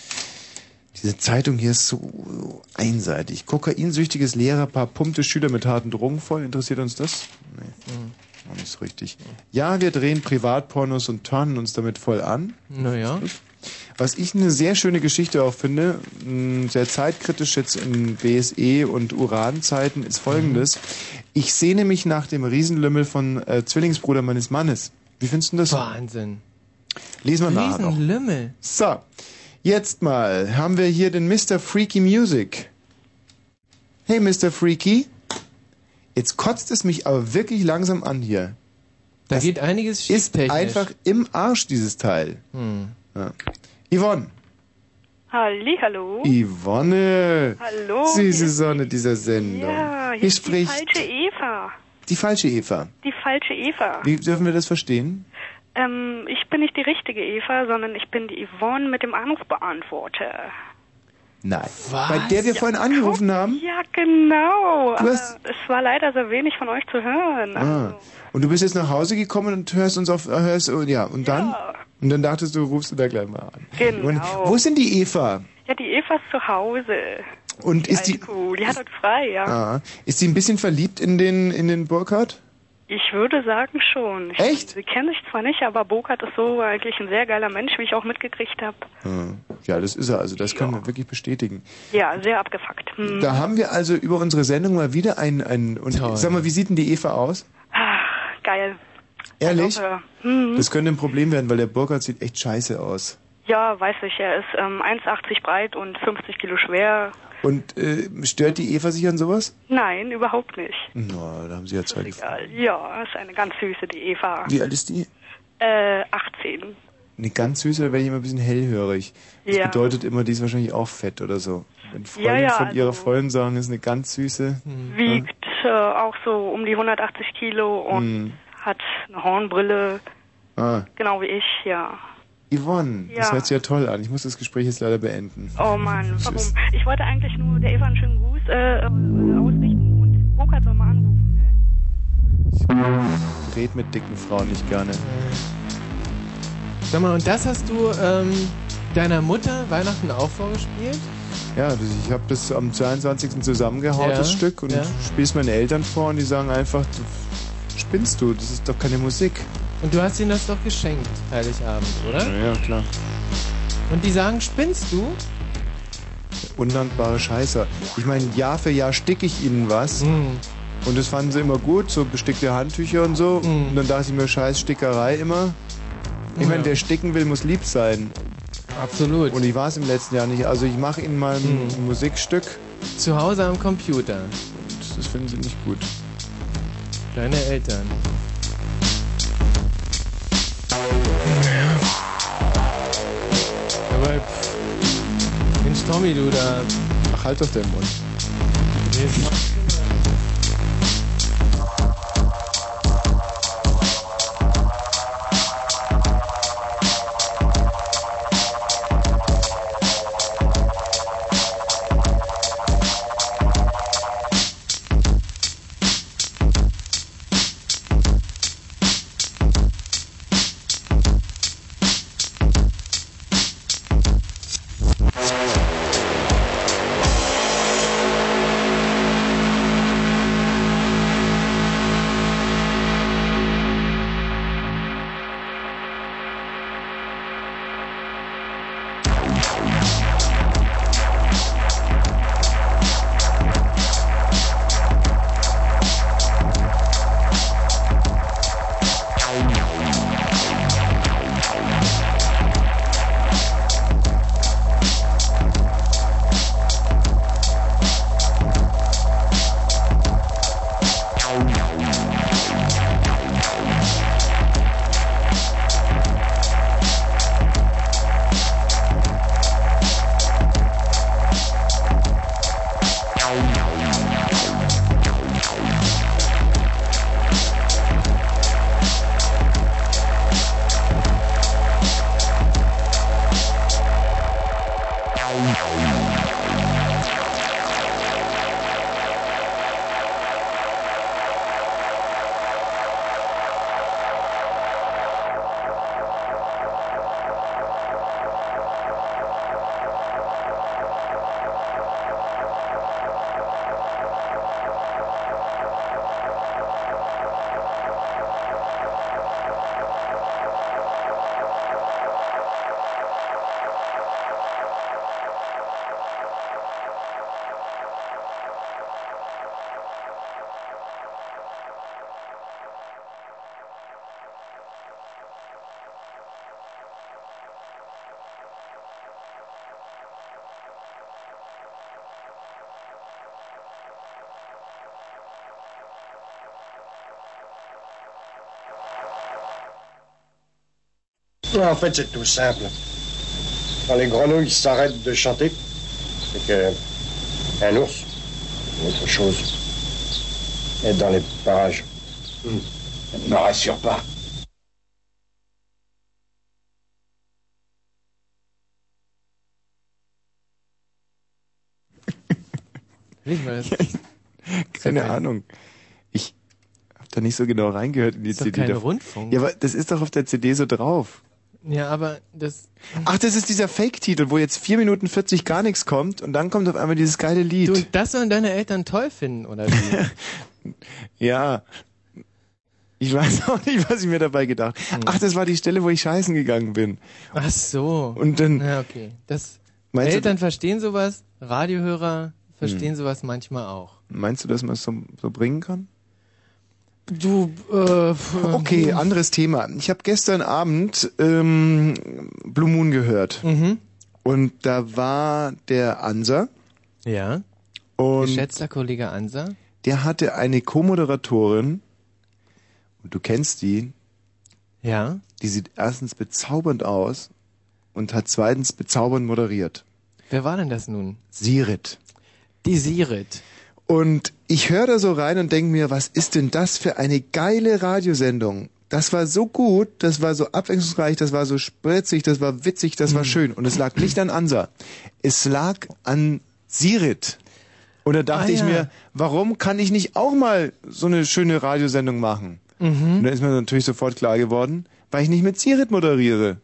Diese Zeitung hier ist so einseitig. Kokainsüchtiges Lehrerpaar pumpte Schüler mit harten Drogen voll. Interessiert uns das? Nee. Mhm. Auch nicht so richtig. Ja, wir drehen Privatpornos und turnen uns damit voll an. Naja. Was ich eine sehr schöne Geschichte auch finde, mh, sehr zeitkritisch jetzt in B S E und Uranzeiten, ist folgendes. Ich sehne mich nach dem Riesenlümmel von äh, Zwillingsbruder meines Mannes. Wie findest du das? Wahnsinn. Lesen wir nachher noch. Riesenlümmel. So, jetzt mal haben wir hier den Mister Freaky Music. Hey Mister Freaky, jetzt kotzt es mich aber wirklich langsam an hier. Da das geht einiges ist schieftechnisch. einfach im Arsch, dieses Teil. Hm. Ja. Yvonne. Hallihallo. Yvonne. Hallo. Süße Sonne dieser Sendung. Ja, hier Wie ist die spricht falsche Eva. die falsche Eva? Die falsche Eva. Wie dürfen wir das verstehen? Ähm, ich bin nicht die richtige Eva, sondern ich bin die Yvonne mit dem Anrufbeantworter. Nein. Bei der wir vorhin angerufen haben? Ja, genau. Du Aber hast- es war leider sehr wenig von euch zu hören. Ah. Und du bist jetzt nach Hause gekommen und hörst uns auf, hörst, oh, ja, und dann? Und dann dachtest du, rufst du da gleich mal an. Genau. Und wo ist denn die Eva? Ja, die Eva ist zu Hause. Und ist die, Cool. Die hat heute frei, ja. ah, ist sie ein bisschen verliebt in den, in den Burkhardt? Ich würde sagen schon. Ich, Echt? Sie kennen sich zwar nicht, aber Burkhardt ist so eigentlich ein sehr geiler Mensch, wie ich auch mitgekriegt habe. Ah. Ja, das ist er, also das können wir wirklich bestätigen. Ja, sehr abgefuckt. Hm. Da haben wir also über unsere Sendung mal wieder ein, ein und sag mal, wie sieht denn die Eva aus? Ach, geil. Ehrlich? Also, äh, hm. Das könnte ein Problem werden, weil der Burkhardt sieht echt scheiße aus. Ja, weiß ich. Er ist ähm, eins Komma achtzig breit und fünfzig Kilo schwer. Und äh, stört die Eva sich an sowas? Nein, überhaupt nicht. Na, da haben sie ja zwei gefunden. Ja, ist eine ganz süße, die Eva. Wie alt ist die? Äh, achtzehn. Eine ganz süße, da werde ich immer ein bisschen hellhörig. Das Ja. bedeutet immer, die ist wahrscheinlich auch fett oder so. Wenn Freunde Ja, ja, von also- ihrer Freundin sagen, ist eine ganz süße. Wiegt äh, auch so um die hundertachtzig Kilo und Hm. hat eine Hornbrille, Ah, genau wie ich, ja. Yvonne, das Ja. hört sich ja toll an. Ich muss das Gespräch jetzt leider beenden. Oh Mann, warum? Tschüss. Ich wollte eigentlich nur der Eva einen schönen Gruß äh, äh, ausrichten und Burkhardt soll mal anrufen. Ich red mit dicken Frauen nicht gerne. Sag mal, und das hast du ähm, deiner Mutter Weihnachten auch vorgespielt? Ja, das, ich habe das am zweiundzwanzigsten zusammengehauen, Ja, das Stück, und ja. spiel's meinen Eltern vor und die sagen einfach, du spinnst du, das ist doch keine Musik. Und du hast ihnen das doch geschenkt, Heiligabend, oder? Ja, klar. Und die sagen, spinnst du? Undankbare Scheißer. Ich meine, Jahr für Jahr sticke ich ihnen was. Und das fanden sie immer gut, so bestickte Handtücher und so. Und dann dachte ich mir, scheiß Stickerei immer. Ich meine, Ja. wer sticken will, muss lieb sein. Absolut. Und ich war es im letzten Jahr nicht. Also ich mache ihnen mal ein Mhm. Musikstück. Zu Hause am Computer. Und das finden sie nicht gut. Deine Eltern. Aber, pff, Mensch, Tommy, du da. Ach, halt doch den Mund. Nee, En fait, c'est tout simple. Quand les grenouilles s'arrêtent de chanter, c'est que un ours ou autre chose est dans les parages. Ne me rassure pas. Keine Ahnung. Ich habe da nicht so genau reingehört in die Ist doch C D. kein Da- Rundfunk. Ja, aber das ist doch auf der C D so drauf. Ja, aber das... Ach, das ist dieser Fake-Titel, wo jetzt vier Minuten vierzig gar nichts kommt und dann kommt auf einmal dieses geile Lied. Du, das sollen deine Eltern toll finden, oder wie? Ja. Ich weiß auch nicht, was ich mir dabei gedacht habe. Ach, das war die Stelle, wo ich scheißen gegangen bin. Ach so. Und dann... Ja, okay. Das, Meinst du- Eltern verstehen sowas, Radiohörer verstehen Hm. sowas manchmal auch. Meinst du, dass man es so, so bringen kann? Du, äh... Okay, anderes Thema. Ich habe gestern Abend ähm, Blue Moon gehört. Mhm. Und da war der Ansa. Ja. Und Geschätzter Kollege Ansa. der hatte eine Co-Moderatorin. Und du kennst die. Ja. Die sieht erstens bezaubernd aus und hat zweitens bezaubernd moderiert. Wer war denn das nun? Sirit. Die Sirit. Und ich höre da so rein und denke mir, was ist denn das für eine geile Radiosendung? Das war so gut, das war so abwechslungsreich, das war so spritzig, das war witzig, das war schön. Und es lag nicht an Ansa. Es lag an Sirit. Und da dachte Ah, ich ja. mir, warum kann ich nicht auch mal so eine schöne Radiosendung machen? Mhm. Und da ist mir natürlich sofort klar geworden, weil ich nicht mit Sirit moderiere.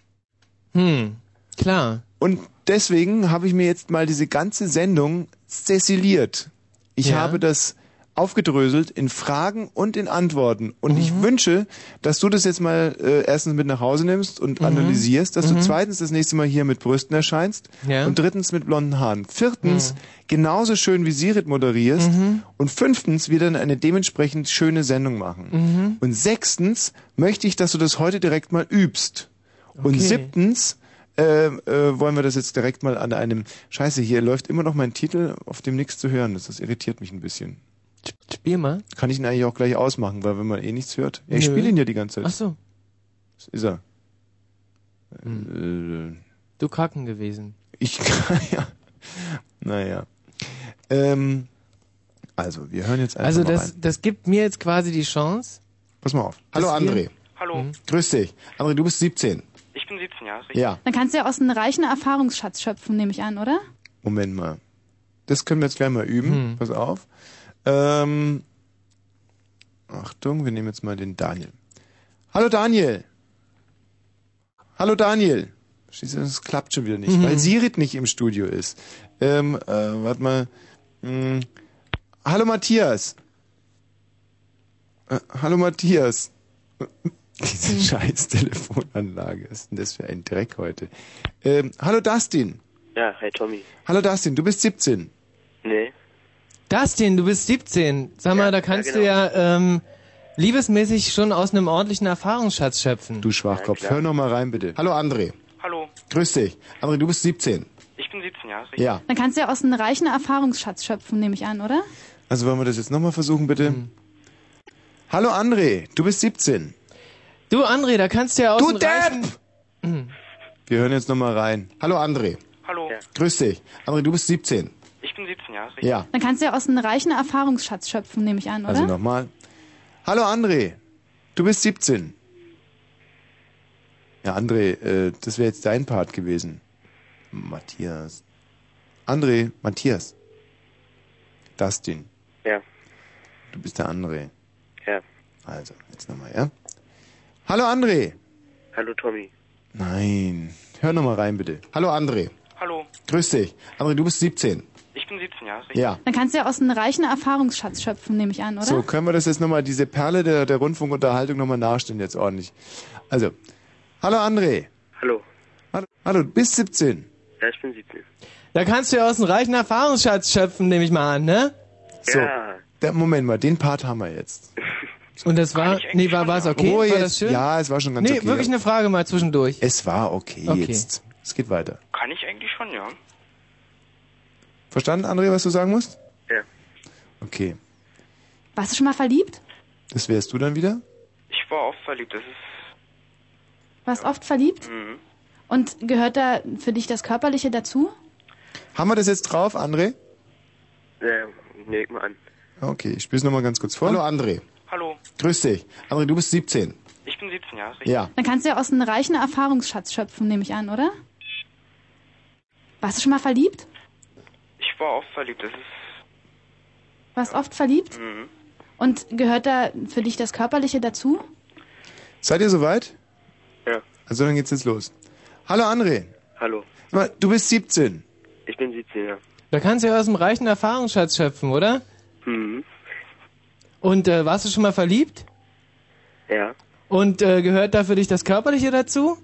Hm, klar. Und deswegen habe ich mir jetzt mal diese ganze Sendung zäsiliert. Ich Ja. habe das aufgedröselt in Fragen und in Antworten. Und Mhm. ich wünsche, dass du das jetzt mal äh, erstens mit nach Hause nimmst und Mhm. analysierst, dass Mhm. du zweitens das nächste Mal hier mit Brüsten erscheinst Ja. und drittens mit blonden Haaren. Viertens Mhm. genauso schön wie Sirit moderierst Mhm. und fünftens wir dann eine dementsprechend schöne Sendung machen. Mhm. Und sechstens möchte ich, dass du das heute direkt mal übst. Und Okay. siebtens äh, äh, wollen wir das jetzt direkt mal an einem... Scheiße, hier läuft immer noch mein Titel, auf dem nichts zu hören ist. Das irritiert mich ein bisschen. Spiel mal. Kann ich ihn eigentlich auch gleich ausmachen, weil wenn man eh nichts hört... Ja, ich Nö. spiele ihn ja die ganze Zeit. Ach so. Das ist er. Hm. Äh, Du kacken gewesen. ich... ja. Naja. Ähm, also, wir hören jetzt einfach Also mal das, rein. das gibt mir jetzt quasi die Chance. Pass mal auf. Hallo, Dass wir- André. Hallo. Mhm. Grüß dich. André, du bist siebzehn. Ich bin siebzehn Jahre. Ja. Dann kannst du ja aus einem reichen Erfahrungsschatz schöpfen, nehme ich an, oder? Moment mal. Das können wir jetzt gleich mal üben. Hm. Pass auf. Ähm, Achtung, wir nehmen jetzt mal den Daniel. Hallo Daniel. Hallo Daniel. Verstehst du, das klappt schon wieder nicht, Mhm. weil Sirit nicht im Studio ist. Ähm, äh, warte mal. Hm. Hallo Matthias. Äh, hallo Matthias. Diese scheiß Telefonanlage. Was ist denn das für ein Dreck heute? Ähm, hallo Dustin. Ja, hey Tommy. Hallo Dustin, du bist siebzehn. Nee. Dustin, du bist siebzehn. Sag mal, da kannst ja, du genau. ja ähm, liebesmäßig schon aus einem ordentlichen Erfahrungsschatz schöpfen. Du Schwachkopf, Ja, klar. hör noch mal rein bitte. Hallo André. Hallo. Grüß dich. André, du bist siebzehn. Ich bin siebzehn Jahre. Ja. Dann kannst du ja aus einem reichen Erfahrungsschatz schöpfen, nehme ich an, oder? Also wollen wir das jetzt nochmal versuchen, bitte? Hallo André, du bist siebzehn. Du André, da kannst du ja aus Du einem reichen... Depp! Wir hören jetzt nochmal rein. Hallo André. Hallo. Ja. Grüß dich. André, du bist siebzehn. Ich bin siebzehn Jahre. Ja. Dann kannst du ja aus einem reichen Erfahrungsschatz schöpfen, nehme ich an, oder? Also nochmal. Hallo André, du bist siebzehn. Ja, André, äh, das wäre jetzt dein Part gewesen. Matthias. André, Matthias. Dustin. Ja. Du bist der André. Ja. Also, jetzt nochmal, ja? Hallo André. Hallo Tommy. Nein. Hör nochmal rein, bitte. Hallo André. Hallo. Grüß dich. André, du bist siebzehn. Ich bin siebzehn Jahre. Ja. Dann kannst du ja aus einem reichen Erfahrungsschatz schöpfen, nehme ich an, oder? So, können wir das jetzt nochmal, diese Perle der, der Rundfunkunterhaltung nochmal nachstellen jetzt ordentlich. Also, hallo André. Hallo. Hallo, hallo, du bist siebzehn. Ja, ich bin siebzehn. Da kannst du ja aus einem reichen Erfahrungsschatz schöpfen, nehme ich mal an, ne? So, Ja. der, Moment mal, den Part haben wir jetzt. Und das war, nee, war war es okay? Ruhe war jetzt. das schön? Ja, es war schon ganz nee, okay. wirklich eine Frage mal zwischendurch. Es war okay, Okay. jetzt. Es geht weiter. Kann ich eigentlich schon, ja. Verstanden, André, was du sagen musst? Ja. Okay. Warst du schon mal verliebt? Das wärst du dann wieder? Ich war auch verliebt. Das ist Warst oft verliebt? Mhm. Und gehört da für dich das Körperliche dazu? Haben wir das jetzt drauf, André? Ja, leg mal an. Okay, ich spiele es nochmal ganz kurz vor. Hallo André. Hallo. Grüß dich. André, du bist siebzehn. Ich bin siebzehn Jahre. Ja. Dann kannst du ja aus einem reichen Erfahrungsschatz schöpfen, nehme ich an, oder? Warst du schon mal verliebt? Ich war oft verliebt, das ist... Warst oft verliebt? Mhm. Und gehört da für dich das Körperliche dazu? Seid ihr soweit? Ja. Also dann geht's jetzt los. Hallo André. Hallo. Sag mal, du bist siebzehn. Ich bin siebzehn, ja. Da kannst du ja aus dem reichen Erfahrungsschatz schöpfen, oder? Mhm. Und äh, warst du schon mal verliebt? Ja. Und äh, gehört da für dich das Körperliche dazu?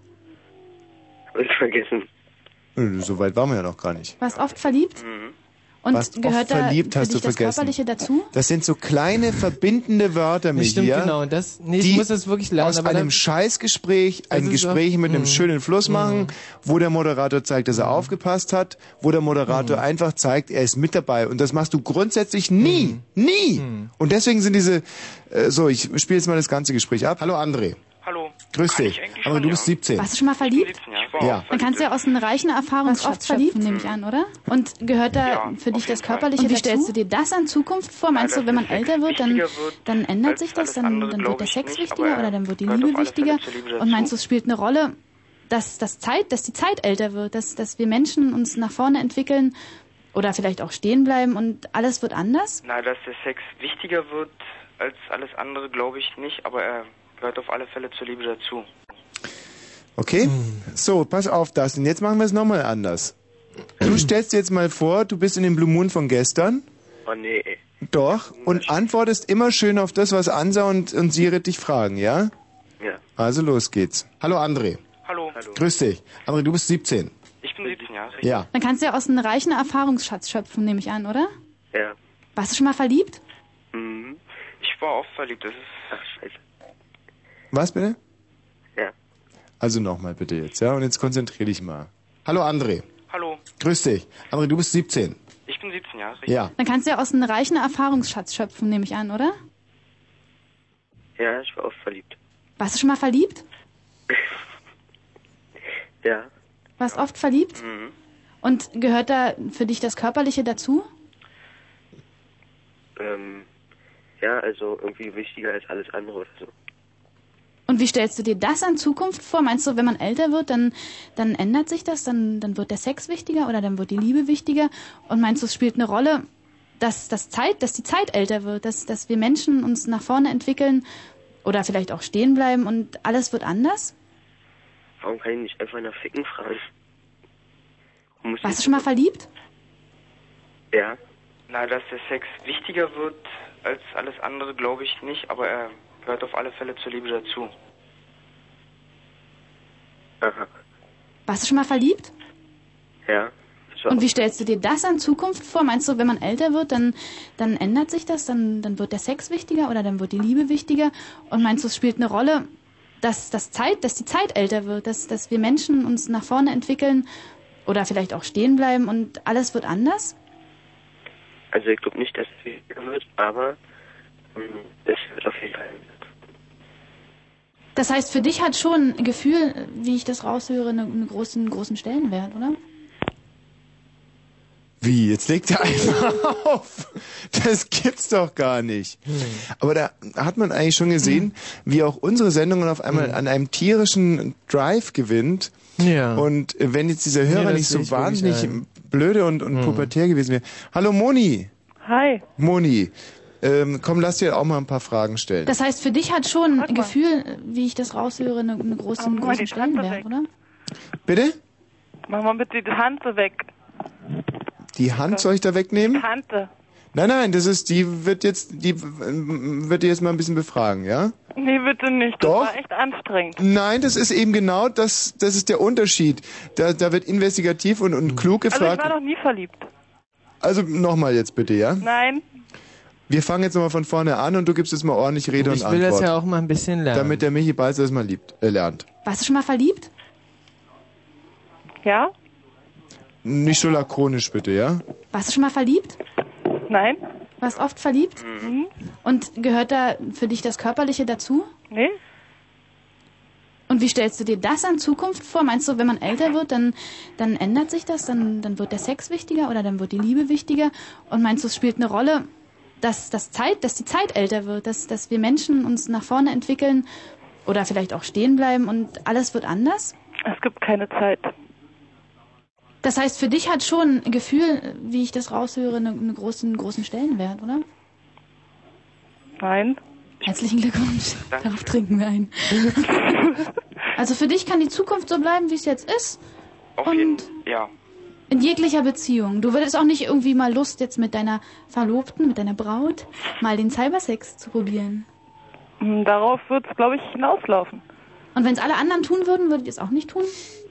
Hab ich vergessen. Äh, So weit waren wir ja noch gar nicht. Warst oft verliebt? Mhm. Und Warst gehört oft da verliebt, für hast dich du das vergessen. Körperliche dazu? Das sind so kleine verbindende Wörter, Das stimmt, Micha, genau. Und das, nee, ich die muss das wirklich lernen. aus aber einem dann- Scheißgespräch ein Das ist Gespräch auch- mit einem Mhm. schönen Fluss machen, wo der Moderator zeigt, dass er aufgepasst hat, wo der Moderator Mhm. einfach zeigt, er ist mit dabei. Und das machst du grundsätzlich nie. Nie. Und deswegen sind diese... Äh, so, ich spiele jetzt mal das ganze Gespräch ab. Hallo André. Hallo. Grüß dich. Aber du bist siebzehn. Warst du schon mal verliebt? Ja. Dann kannst du ja aus einem reichen Erfahrungsschatz schöpfen, nehme ich an, oder? Und gehört da Ja, für dich auf das jeden Fall. Körperliche Und wie dazu? stellst du dir das an Zukunft vor? Meinst Ja, du, wenn man dass der älter Sex wird, dann, wichtiger wird dann ändert als sich das, alles dann, andere, dann glaub wird der ich Sex nicht, wichtiger aber oder dann wird die gehört Liebe auf alle Fälle wichtiger? zur Liebe Und dazu. meinst du, es spielt eine Rolle, dass, das Zeit, dass die Zeit älter wird, dass, dass wir Menschen uns nach vorne entwickeln oder vielleicht auch stehen bleiben und alles wird anders? Na, dass der Sex wichtiger wird als alles andere, glaube ich nicht, aber er gehört auf alle Fälle zur Liebe dazu. Okay? So, pass auf das. Und jetzt machen wir es nochmal anders. Du stellst dir jetzt mal vor, du bist in dem Blue Moon von gestern. Oh nee. Doch. Und antwortest immer schön auf das, was Ansa und, und Sirit dich fragen, ja? Ja. Also los geht's. Hallo André. Hallo. Hallo. Grüß dich. André, du bist siebzehn. Ich bin siebzehn Jahre. Ja. Dann kannst du ja aus einem reichen Erfahrungsschatz schöpfen, nehme ich an, oder? Ja. Warst du schon mal verliebt? Mhm. Ich war oft verliebt, das ist... Ach, scheiße. Was bitte? Ja. Also nochmal bitte jetzt, ja? Und jetzt konzentrier dich mal. Hallo André. Hallo. Grüß dich. André, du bist siebzehn. Ich bin siebzehn Jahre. Ja. Dann kannst du ja aus einem reichen Erfahrungsschatz schöpfen, nehme ich an, oder? Ja, ich war oft verliebt. Warst du schon mal verliebt? Ja. Warst oft verliebt? Mhm. Und gehört da für dich das Körperliche dazu? Ähm, ja, also irgendwie wichtiger als alles andere oder so. Und wie stellst du dir das an Zukunft vor? Meinst du, wenn man älter wird, dann, dann ändert sich das? Dann, dann wird der Sex wichtiger oder dann wird die Liebe wichtiger? Und meinst du, es spielt eine Rolle, dass, dass, Zeit, dass die Zeit älter wird, dass, dass wir Menschen uns nach vorne entwickeln oder vielleicht auch stehen bleiben und alles wird anders? Warum kann ich nicht einfach nach Ficken fragen? Muss Warst du schon mal verliebt? Ja. Na, dass der Sex wichtiger wird als alles andere, glaube ich nicht, aber er gehört auf alle Fälle zur Liebe dazu. Aha. Warst du schon mal verliebt? Ja. Und wie stellst du dir das an Zukunft vor? Meinst du, wenn man älter wird, dann, dann ändert sich das? Dann, dann wird der Sex wichtiger oder dann wird die Liebe wichtiger? Und meinst du, es spielt eine Rolle, dass, dass, Zeit, dass die Zeit älter wird, dass, dass wir Menschen uns nach vorne entwickeln oder vielleicht auch stehen bleiben und alles wird anders? Also ich glaube nicht, dass es wichtiger wird, aber ähm, es wird auf jeden Fall. Das heißt, für dich hat schon ein Gefühl, wie ich das raushöre, eine, einen großen, großen Stellenwert, oder? Wie? Jetzt legt er einfach auf. Das gibt's doch gar nicht. Aber da hat man eigentlich schon gesehen, wie auch unsere Sendung auf einmal an einem tierischen Drive gewinnt. Ja. Und wenn jetzt dieser Hörer Nee, das nicht sehe so ich wirklich wahnsinnig ein. blöde und, und Mhm. pubertär gewesen wäre. Hallo Moni. Hi. Moni. Ähm, komm, lass dir auch mal ein paar Fragen stellen. Das heißt, für dich hat schon ein Gefühl, wie ich das raushöre, eine, eine großen, einen Mach mal großen die Tasse Stellenwert, weg. oder? Bitte? Mach mal bitte die Hand so weg. Die Hand soll ich da wegnehmen? Tante. Nein, nein, das ist, die wird jetzt, die w- wird die jetzt mal ein bisschen befragen, ja? Nee, bitte nicht. Das Doch. war echt anstrengend. Nein, das ist eben genau das, das ist der Unterschied. Da, da wird investigativ und, und klug Also ich gefragt. war noch nie verliebt. Also nochmal jetzt bitte, ja? Nein. Wir fangen jetzt nochmal von vorne an und du gibst jetzt mal ordentlich Rede und Ich Antwort. will das ja auch mal ein bisschen lernen. Damit der Michi Balzer das mal liebt, äh, lernt. Warst du schon mal verliebt? Ja? Nicht so lakonisch bitte, ja? Warst du schon mal verliebt? Nein. Warst oft verliebt? Mhm. Und gehört da für dich das Körperliche dazu? Nee. Und wie stellst du dir das an Zukunft vor? Meinst du, wenn man älter wird, dann, dann ändert sich das? Dann, dann wird der Sex wichtiger oder dann wird die Liebe wichtiger? Und meinst du, es spielt eine Rolle, dass, dass, Zeit, dass die Zeit älter wird, dass, dass wir Menschen uns nach vorne entwickeln oder vielleicht auch stehen bleiben und alles wird anders? Es gibt keine Zeit. Das heißt, für dich hat schon ein Gefühl, wie ich das raushöre, eine, eine großen, großen Stellenwert, oder? Nein. Herzlichen Glückwunsch. Danke. Darauf trinken wir ein. Also für dich kann die Zukunft so bleiben, wie es jetzt ist. Auf und jeden ja. in jeglicher Beziehung. Du würdest auch nicht irgendwie mal Lust, jetzt mit deiner Verlobten, mit deiner Braut, mal den Cybersex zu probieren. Darauf wird es, glaube ich, hinauslaufen. Und wenn es alle anderen tun würden, würdet ihr es auch nicht tun?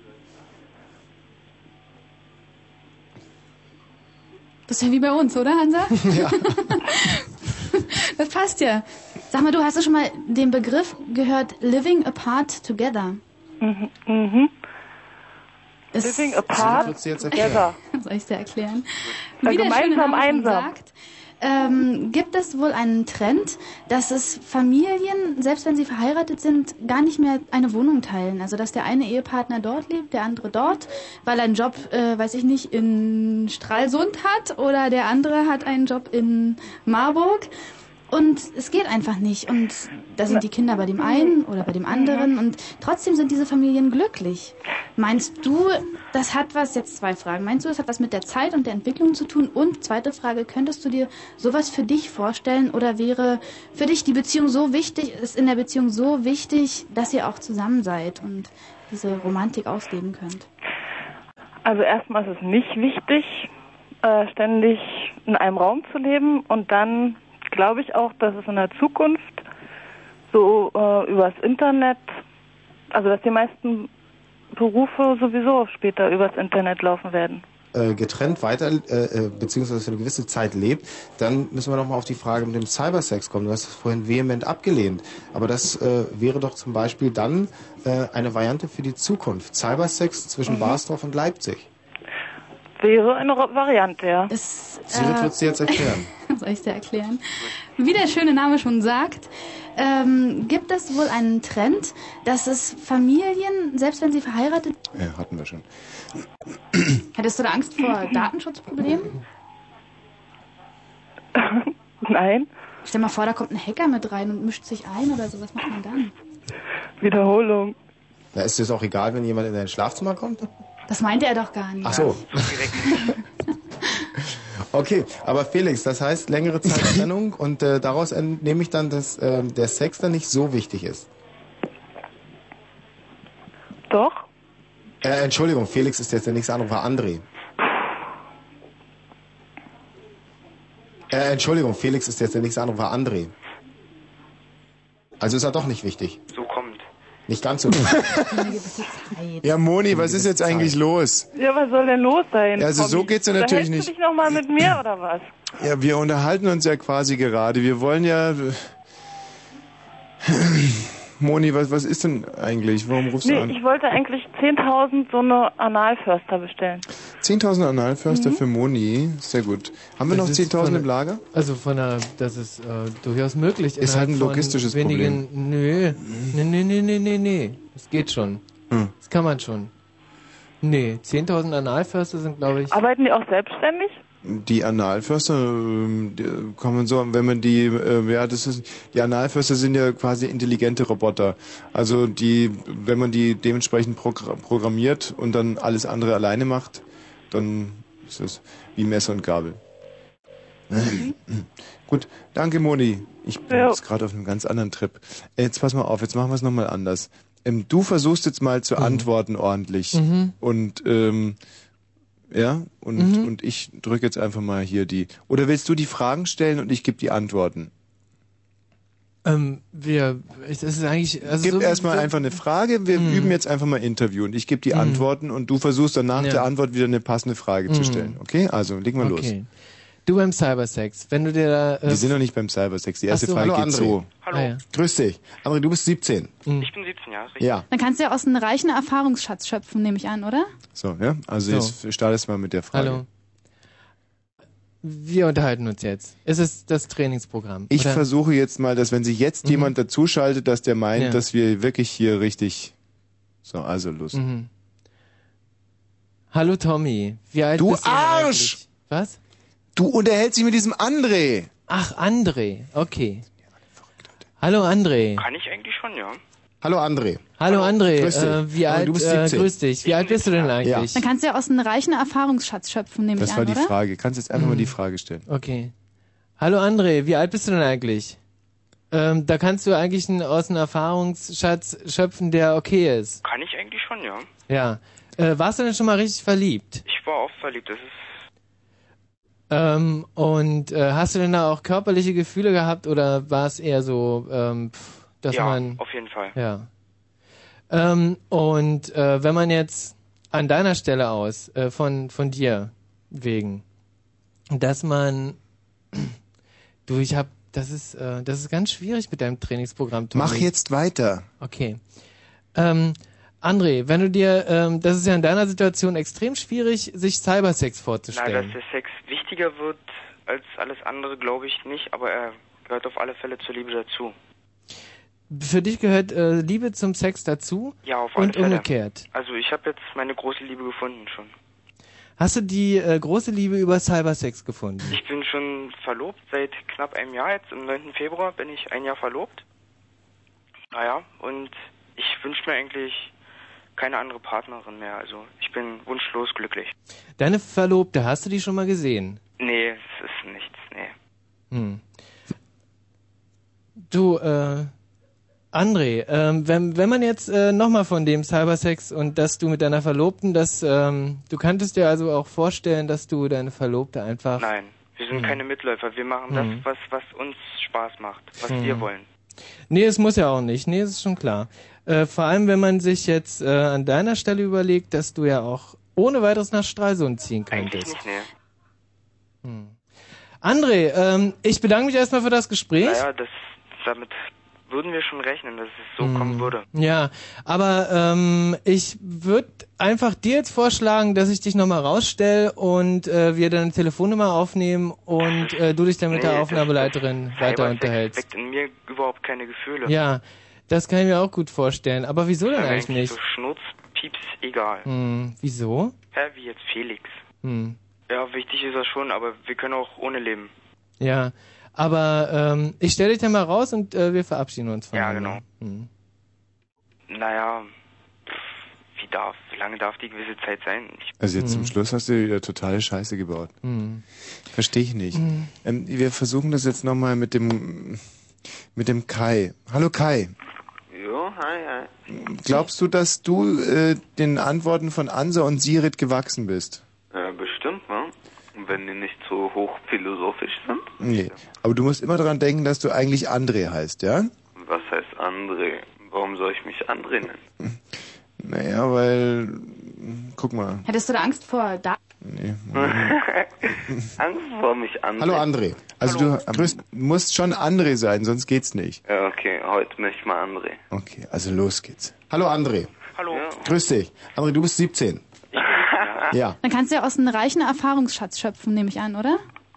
Das ist ja wie bei uns, oder, Hansa? Ja. Das passt ja. Sag mal, du hast ja schon mal den Begriff gehört, living apart together. Mhm. mhm. Ist living apart together. Soll ich dir erklären? Ja, Wie der schöne gemeinsam Name schon einsam. sagt, ähm, gibt es wohl einen Trend, dass es Familien, selbst wenn sie verheiratet sind, gar nicht mehr eine Wohnung teilen. Also dass der eine Ehepartner dort lebt, der andere dort, weil er einen Job, äh, weiß ich nicht, in Stralsund hat oder der andere hat einen Job in Marburg. Und es geht einfach nicht. Und da sind die Kinder bei dem einen oder bei dem anderen. Und trotzdem sind diese Familien glücklich. Meinst du, das hat was, jetzt zwei Fragen. Meinst du, das hat was mit der Zeit und der Entwicklung zu tun? Und zweite Frage, könntest du dir sowas für dich vorstellen? Oder wäre für dich die Beziehung so wichtig, ist in der Beziehung so wichtig, dass ihr auch zusammen seid und diese Romantik ausleben könnt? Also erstmal ist es nicht wichtig, äh, ständig in einem Raum zu leben. Und dann glaube ich auch, dass es in der Zukunft so äh, übers Internet, also dass die meisten Berufe sowieso später übers Internet laufen werden. Äh, getrennt weiter, äh, beziehungsweise für eine gewisse Zeit lebt, dann müssen wir nochmal auf die Frage mit dem Cybersex kommen. Du hast es vorhin vehement abgelehnt. Aber das äh, wäre doch zum Beispiel dann äh, eine Variante für die Zukunft. Cybersex zwischen mhm. Barsdorf und Leipzig. Wäre eine Variante, ja. Es, Sie wird es dir jetzt erklären. Soll ich dir erklären? Wie der schöne Name schon sagt, ähm, gibt es wohl einen Trend, dass es Familien, selbst wenn sie verheiratet... Ja, hatten wir schon. Hättest du da Angst vor Datenschutzproblemen? Nein. Stell mal vor, da kommt ein Hacker mit rein und mischt sich ein oder so. Was macht man dann? Wiederholung. Na, ist es auch egal, wenn jemand in dein Schlafzimmer kommt? Das meinte er doch gar nicht. Ach so. Okay, aber Felix, das heißt längere Zeit Trennung und äh, daraus entnehme ich dann, dass äh, der Sex dann nicht so wichtig ist. Doch. Äh, Entschuldigung, Felix ist jetzt der nächste Anruf, war André. Äh, Entschuldigung, Felix ist jetzt der nächste Anruf, war André. Also ist er doch nicht wichtig. So kommt. Nicht ganz so. Ja, Moni, was ist jetzt eigentlich los? Ja, was soll denn los sein? Ja, also so geht's ja natürlich nicht. Unterhältst du dich nochmal mit mir oder was? Ja, wir unterhalten uns ja quasi gerade. Wir wollen ja... Moni, was, was ist denn eigentlich? Warum rufst nee, du an? Ich wollte eigentlich zehntausend so eine Analförster bestellen. zehntausend Analförster Mhm. für Moni, sehr gut. Haben wir Das noch ist zehntausend von- im Lager? Also von der, das ist äh, durchaus möglich. Ist halt ein Innerhalb von logistisches wenigen, Problem. Nö, nee, nee, nee, nee, nee, nee. Das geht schon. Hm. Das kann man schon. Nee, zehntausend Analförster sind, glaube ich... Arbeiten die auch selbstständig? Die Analförster, ähm, die kann man so, wenn man die, äh, ja, das ist, die Analförster sind ja quasi intelligente Roboter. Also die, wenn man die dementsprechend progr- programmiert und dann alles andere alleine macht, dann ist es wie Messer und Gabel. Mhm. Gut, danke Moni. Ich bin Ja. jetzt gerade auf einem ganz anderen Trip. Äh, Jetzt pass mal auf, jetzt machen wir es nochmal anders. Ähm, du versuchst jetzt mal zu antworten ordentlich Mhm. und ähm, ja, und, Mhm. und ich drücke jetzt einfach mal hier die. Oder willst du die Fragen stellen und ich gebe die Antworten? Ähm, wir, ich- das ist eigentlich... Also Gib so, erstmal so, einfach eine Frage, wir Mhm. üben jetzt einfach mal Interview und ich gebe die Mhm. Antworten und du versuchst dann nach Ja. der Antwort wieder eine passende Frage zu Mhm. stellen. Okay? Also, legen wir los. Okay. Du beim Cybersex, wenn du dir da... Äh, Wir sind noch nicht beim Cybersex. Die erste Ach so, Frage hallo, geht André. so. Hallo. Ah, ja. Grüß dich. André, du bist siebzehn. Ich bin siebzehn Jahre, richtig? Ja. Dann kannst du ja aus einem reichen Erfahrungsschatz schöpfen, nehme ich an, oder? So, ja. Also So. jetzt startest mal mit der Frage. Hallo. Wir unterhalten uns jetzt. Es ist das Trainingsprogramm. Ich oder? versuche jetzt mal, dass wenn sich jetzt Mhm. jemand dazuschaltet, dass der meint, Ja. dass wir wirklich hier richtig So, also los. Mhm. Hallo Tommy, wie alt Du bist du denn Arsch! eigentlich? Was? Du unterhältst dich mit diesem André. Ach, André, okay. Hallo André. Kann ich eigentlich schon, ja. Hallo André. Hallo André, Grüß dich. äh, wie Aber alt, du bist äh, siebzehn. grüß dich. Wie alt bist du denn eigentlich? Dann kannst du ja aus einem reichen Erfahrungsschatz schöpfen, nehme ich Das an, war die oder? Frage. Kannst jetzt einfach mal die Frage stellen. Okay. Hallo André, wie alt bist du denn eigentlich? Ähm, da kannst du eigentlich einen, aus einem Erfahrungsschatz schöpfen, der okay ist. Kann ich eigentlich schon, ja. Ja. Äh, warst du denn schon mal richtig verliebt? Ich war oft verliebt, das ist... Ähm, und äh, hast du denn da auch körperliche Gefühle gehabt oder war es eher so, ähm, pff, dass ja, man... auf jeden Fall. Ja. Ähm, und äh, wenn man jetzt an deiner Stelle aus, äh, von, von dir wegen, dass man... Du, ich hab... Das ist, äh, das ist ganz schwierig mit deinem Trainingsprogramm, Tommy. Mach jetzt weiter. Okay. Ähm, André, wenn du dir, ähm, das ist ja in deiner Situation extrem schwierig, sich Cybersex Na, vorzustellen. dass der Sex wichtiger wird als alles andere, glaube ich nicht, aber er gehört auf alle Fälle zur Liebe dazu. Für dich gehört äh, Liebe zum Sex dazu Ja, auf alle und Fälle. umgekehrt. Also ich habe jetzt meine große Liebe gefunden schon. Hast du die äh, große Liebe über Cybersex gefunden? Ich bin schon verlobt seit knapp einem Jahr jetzt. Am neunten Februar bin ich ein Jahr verlobt. Naja, und ich wünsche mir eigentlich keine andere Partnerin mehr. Also ich bin wunschlos glücklich. Deine Verlobte, hast du die schon mal gesehen? Nee, es ist nichts, nee. Hm. Du, äh, André, ähm, wenn, wenn man jetzt äh, nochmal von dem Cybersex und dass du mit deiner Verlobten, das, ähm, du könntest dir also auch vorstellen, dass du deine Verlobte einfach... Nein, wir sind Hm. keine Mitläufer. Wir machen Hm. das, was, was uns Spaß macht, was Hm. wir wollen. Nee, es muss ja auch nicht. Nee, es ist schon klar. Äh, vor allem, wenn man sich jetzt äh, an deiner Stelle überlegt, dass du ja auch ohne weiteres nach Stralsund ziehen Eigentlich könntest. nicht, nee. Hm. André, ähm, ich bedanke mich erstmal für das Gespräch. Naja, das, damit würden wir schon rechnen, dass es so Hm. kommen würde. Ja, aber ähm, ich würde einfach dir jetzt vorschlagen, dass ich dich nochmal rausstelle und äh, wir deine Telefonnummer aufnehmen und äh, du dich dann mit Nee, der das- Aufnahmeleiterin weiter Cybersex unterhältst. weckt in mir überhaupt keine Gefühle. Ja, das kann ich mir auch gut vorstellen. Aber wieso denn Ist mir eigentlich nicht? So Schnurz, Pieps, egal. Hm, wieso? Hä, wie jetzt Felix. Hm. Ja, wichtig ist er schon, aber wir können auch ohne leben. Ja, aber ähm, ich stelle dich dann mal raus und äh, wir verabschieden uns von Ja, genau. Hm. Naja, pff, wie darf, wie lange darf die gewisse Zeit sein? Ich, Also jetzt Hm. zum Schluss hast du wieder totale Scheiße gebaut. Hm. Verstehe ich nicht. Hm. Ähm, wir versuchen das jetzt nochmal mit dem mit dem Kai. Hallo Kai. Jo, hi, hi. Glaubst du, dass du äh, den Antworten von Ansa und Sirit gewachsen bist? Äh, bestimmt, ne? Wenn die nicht so hochphilosophisch sind. Nee. Aber du musst immer daran denken, dass du eigentlich André heißt, ja? Was heißt André? Warum soll ich mich André nennen? Naja, weil... Guck mal. Hättest du da Angst vor da? Nee. Angst vor mich, André. Hallo André. Also du musst, musst schon André sein, sonst geht's nicht. Ja, okay, heute möchte ich mal André. Okay, also los geht's. Hallo André. Hallo. Grüß dich. André, du bist siebzehn. Ja. Dann kannst du ja aus einem reichen Erfahrungsschatz schöpfen, nehme ich an, oder?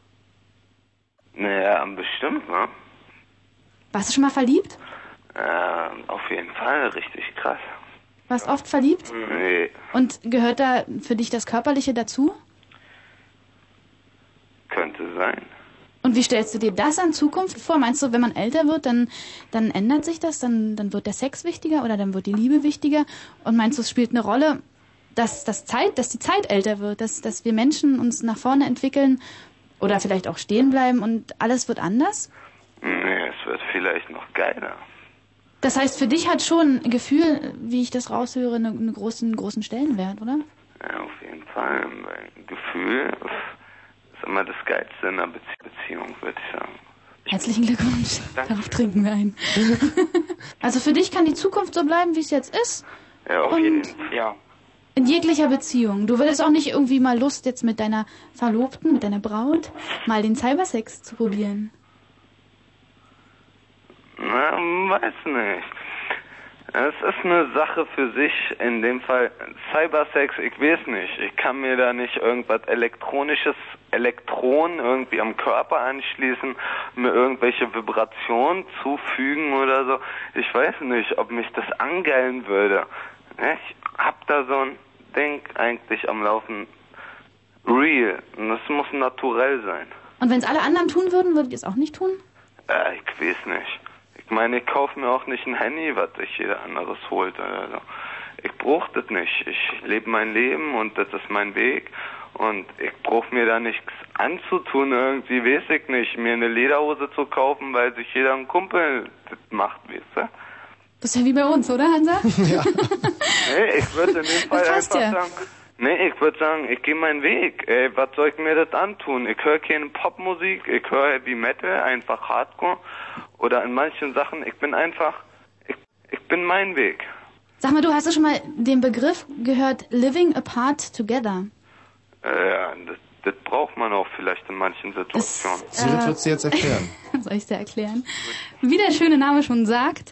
Naja, bestimmt, ne? Warst du schon mal verliebt? Äh, auf jeden Fall, richtig krass. Warst oft verliebt? Nee, Und gehört da für dich das Körperliche dazu? könnte sein. Und wie stellst du dir das in Zukunft vor? Meinst du, wenn man älter wird, dann, dann ändert sich das? Dann, dann wird der Sex wichtiger oder dann wird die Liebe wichtiger? Und meinst du, es spielt eine Rolle, dass, dass, Zeit, dass die Zeit älter wird, dass, dass wir Menschen uns nach vorne entwickeln oder vielleicht auch stehen bleiben und alles wird anders? Nee, es wird vielleicht noch geiler. Das heißt, für dich hat schon ein Gefühl, wie ich das raushöre, einen, einen großen, großen Stellenwert, oder? Ja, auf jeden Fall. Mein Gefühl ist immer das Geilste in einer Bezie Beziehung, würde ich sagen. Herzlichen Glückwunsch. Darauf trinken wir ein. Also für dich kann die Zukunft so bleiben, wie es jetzt ist? Ja, auf Und jeden Fall. Ja. in jeglicher Beziehung. Du würdest auch nicht irgendwie mal Lust jetzt mit deiner Verlobten, mit deiner Braut, mal den Cybersex zu probieren? Na, weiß nicht. Es ist eine Sache für sich, in dem Fall Cybersex, ich weiß nicht. Ich kann mir da nicht irgendwas elektronisches, Elektron irgendwie am Körper anschließen, mir irgendwelche Vibrationen zufügen oder so. Ich weiß nicht, ob mich das angeilen würde. Ich hab da so ein Ding eigentlich am Laufen. Real. Und das muss naturell sein. Und wenn es alle anderen tun würden, würdet ihr es auch nicht tun? Äh, ich weiß nicht. Ich meine, ich kaufe mir auch nicht ein Handy, was sich jeder anderes holt. Also, ich brauche das nicht. Ich lebe mein Leben und das ist mein Weg. Und ich brauche mir da nichts anzutun irgendwie, weiß ich nicht. Mir eine Lederhose zu kaufen, weil sich jeder ein Kumpel das macht, weißt du? Das ist ja wie bei uns, oder, Hansa? Ja. Nee, ich würde in dem Fall Das passt einfach ja. sagen, nee, ich würde sagen, ich gehe meinen Weg. Ey, was soll ich mir das antun? Ich höre keine Popmusik, ich höre Heavy Metal, einfach Hardcore. Oder in manchen Sachen, ich bin einfach, ich, ich bin mein Weg. Sag mal, du hast du schon mal den Begriff gehört, living apart together? Äh, ja, das, das braucht man auch vielleicht in manchen Situationen. Sie, das wird sie jetzt erklären. Soll ich dir erklären? Wie der schöne Name schon sagt,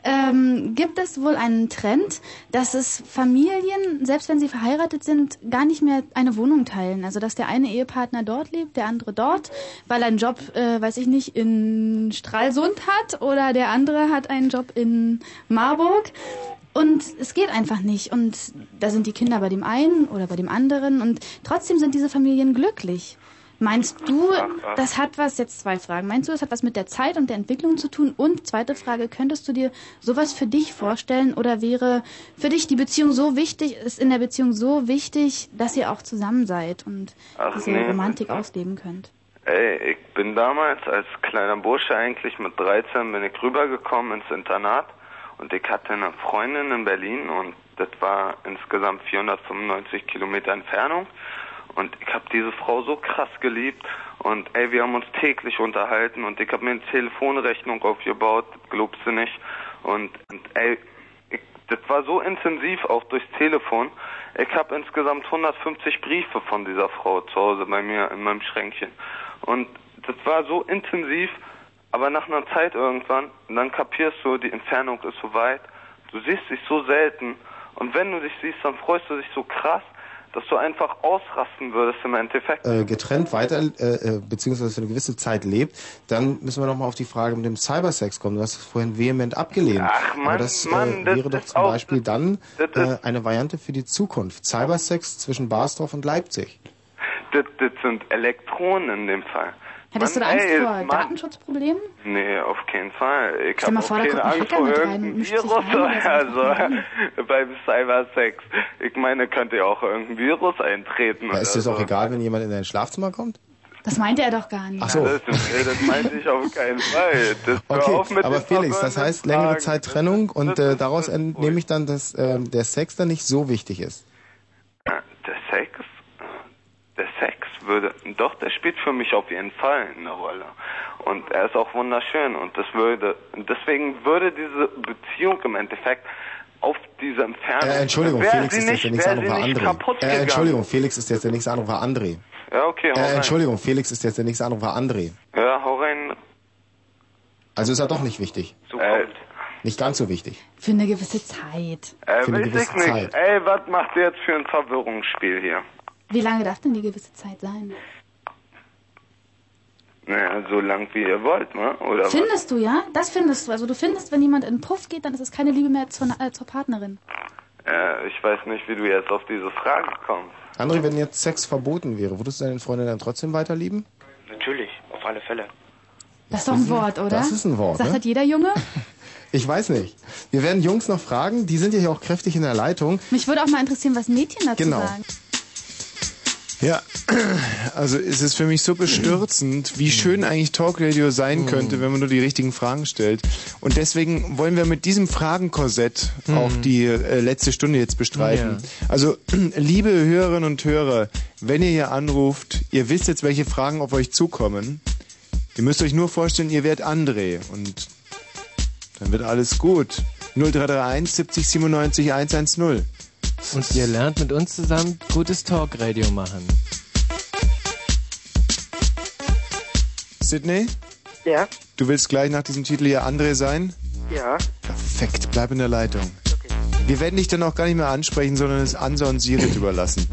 ähm, gibt es wohl einen Trend, dass es Familien, selbst wenn sie verheiratet sind, gar nicht mehr eine Wohnung teilen. Also dass der eine Ehepartner dort lebt, der andere dort, weil er einen Job, äh, weiß ich nicht, in Stralsund hat oder der andere hat einen Job in Marburg. Und es geht einfach nicht. Und da sind die Kinder bei dem einen oder bei dem anderen. Und trotzdem sind diese Familien glücklich. Meinst du, das hat was, jetzt zwei Fragen. Meinst du, das hat was mit der Zeit und der Entwicklung zu tun? Und zweite Frage, könntest du dir sowas für dich vorstellen? Oder wäre für dich die Beziehung so wichtig, ist in der Beziehung so wichtig, dass ihr auch zusammen seid und Ach, diese nee. Romantik ausleben könnt? Ey, ich bin damals als kleiner Bursche eigentlich mit dreizehn bin ich rübergekommen ins Internat und ich hatte eine Freundin in Berlin und das war insgesamt vierhundertfünfundneunzig Kilometer Entfernung und ich habe diese Frau so krass geliebt und ey, wir haben uns täglich unterhalten und ich habe mir eine Telefonrechnung aufgebaut, das glaubst du nicht und, und ey, ich, das war so intensiv auch durchs Telefon. Ich habe insgesamt hundertfünfzig Briefe von dieser Frau zu Hause bei mir in meinem Schränkchen. Und das war so intensiv, aber nach einer Zeit irgendwann, dann kapierst du, die Entfernung ist so weit, du siehst dich so selten und wenn du dich siehst, dann freust du dich so krass, dass du einfach ausrasten würdest im Endeffekt. Äh, getrennt weiter, äh, beziehungsweise für eine gewisse Zeit lebt, dann müssen wir nochmal auf die Frage mit dem Cybersex kommen. Du hast es vorhin vehement abgelehnt. Ach Mann, Aber das, Mann, äh, das wäre doch ist zum auch- Beispiel dann das äh, ist- eine Variante für die Zukunft. Cybersex zwischen Barsdorf und Leipzig. Das, das sind Elektronen in dem Fall. Hättest Mann, du da Angst ey, vor Mann. Datenschutzproblemen? Nee, auf keinen Fall. Ich Stell mal habe vor, auch da keine kommt ein Angst Hacker vor mit rein und irgendeinem mischt sich Virus rein oder so. also beim Cybersex. Ich meine, könnte ja auch irgendein Virus eintreten. Ja, oder ist es so. auch egal, wenn jemand in dein Schlafzimmer kommt? Das meinte er doch gar nicht. Ach so. Das, nee, das meinte ich auf keinen Fall. Das, hör Okay, auf mit aber den Felix, das verwirrenden heißt längere Fragen. Zeit Trennung und äh, daraus entnehme ich dann, dass äh, der Sex dann nicht so wichtig ist. Der Sex? Der Sex würde, doch, der spielt für mich auf jeden Fall eine Rolle. Und er ist auch wunderschön und das würde, deswegen würde diese Beziehung im Endeffekt auf diese Entfernung, Äh, Entschuldigung, wäre Felix sie ist jetzt nicht, der nächste wäre Anruf, sie war nicht André. kaputt Äh, gegangen. Entschuldigung, Felix ist jetzt der nächste Anruf, war André. Ja, okay, hau Äh, rein. Entschuldigung, Felix ist jetzt der nächste Anruf, war André. Ja, hau rein. Also ist er doch nicht wichtig. So äh, Nicht ganz so wichtig. Für eine gewisse Zeit. äh, Für eine weiß ich gewisse nicht. Zeit. Ey, was macht ihr jetzt für ein Verwirrungsspiel hier? Wie lange darf denn die gewisse Zeit sein? Naja, so lang wie ihr wollt, ne? Oder was? Findest du, ja? Das findest du. Also du findest, wenn jemand in den Puff geht, dann ist es keine Liebe mehr zur, äh, zur Partnerin. Äh, ich weiß nicht, wie du jetzt auf diese Frage kommst. André, wenn jetzt Sex verboten wäre, würdest du deine Freundin dann trotzdem weiter lieben? Natürlich, auf alle Fälle. Das ist doch ein Wort, oder? Das ist ein Wort, Sagt ne? das jeder Junge? Ich weiß nicht. Wir werden Jungs noch fragen, die sind ja hier auch kräftig in der Leitung. Mich würde auch mal interessieren, was Mädchen dazu Genau. sagen. Ja, also es ist für mich so bestürzend, wie schön eigentlich Talkradio sein könnte, wenn man nur die richtigen Fragen stellt. Und deswegen wollen wir mit diesem Fragenkorsett auch die äh, letzte Stunde jetzt bestreiten. Also, liebe Hörerinnen und Hörer, wenn ihr hier anruft, ihr wisst jetzt, welche Fragen auf euch zukommen. Ihr müsst euch nur vorstellen, ihr werdet André und dann wird alles gut. null drei drei eins siebzig siebenundneunzig hundertzehn. Und ihr lernt mit uns zusammen gutes Talkradio machen. Sydney? Ja? Du willst gleich nach diesem Titel hier André sein? Ja. Perfekt, bleib in der Leitung. Wir werden dich dann auch gar nicht mehr ansprechen, sondern es Ansa und Sirit überlassen.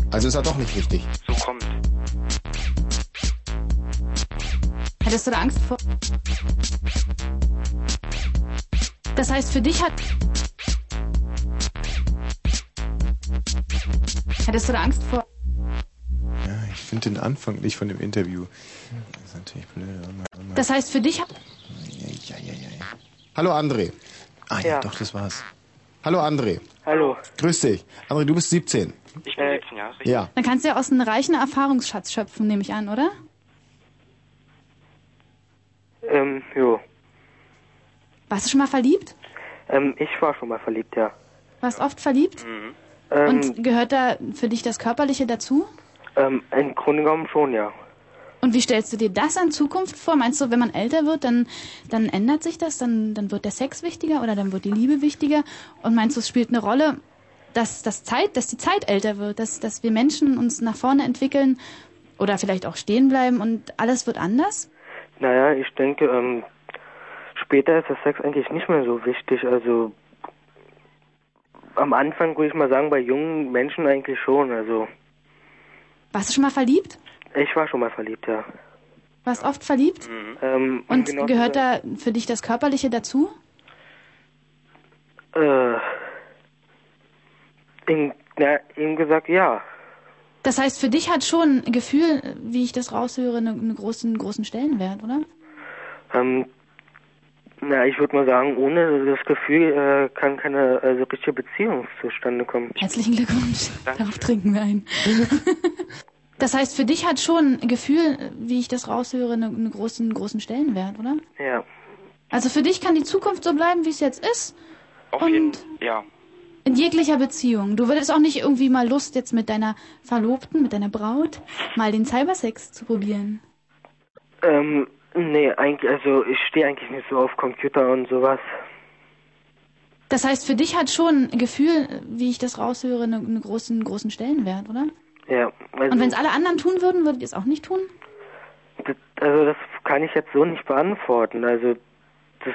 Also ist er doch nicht wichtig. So kommt. Hättest du da Angst vor? Das heißt, für dich hat... Hättest du da Angst vor? Ja, ich finde den Anfang nicht von dem Interview. Das ist natürlich blöd. Das heißt, für dich hat... Ja, ja, ja, ja. Hallo André. Ah ja, Ja. doch, das war's. Hallo André. Hallo. Grüß dich. André, du bist siebzehn. Ich bin siebzehn Jahre. Ja. Dann kannst du ja aus einem reichen Erfahrungsschatz schöpfen, nehme ich an, oder? Ähm, jo. Warst du schon mal verliebt? Ähm, ich war schon mal verliebt, ja. Warst oft verliebt? Mhm. Ähm, Und gehört da für dich das Körperliche dazu? ähm, im Grunde genommen schon, ja. Und wie stellst du dir das in Zukunft vor? Meinst du, wenn man älter wird, dann, dann ändert sich das? Dann, dann wird der Sex wichtiger oder dann wird die Liebe wichtiger? Und meinst du, es spielt eine Rolle, dass, dass, Zeit, dass die Zeit älter wird, dass, dass wir Menschen uns nach vorne entwickeln oder vielleicht auch stehen bleiben und alles wird anders? Naja, ich denke, ähm, später ist der Sex eigentlich nicht mehr so wichtig. Also am Anfang würde ich mal sagen, bei jungen Menschen eigentlich schon. Also Warst du schon mal verliebt? ich war schon mal verliebt, ja. Warst oft verliebt? Ähm, um Und genau zu gehört sein- da für dich das Körperliche dazu? Äh, in, na, ihm gesagt, ja. Das heißt, für dich hat schon ein Gefühl, wie ich das raushöre, einen, einen großen, großen Stellenwert, oder? Ähm, na, ich würde mal sagen, ohne das Gefühl äh, kann keine also richtige Beziehung zustande kommen. Herzlichen Glückwunsch. Darauf trinken wir ein. Das heißt, für dich hat schon ein Gefühl, wie ich das raushöre, einen, einen großen, großen Stellenwert, oder? Ja. Also für dich kann die Zukunft so bleiben, wie es jetzt ist. Auf und jeden ja. in jeglicher Beziehung. Du würdest auch nicht irgendwie mal Lust, jetzt mit deiner Verlobten, mit deiner Braut, mal den Cybersex zu probieren. Ähm, nee, eigentlich, also ich stehe eigentlich nicht so auf Computer und sowas. Das heißt, für dich hat schon ein Gefühl, wie ich das raushöre, einen, einen großen, großen Stellenwert, oder? Ja. Also, Und wenn es alle anderen tun würden, würdet ihr es auch nicht tun? das, also das kann ich jetzt so nicht beantworten. Also das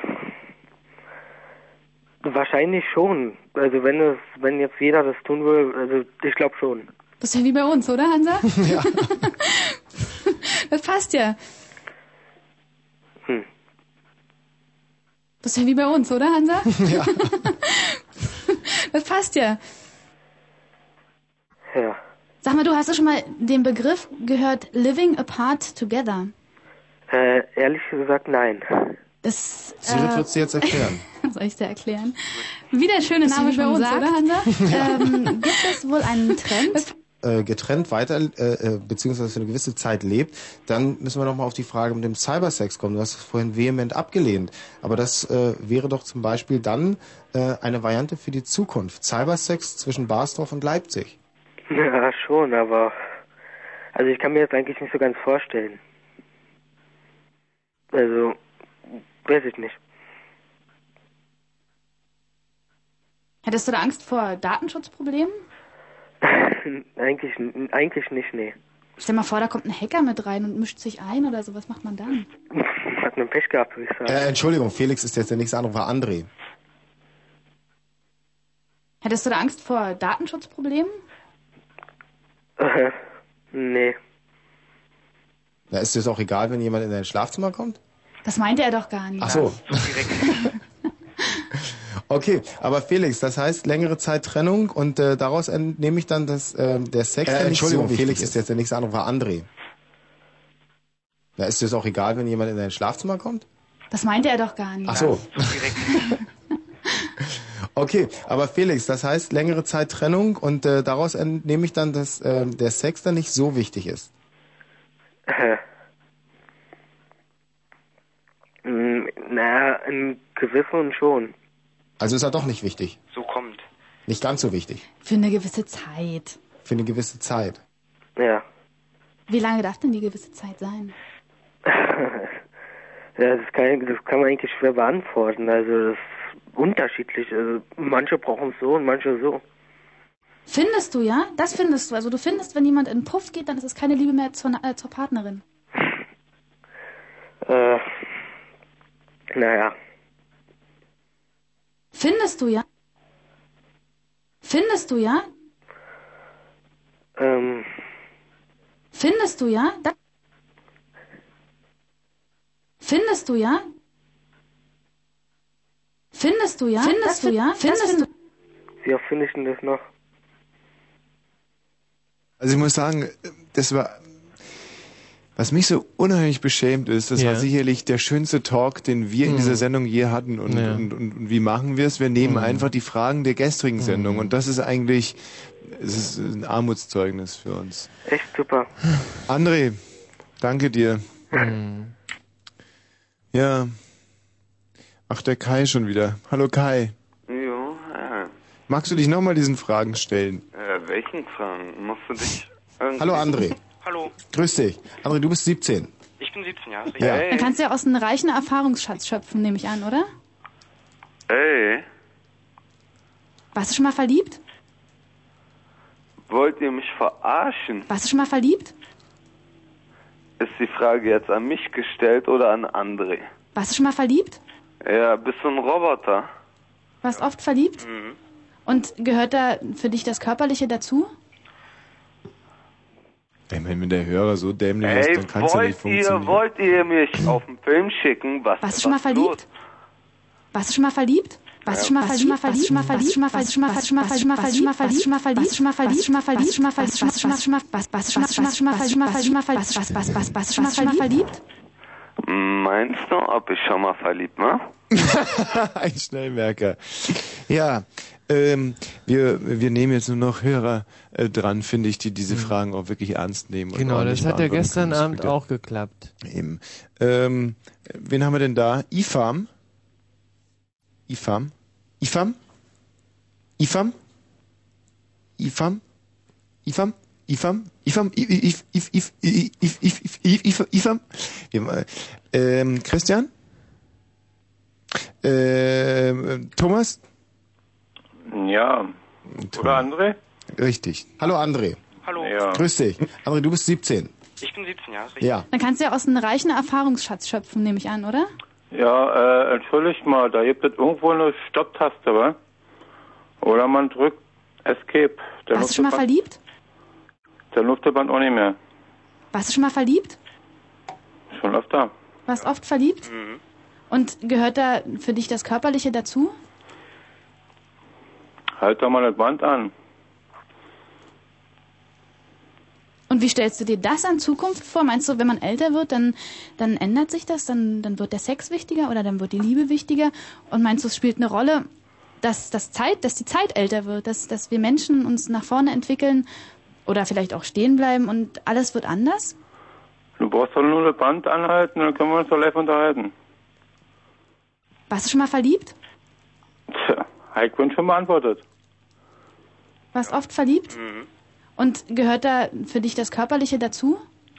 wahrscheinlich schon. Also wenn es, wenn jetzt jeder das tun will, also ich glaube schon. Das ist ja wie bei uns, oder, Hansa? Ja. Das passt ja. Hm. Das ist ja wie bei uns, oder, Hansa? Ja. Das passt ja. Ja. Sag mal, du hast ja schon mal den Begriff gehört, living apart together. Äh, ehrlich gesagt, nein. Das, Sirit äh, wird's dir jetzt erklären. Soll ich dir erklären? Wieder schöne Das ist Name wie bei bei uns, uns, oder, Hansa? ähm, gibt es wohl einen Trend? Äh, getrennt weiter, äh, äh, beziehungsweise für eine gewisse Zeit lebt, dann müssen wir nochmal auf die Frage mit dem Cybersex kommen. Du hast es vorhin vehement abgelehnt. Aber das äh, wäre doch zum Beispiel dann äh, eine Variante für die Zukunft. Cybersex zwischen Barsdorf und Leipzig. Ja, schon, aber also ich kann mir das eigentlich nicht so ganz vorstellen. Also, weiß ich nicht. Hättest du da Angst vor Datenschutzproblemen? eigentlich, eigentlich nicht, nee. Stell mal vor, da kommt ein Hacker mit rein und mischt sich ein oder so. Was macht man dann? Hat einen Pech gehabt, würde ich sagen. Äh, Entschuldigung, Felix ist jetzt der nächste Anruf, war André. Hättest du da Angst vor Datenschutzproblemen? Äh, nee. Na, ist dir das auch egal, wenn jemand in dein Schlafzimmer kommt? Das meinte er doch gar nicht. Ach so. Okay, aber Felix, das heißt längere Zeit Trennung und äh, daraus entnehme ich dann, dass äh, der Sex Äh, dann nicht Entschuldigung, so wichtig Felix ist jetzt der nächste Anruf, war André. Na, ist dir das auch egal, wenn jemand in dein Schlafzimmer kommt? Das meinte er doch gar nicht. Ach so. Okay, aber Felix, das heißt längere Zeit Trennung und äh, daraus entnehme ich dann, dass äh, der Sex dann nicht so wichtig ist. Äh. Mm, naja, in gewissen schon. Also ist er doch nicht wichtig. So kommt. Nicht ganz so wichtig. Für eine gewisse Zeit. Für eine gewisse Zeit. Ja. Wie lange darf denn die gewisse Zeit sein? Ja, das kann, das kann man eigentlich schwer beantworten. Also das ist unterschiedlich. Also manche brauchen es so und manche so. Findest du, ja? Das findest du. Also du findest, wenn jemand in den Puff geht, dann ist es keine Liebe mehr zur, äh, zur Partnerin. Äh, naja. Findest du, ja? Findest du, ja? Ähm, Findest du, ja? Da Findest du, ja? Findest du, ja? Findest du, ja? Findest du? wie oft finde ich denn das noch? Also ich muss sagen, das war, was mich so unheimlich beschämt ist, das Ja. war sicherlich der schönste Talk, den wir in Mhm. dieser Sendung je hatten. Und, Ja. und, und, und wie machen wir es? Wir nehmen Mhm. einfach die Fragen der gestrigen Sendung. Und das ist eigentlich, es ist ein Armutszeugnis für uns. Echt super. André, danke dir. Mhm. Ja. Ach, der Kai schon wieder. Hallo Kai. Jo, ja. Magst du dich nochmal diesen Fragen stellen? Äh, welchen Fragen? Musst du dich irgendwie... Hallo André. Hallo, Grüß dich. André, du bist siebzehn. ich bin siebzehn Jahre. Ja. Dann kannst du ja aus einem reichen Erfahrungsschatz schöpfen, nehme ich an, oder? Ey, Warst du schon mal verliebt? wollt ihr mich verarschen? Warst du schon mal verliebt? Ist die Frage jetzt an mich gestellt oder an André? Warst du schon mal verliebt? Ja, bist du ein Roboter? Warst oft verliebt? Mhm. Und gehört da für dich das Körperliche dazu? Ich meine, wenn der Hörer so dämlich ist, Ey, dann kann es ja nicht wollt ihr, funktionieren. wollt ihr mich auf den Film schicken? Was Warst du ist schon mal was verliebt? los? Warst du schon mal verliebt? Warst du schon mal verliebt? Warst du schon mal verliebt? Warst du schon mal verliebt? Warst du schon mal verliebt? Warst du schon mal verliebt? Warst du schon mal verliebt? Warst du schon mal verliebt? Warst du schon mal verliebt? Warst du schon mal verliebt? Warst du schon mal verliebt? Warst du schon mal verliebt? Warst du schon mal verliebt? Warst du schon mal verliebt? Warst du schon mal verliebt? Meinst du, ob ich schon mal verliebt war? Ein Schnellmerker. Ja, ähm, wir, wir nehmen jetzt nur noch Hörer äh, dran, finde ich, die diese Fragen auch wirklich ernst nehmen. Und Genau, ordentlich das hat ja beantworten gestern können. Das Abend spielt ja- auch geklappt. Eben. Ähm, wen haben wir denn da? Ifam? Ifam? Ifam? Ifam? Ifam? Ifam? Ifam? Ifam? I- I- If, if, if, if, if, if, if, if, Ifam? Wir haben, äh, Ähm, Christian? Ähm, Thomas? Ja. Oder André? Richtig. Hallo André. Hallo. Ja. Grüß dich. André, du bist siebzehn. Ich bin siebzehn Jahre. Ja. Dann kannst du ja aus einem reichen Erfahrungsschatz schöpfen, nehme ich an, oder? Ja, äh, entschuldigt mal, da gibt es irgendwo eine Stopptaste, wa? Oder man drückt Escape. Der Warst du schon mal verliebt? Der Luftband auch nicht mehr. Warst du schon mal verliebt? Schon öfter. Warst oft verliebt? Mhm. Und gehört da für dich das Körperliche dazu? Halt doch mal das Band an. Und wie stellst du dir das an Zukunft vor? Meinst du, wenn man älter wird, dann, dann ändert sich das? Dann, dann wird der Sex wichtiger oder dann wird die Liebe wichtiger? Und meinst du, es spielt eine Rolle, dass, dass, Zeit, dass die Zeit älter wird, dass, dass wir Menschen uns nach vorne entwickeln oder vielleicht auch stehen bleiben und alles wird anders? Du brauchst doch nur das Band anhalten, dann können wir uns doch live unterhalten. Warst du schon mal verliebt? Tja, ich bin schon beantwortet. Warst oft verliebt? Mhm. Und gehört da für dich das Körperliche dazu?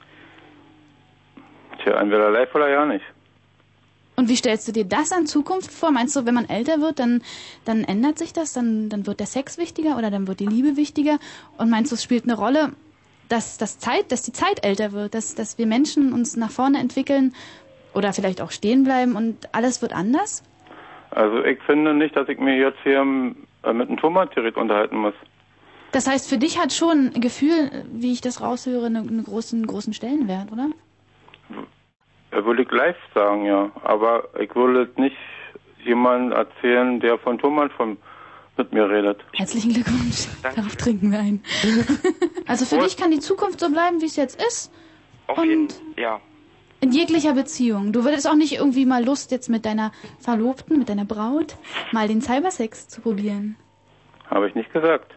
Tja, entweder live oder ja nicht. Und wie stellst du dir das an Zukunft vor? Meinst du, wenn man älter wird, dann, dann ändert sich das? Dann, dann wird der Sex wichtiger oder dann wird die Liebe wichtiger? Und meinst du, es spielt eine Rolle, dass, dass, Zeit, dass die Zeit älter wird, dass, dass wir Menschen uns nach vorne entwickeln oder vielleicht auch stehen bleiben und alles wird anders? Also ich finde nicht, dass ich mir jetzt hier äh, mit einem Tonbandgerät unterhalten muss. Das heißt, für dich hat schon ein Gefühl, wie ich das raushöre, einen, einen großen, großen Stellenwert, oder? Äh, würde ich live sagen, ja. Aber ich würde nicht jemandem erzählen, der von Tonband von mit mir redet. Herzlichen Glückwunsch. Darauf trinken wir ein. Also für dich kann die Zukunft so bleiben, wie es jetzt ist. Auf und jeden ja. in jeglicher Beziehung. Du würdest auch nicht irgendwie mal Lust, jetzt mit deiner Verlobten, mit deiner Braut, mal den Cybersex zu probieren. Habe ich nicht gesagt.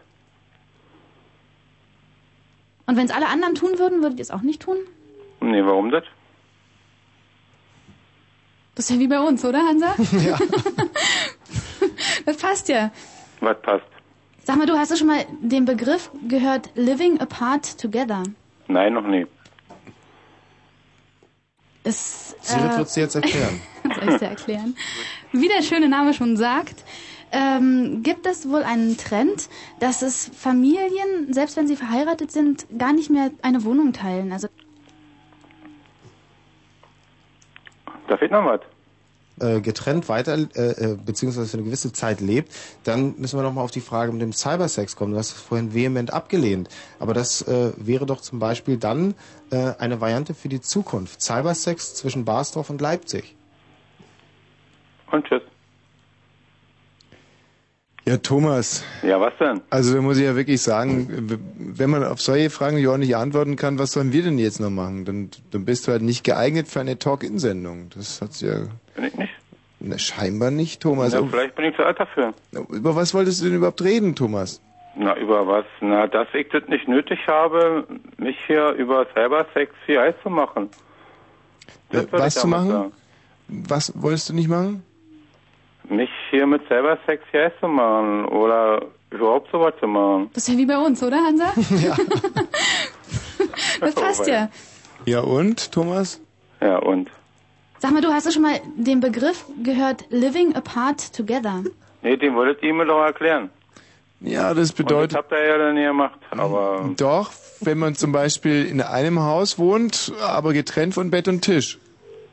Und wenn es alle anderen tun würden, würdet ihr es auch nicht tun? Nee, warum das? Das ist ja wie bei uns, oder, Hansa? Ja. Das passt ja. Was passt? Sag mal, du hast du schon mal den Begriff gehört, living apart together? Nein, noch nie. Das, Sirit wird's dir jetzt erklären. Soll ich dir erklären? Wie der schöne Name schon sagt, ähm, gibt es wohl einen Trend, dass es Familien, selbst wenn sie verheiratet sind, gar nicht mehr eine Wohnung teilen. Also Da fehlt noch was. äh, getrennt weiter, äh, beziehungsweise für eine gewisse Zeit lebt, dann müssen wir nochmal auf die Frage mit dem Cybersex kommen. Du hast es vorhin vehement abgelehnt. Aber das äh, wäre doch zum Beispiel dann äh, eine Variante für die Zukunft. Cybersex zwischen Basdorf und Leipzig. Und tschüss. Ja, Thomas. Ja, was denn? Also da muss ich ja wirklich sagen, wenn man auf solche Fragen nicht ordentlich antworten kann, was sollen wir denn jetzt noch machen? Dann, dann bist du halt nicht geeignet für eine Talk-In-Sendung. Das hat's ja... Bin ich nicht? Na, scheinbar nicht, Thomas. Ja, vielleicht bin ich zu alt dafür. Über was wolltest du denn überhaupt reden, Thomas? Na, über was? Na, dass ich das nicht nötig habe, mich hier über Cybersex hier heiß zu machen. Das Äh, würde was ich zu damit machen? sagen. Was wolltest du nicht machen? Mich hier mit Cybersex hier heiß zu machen oder überhaupt sowas zu machen. Das ist ja wie bei uns, oder, Hansa? Ja. Das passt ja. Ja und, Thomas? Ja und? Sag mal, du hast ja schon mal den Begriff gehört, living apart together. Nee, den wolltet ihr mir doch erklären. Ja, das bedeutet... Und das habt ihr ja dann nie gemacht, aber... Doch, wenn man zum Beispiel in einem Haus wohnt, aber getrennt von Bett und Tisch.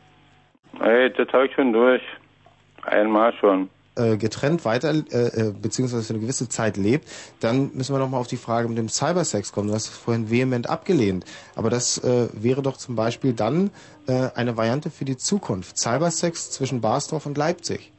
Ey, das habe ich schon durch. Einmal schon. Äh, getrennt weiter, äh, beziehungsweise für eine gewisse Zeit lebt, dann müssen wir nochmal auf die Frage mit dem Cybersex kommen. Du hast es vorhin vehement abgelehnt. Aber das äh, wäre doch zum Beispiel dann äh, eine Variante für die Zukunft. Cybersex zwischen Basdorf und Leipzig.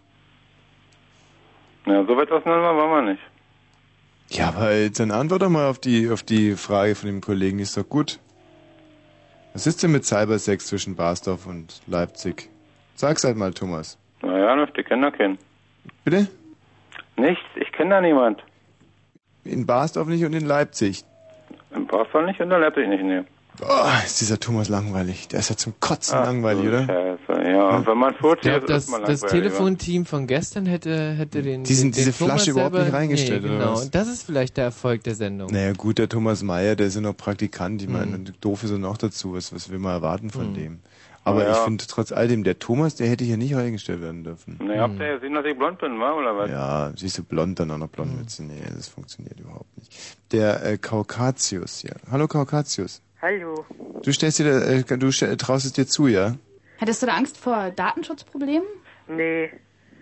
Ja, so weit auseinander waren wir nicht. Ja, aber jetzt dann antwort doch mal auf die, auf die Frage von dem Kollegen, ist doch gut. Was ist denn mit Cybersex zwischen Basdorf und Leipzig? Sag's halt mal, Thomas. Naja, nicht, ich kenne da keinen. Bitte? Nichts, ich kenne da niemand. In Basdorf nicht und in Leipzig. In Basdorf nicht und in Leipzig nicht, ne. Oh, ist dieser Thomas langweilig. Der ist ja zum Kotzen Ach, langweilig, so oder? Scheiße, ja. Und wenn man Ich vorzieht, glaube, ist das, man das langweilig. Telefonteam von gestern hätte, hätte den, Diesen- den, diese den Thomas Flasche überhaupt selber, nicht reingestellt, nee, oder genau. was? Und das ist vielleicht der Erfolg der Sendung. Naja gut, der Thomas Mayer, der ist ja noch Praktikant. Ich meine, Mhm. doof ist er noch dazu. Was, was will man erwarten von dem? Aber Na ja. ich finde trotz all dem, der Thomas, der hätte hier nicht reingestellt werden dürfen. Na, habt ihr ja gesehen, dass ich blond bin, wa, oder was? Ja, siehst du, blond, dann auch noch Blondmütze. Nee, das funktioniert überhaupt nicht. Der äh, Kaukatius, ja. Hallo Kaukatius. Hallo. Du stellst dir, da, äh, du stell, traust es dir zu, ja? Hättest du da Angst vor Datenschutzproblemen? Nee.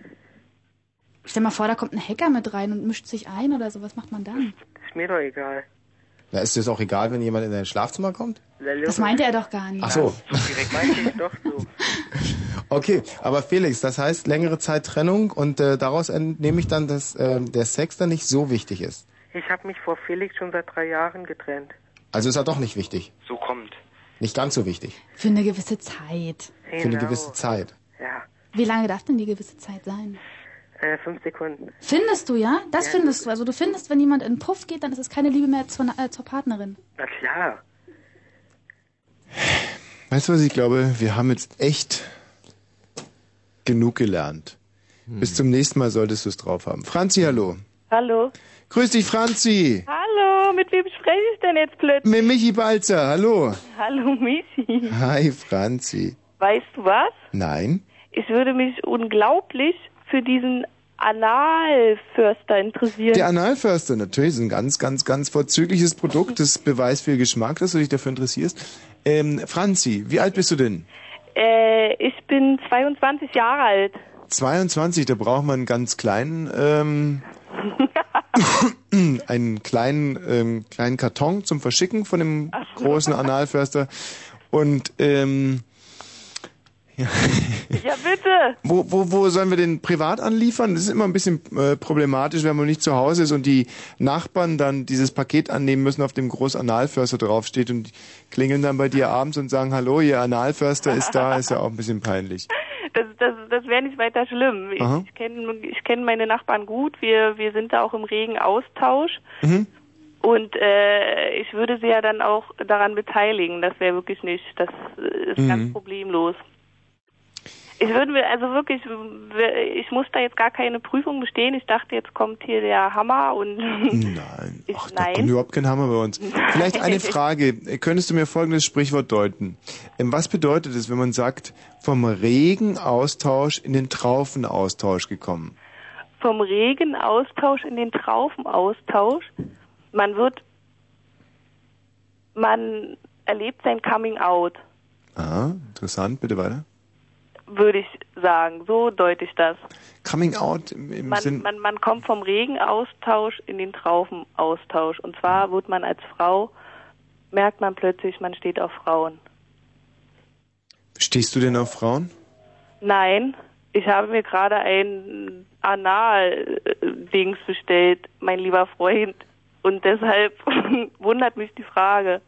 Stell mal vor, da kommt ein Hacker mit rein und mischt sich ein oder so. Was macht man dann? Ist mir doch egal. Na, ist dir das auch egal, wenn jemand in dein Schlafzimmer kommt? Das meinte er doch gar nicht. Ach so. Direkt meinte ich doch so. Okay, aber Felix, das heißt längere Zeit Trennung und äh, daraus entnehme ich dann, dass äh, der Sex dann nicht so wichtig ist. Ich habe mich vor Felix schon seit drei Jahren getrennt. Also ist er doch nicht wichtig. So kommt. Nicht ganz so wichtig. Für eine gewisse Zeit. Für eine gewisse Zeit. Ja, Wie lange darf denn die gewisse Zeit sein? äh, fünf Sekunden. Findest du, ja? Das Ja. findest du. Also du findest, wenn jemand in den Puff geht, dann ist es keine Liebe mehr zur, äh, zur Partnerin. Na klar. Weißt du, was ich glaube? Wir haben jetzt echt genug gelernt. Bis zum nächsten Mal solltest du es drauf haben. Franzi, hallo. Hallo. Grüß dich, Franzi. Hallo, mit wem spreche ich denn jetzt plötzlich? Mit Michi Balzer, hallo. Hallo, Michi. Hi, Franzi. Weißt du was? Nein? Ich würde mich unglaublich für diesen Analförster interessieren. Der Analförster, natürlich, ist ein ganz, ganz, ganz vorzügliches Produkt. Das Beweis für Geschmack, dass du dich dafür interessierst. Ähm, Franzi, wie alt bist du denn? äh, ich bin zweiundzwanzig Jahre alt. zweiundzwanzig, da braucht man einen ganz kleinen, ähm, einen kleinen, ähm, kleinen Karton zum Verschicken von dem großen Analförster. Und, ähm, ja. Ja, bitte. Wo, wo, wo sollen wir den privat anliefern? Das ist immer ein bisschen äh, problematisch, wenn man nicht zu Hause ist und die Nachbarn dann dieses Paket annehmen müssen, auf dem groß Analförster draufsteht und klingeln dann bei dir abends und sagen, hallo, Ihr Analförster ist da, ist ja auch ein bisschen peinlich. Das, das, das wäre nicht weiter schlimm. Ich, Aha. ich kenne ich kenn meine Nachbarn gut. Wir, wir sind da auch im regen Austausch. Mhm. Und äh, ich würde sie ja dann auch daran beteiligen. Das wäre wirklich nicht, das ist Mhm. ganz problemlos. Ich würde mir, also wirklich, ich muss da jetzt gar keine Prüfung bestehen. Ich dachte, jetzt kommt hier der Hammer und... Nein, ich, ach, da nein. kommt überhaupt kein Hammer bei uns. Vielleicht eine Frage. Könntest du mir folgendes Sprichwort deuten? Ähm, Was bedeutet es, wenn man sagt, vom regen Austausch in den Traufenaustausch gekommen? Vom regen Austausch in den Traufenaustausch. Man wird, man erlebt sein Coming Out. Aha, interessant. Bitte weiter. würde ich sagen. So deute ich das. Coming out im, im Man, Sinn... man, man kommt vom Regenaustausch in den Traubenaustausch. Und zwar wird man als Frau, merkt man plötzlich, man steht auf Frauen. Stehst du denn auf Frauen? Nein, ich habe mir gerade ein Anal-Dings bestellt, mein lieber Freund. Und deshalb wundert mich die Frage.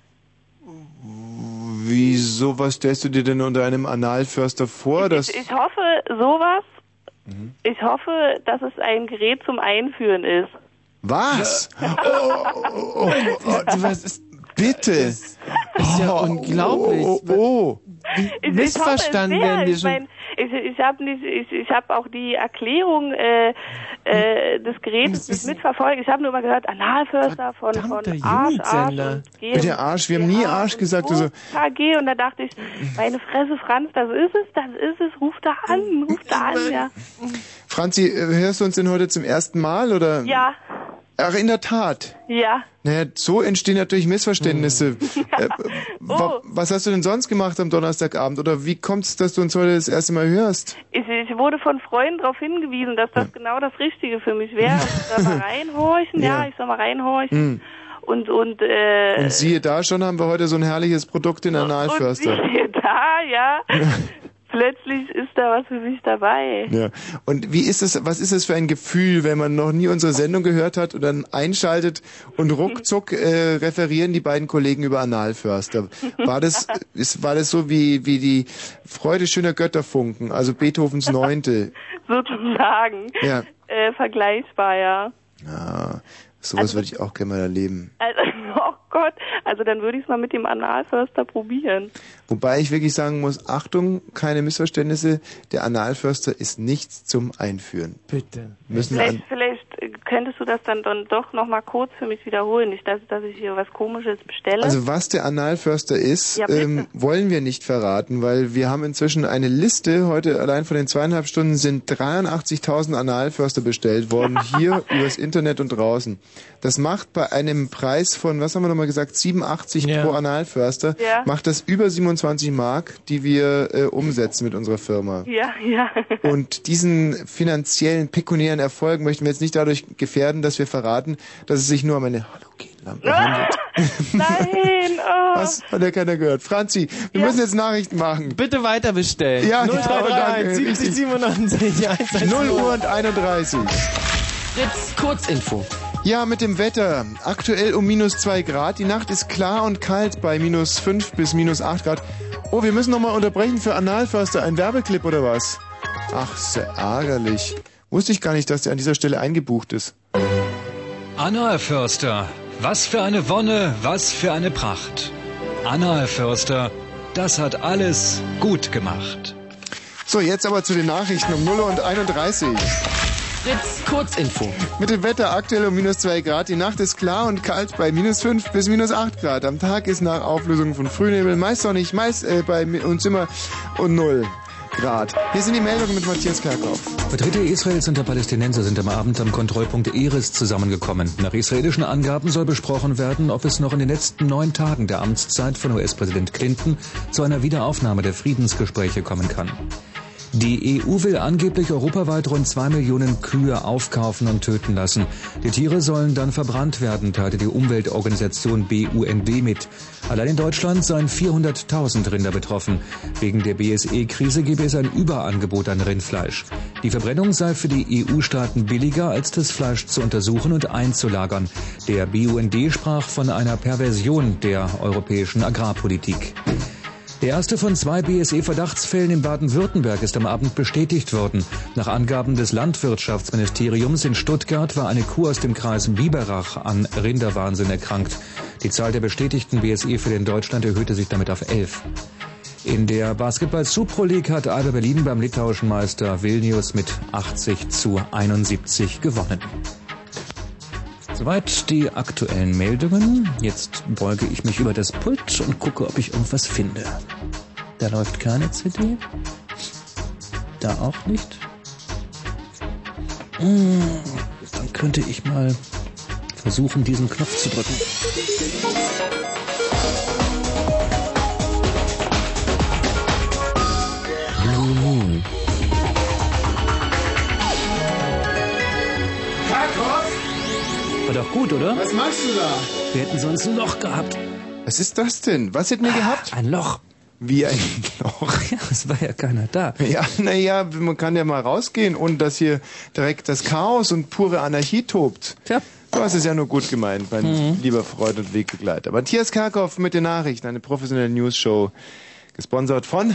Wieso, was stellst du dir denn unter einem Analförster vor? Dass Ich, ich hoffe, sowas. Mhm. Ich hoffe, dass es ein Gerät zum Einführen ist. Was? Oh, oh, oh, oh, was ist... Bitte! Das ist ja oh, unglaublich. Oh, oh, oh. Ich, Missverstanden ich werden wir ich schon. Mein, ich ich habe nicht, ich, ich habe auch die Erklärung äh, äh, des Gerätes nicht mitverfolgt. Ich habe nur mal gehört, Analförster von, von Arsch, Arsch und G. Bitte Arsch, wir haben nie Arsch gesagt. Also. K G und da dachte ich, meine Fresse, Franz, das ist es, das ist es, ruf da an, ruf da an, ja. Franzi, hörst du uns denn heute zum ersten Mal, oder? Ja. Ach, in der Tat. Ja. Naja, so entstehen natürlich Missverständnisse. Ja. Äh, wa- was hast du denn sonst gemacht am Donnerstagabend? Oder wie kommt es, dass du uns heute das erste Mal hörst? Ich, ich wurde von Freunden darauf hingewiesen, dass das ja. genau das Richtige für mich wäre. Ich soll mal reinhorchen, ja, ja ich soll mal reinhorchen. Hm. Und, und, äh, und siehe da, schon haben wir heute so ein herrliches Produkt in Analförster. Und siehe da, ja. Plötzlich ist da was für mich dabei. Ja. Und wie ist es, was ist es für ein Gefühl, wenn man noch nie unsere Sendung gehört hat und dann einschaltet und ruckzuck äh, referieren die beiden Kollegen über Analförster? War das, ist, war das so wie, wie die Freude schöner Götterfunken, also Beethovens Neunte? Sozusagen. Ja. Äh, vergleichbar, ja. Ja. Sowas also, würde ich auch gerne mal erleben. Also, oh Gott, also dann würde ich es mal mit dem Analförster probieren. Wobei ich wirklich sagen muss, Achtung, keine Missverständnisse, der Analförster ist nichts zum Einführen. Bitte. Müssen vielleicht, an vielleicht könntest du das dann, dann doch nochmal kurz für mich wiederholen, nicht, dass, dass ich hier was Komisches bestelle. Also was der Analförster ist, ja, ähm, wollen wir nicht verraten, weil wir haben inzwischen eine Liste, heute allein von den zweieinhalb Stunden sind dreiundachtzigtausend Analförster bestellt worden, hier übers Internet und draußen. Das macht bei einem Preis von, was haben wir nochmal gesagt, siebenundachtzig ja. pro Analförster, ja. macht das über siebenundzwanzig Mark, die wir äh, umsetzen mit unserer Firma. Ja, ja. Und diesen finanziellen, pekuniären Erfolg möchten wir jetzt nicht dadurch gefährden, dass wir verraten, dass es sich nur um eine Halogenlampe handelt. Nein, oh. Was hat ja keiner gehört. Franzi, wir ja. müssen jetzt Nachrichten machen. Bitte weiter bestellen. Ja, null drei drei eins siebzig siebenundneunzig null Uhr und einunddreißig. Fritz, Kurzinfo. Ja, mit dem Wetter. Aktuell um minus zwei Grad. Die Nacht ist klar und kalt bei minus fünf bis minus acht Grad. Oh, wir müssen nochmal unterbrechen für Analförster. Ein Werbeclip oder was? Ach, sehr ärgerlich. Wusste ich gar nicht, dass der an dieser Stelle eingebucht ist. Analförster. Was für eine Wonne, was für eine Pracht. Analförster. Das hat alles gut gemacht. So, jetzt aber zu den Nachrichten um null Uhr und einunddreißig. Fritz, Kurzinfo. Mit dem Wetter aktuell um minus zwei Grad. Die Nacht ist klar und kalt bei minus fünf bis minus acht Grad. Am Tag ist nach Auflösung von Frühnebel meist sonnig, meist äh, bei uns immer und null Grad. Hier sind die Meldungen mit Matthias Kerkhoff. Vertreter Israels und der Palästinenser sind am Abend am Kontrollpunkt Eres zusammengekommen. Nach israelischen Angaben soll besprochen werden, ob es noch in den letzten neun Tagen der Amtszeit von U S-Präsident Clinton zu einer Wiederaufnahme der Friedensgespräche kommen kann. Die E U will angeblich europaweit rund zwei Millionen Kühe aufkaufen und töten lassen. Die Tiere sollen dann verbrannt werden, teilte die Umweltorganisation B U N D mit. Allein in Deutschland seien vierhunderttausend Rinder betroffen. Wegen der B S E-Krise gebe es ein Überangebot an Rindfleisch. Die Verbrennung sei für die E U-Staaten billiger, als das Fleisch zu untersuchen und einzulagern. Der B U N D sprach von einer Perversion der europäischen Agrarpolitik. Der erste von zwei B S E-Verdachtsfällen in Baden-Württemberg ist am Abend bestätigt worden. Nach Angaben des Landwirtschaftsministeriums in Stuttgart war eine Kuh aus dem Kreis Biberach an Rinderwahnsinn erkrankt. Die Zahl der bestätigten B S E-Fälle in Deutschland erhöhte sich damit auf elf. In der Basketball-Supro League hat Alba Berlin beim litauischen Meister Vilnius mit achtzig zu einundsiebzig gewonnen. Soweit die aktuellen Meldungen. Jetzt beuge ich mich über das Pult und gucke, ob ich irgendwas finde. Da läuft keine C D. Da auch nicht. Dann könnte ich mal versuchen, diesen Knopf zu drücken. Blue doch gut, oder? Was machst du da? Wir hätten sonst ein Loch gehabt. Was ist das denn? Was hätten wir gehabt? Ein Loch. Wie ein Loch? Ja, es war ja keiner da. Ja, naja, man kann ja mal rausgehen, ohne dass hier direkt das Chaos und pure Anarchie tobt. Tja. Du hast es ja nur gut gemeint, mein mhm. lieber Freund und Wegbegleiter. Matthias Kerkhoff mit den Nachrichten, eine professionelle News-Show, gesponsert von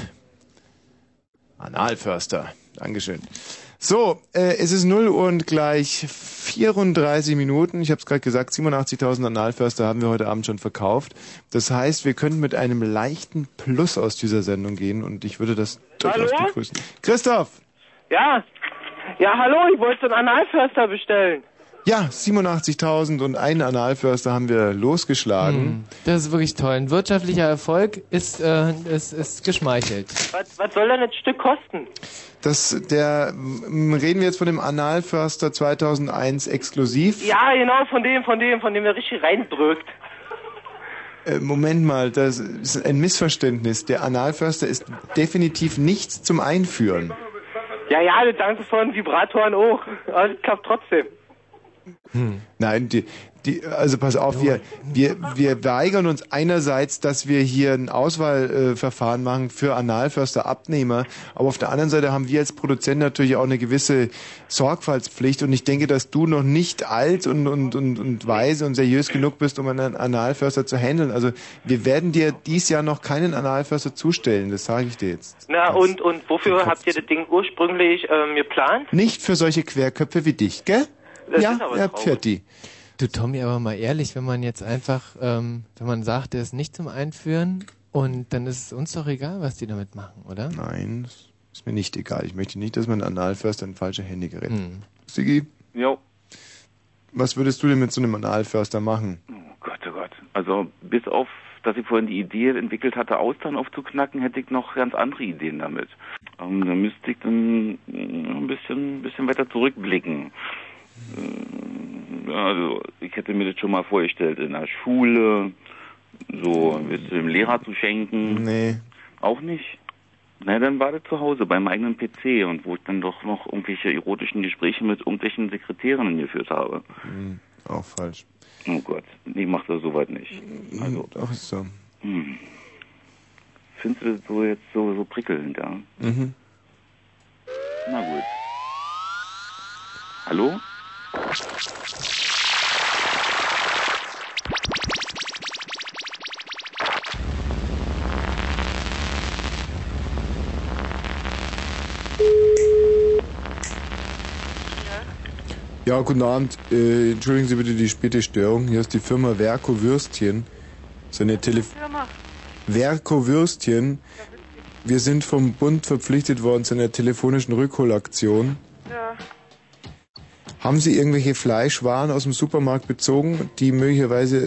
Analförster. Dankeschön. So, äh, es ist null Uhr und gleich vierunddreißig Minuten. Ich habe es gerade gesagt, siebenundachtzigtausend Analförster haben wir heute Abend schon verkauft. Das heißt, wir können mit einem leichten Plus aus dieser Sendung gehen und ich würde das durchaus Hallo? begrüßen. Christoph! Ja, ja, hallo, ich wollte einen Analförster bestellen. Ja, siebenundachtzigtausend und einen Analförster haben wir losgeschlagen. Hm, das ist wirklich toll. Ein wirtschaftlicher Erfolg ist, äh, ist, ist geschmeichelt. Was, was soll denn das Stück kosten? Das, der, m, reden wir jetzt von dem Analförster zweitausendeins exklusiv? Ja, genau, von dem, von dem, von dem der richtig reindrückt. Äh, Moment mal, das ist ein Missverständnis. Der Analförster ist definitiv nichts zum Einführen. Ja, ja, das danke von Vibratoren auch. Aber das klappt trotzdem. Hm. Nein, die, die, also pass auf, wir, wir, wir weigern uns einerseits, dass wir hier ein Auswahlverfahren äh, machen für Analförster Abnehmer, aber auf der anderen Seite haben wir als Produzent natürlich auch eine gewisse Sorgfaltspflicht und ich denke, dass du noch nicht alt und, und, und, und weise und seriös genug bist, um einen Analförster zu handeln. Also wir werden dir dies Jahr noch keinen Analförster zustellen, das sage ich dir jetzt. Na und, und wofür habt ihr das Ding ursprünglich ähm, geplant? Nicht für solche Querköpfe wie dich, gell? Das ja, ist aber ja, traurig. Pfirti. Du Tommy, aber mal ehrlich, wenn man jetzt einfach, ähm, wenn man sagt, der ist nicht zum Einführen und dann ist es uns doch egal, was die damit machen, oder? Nein, das ist mir nicht egal. Ich möchte nicht, dass mein Analförster in falsche Hände gerät. Hm. Sigi? Jo. Was würdest du denn mit so einem Analförster machen? Oh Gott, oh Gott. Also bis auf, dass ich vorhin die Idee entwickelt hatte, Austern aufzuknacken, hätte ich noch ganz andere Ideen damit. Ähm, da müsste ich dann ein bisschen, ein bisschen weiter zurückblicken. Also ich hätte mir das schon mal vorgestellt, in der Schule so ein bisschen dem Lehrer zu schenken. Nee. Auch nicht? Na, dann war das zu Hause beim eigenen P C und wo ich dann doch noch irgendwelche erotischen Gespräche mit irgendwelchen Sekretärinnen geführt habe. Hm, auch falsch. Oh Gott, ich mach das soweit nicht. Also, Doch ist so. hm. Findest du das so jetzt so, so prickelnd, ja? Mhm. Na gut. Hallo? Ja, guten Abend. Äh, entschuldigen Sie bitte die späte Störung. Hier ist die Firma Verco Würstchen. So eine Tele Firma? Verco Würstchen. Wir sind vom Bund verpflichtet worden zu einer telefonischen Rückholaktion. Ja. Haben Sie irgendwelche Fleischwaren aus dem Supermarkt bezogen, die möglicherweise...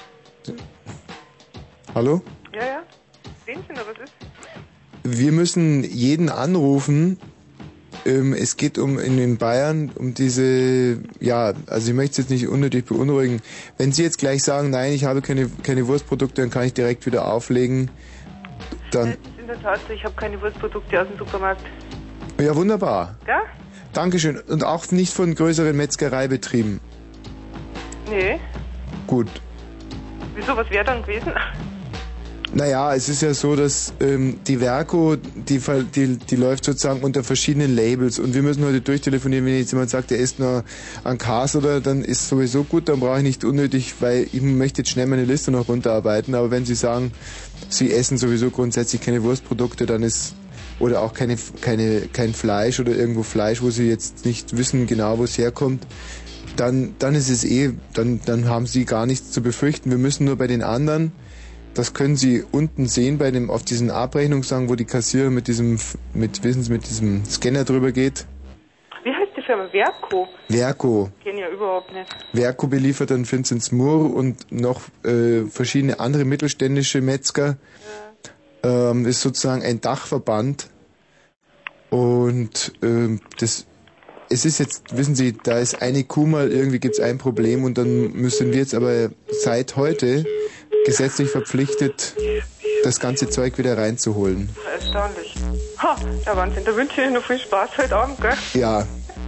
Hallo? Ja, ja. Sehen Sie noch, was ist? Wir müssen jeden anrufen. Ähm, es geht um in den Bayern um diese, ja, also ich möchte es jetzt nicht unnötig beunruhigen. Wenn Sie jetzt gleich sagen, nein, ich habe keine, keine Wurstprodukte, dann kann ich direkt wieder auflegen. Dann... Das ist in der Tat so, ich habe keine Wurstprodukte aus dem Supermarkt. Ja, wunderbar. Ja? Dankeschön. Und auch nicht von größeren Metzgereibetrieben. Nee. Gut. Wieso, was wäre dann gewesen? Naja, es ist ja so, dass ähm, die Verco, die, ver- die, die läuft sozusagen unter verschiedenen Labels und wir müssen heute durchtelefonieren, wenn jetzt jemand sagt, er isst nur an Kas oder dann ist sowieso gut, dann brauche ich nicht unnötig, weil ich möchte jetzt schnell meine Liste noch runterarbeiten, aber wenn Sie sagen, Sie essen sowieso grundsätzlich keine Wurstprodukte, dann ist oder auch keine, keine, kein Fleisch oder irgendwo Fleisch, wo Sie jetzt nicht wissen genau, wo es herkommt, dann, dann ist es eh, dann, dann haben Sie gar nichts zu befürchten. Wir müssen nur bei den anderen, das können Sie unten sehen, bei dem, auf diesen Abrechnungssagen, wo die Kassiererin mit diesem, mit, wissen Sie, mit diesem Scanner drüber geht. Wie heißt die Firma? Verco? Verco. Kenn ja überhaupt nicht. Verco beliefert dann Vinzenz Murr und noch äh, verschiedene andere mittelständische Metzger. Ja. Ähm, ist sozusagen ein Dachverband. Und ähm, das, es ist jetzt, wissen Sie, da ist eine Kuh mal, irgendwie gibt es ein Problem und dann müssen wir jetzt aber seit heute gesetzlich verpflichtet, das ganze Zeug wieder reinzuholen. Erstaunlich. Ha, ja Wahnsinn, da wünsche ich Ihnen noch viel Spaß heute Abend, gell? Ja,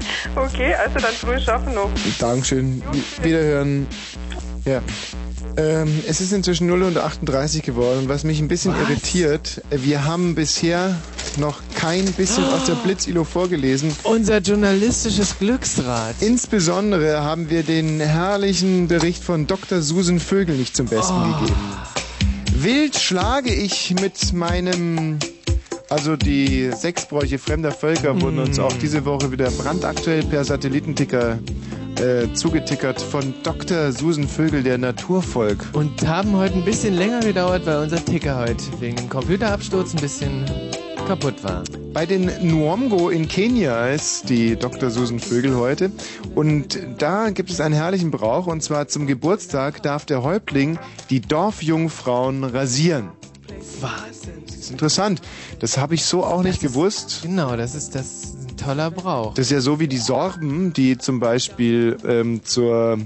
Okay, also dann früh schaffen noch. Dankeschön. Wiederhören. Ja. Ähm, es ist inzwischen null Uhr achtunddreißig geworden und was mich ein bisschen was? irritiert, wir haben bisher noch kein bisschen oh. aus der Blitz-I L O vorgelesen. Unser journalistisches Glücksrad. Insbesondere haben wir den herrlichen Bericht von Doktor Susan Vögel nicht zum Besten oh. gegeben. Wild schlage ich mit meinem... Also die Sexbräuche fremder Völker wurden uns auch diese Woche wieder brandaktuell per Satellitenticker äh, zugetickert von Doktor Susan Vögel, der Naturvolk. Und haben heute ein bisschen länger gedauert, weil unser Ticker heute wegen dem Computerabsturz ein bisschen kaputt war. Bei den Nwomgo in Kenia ist die Doktor Susan Vögel heute und da gibt es einen herrlichen Brauch und zwar zum Geburtstag darf der Häuptling die Dorfjungfrauen rasieren. Wahnsinn. Das ist interessant. Das habe ich so auch das nicht ist, gewusst. Genau, das ist das ist ein toller Brauch. Das ist ja so wie die Sorben, die zum Beispiel ähm, zur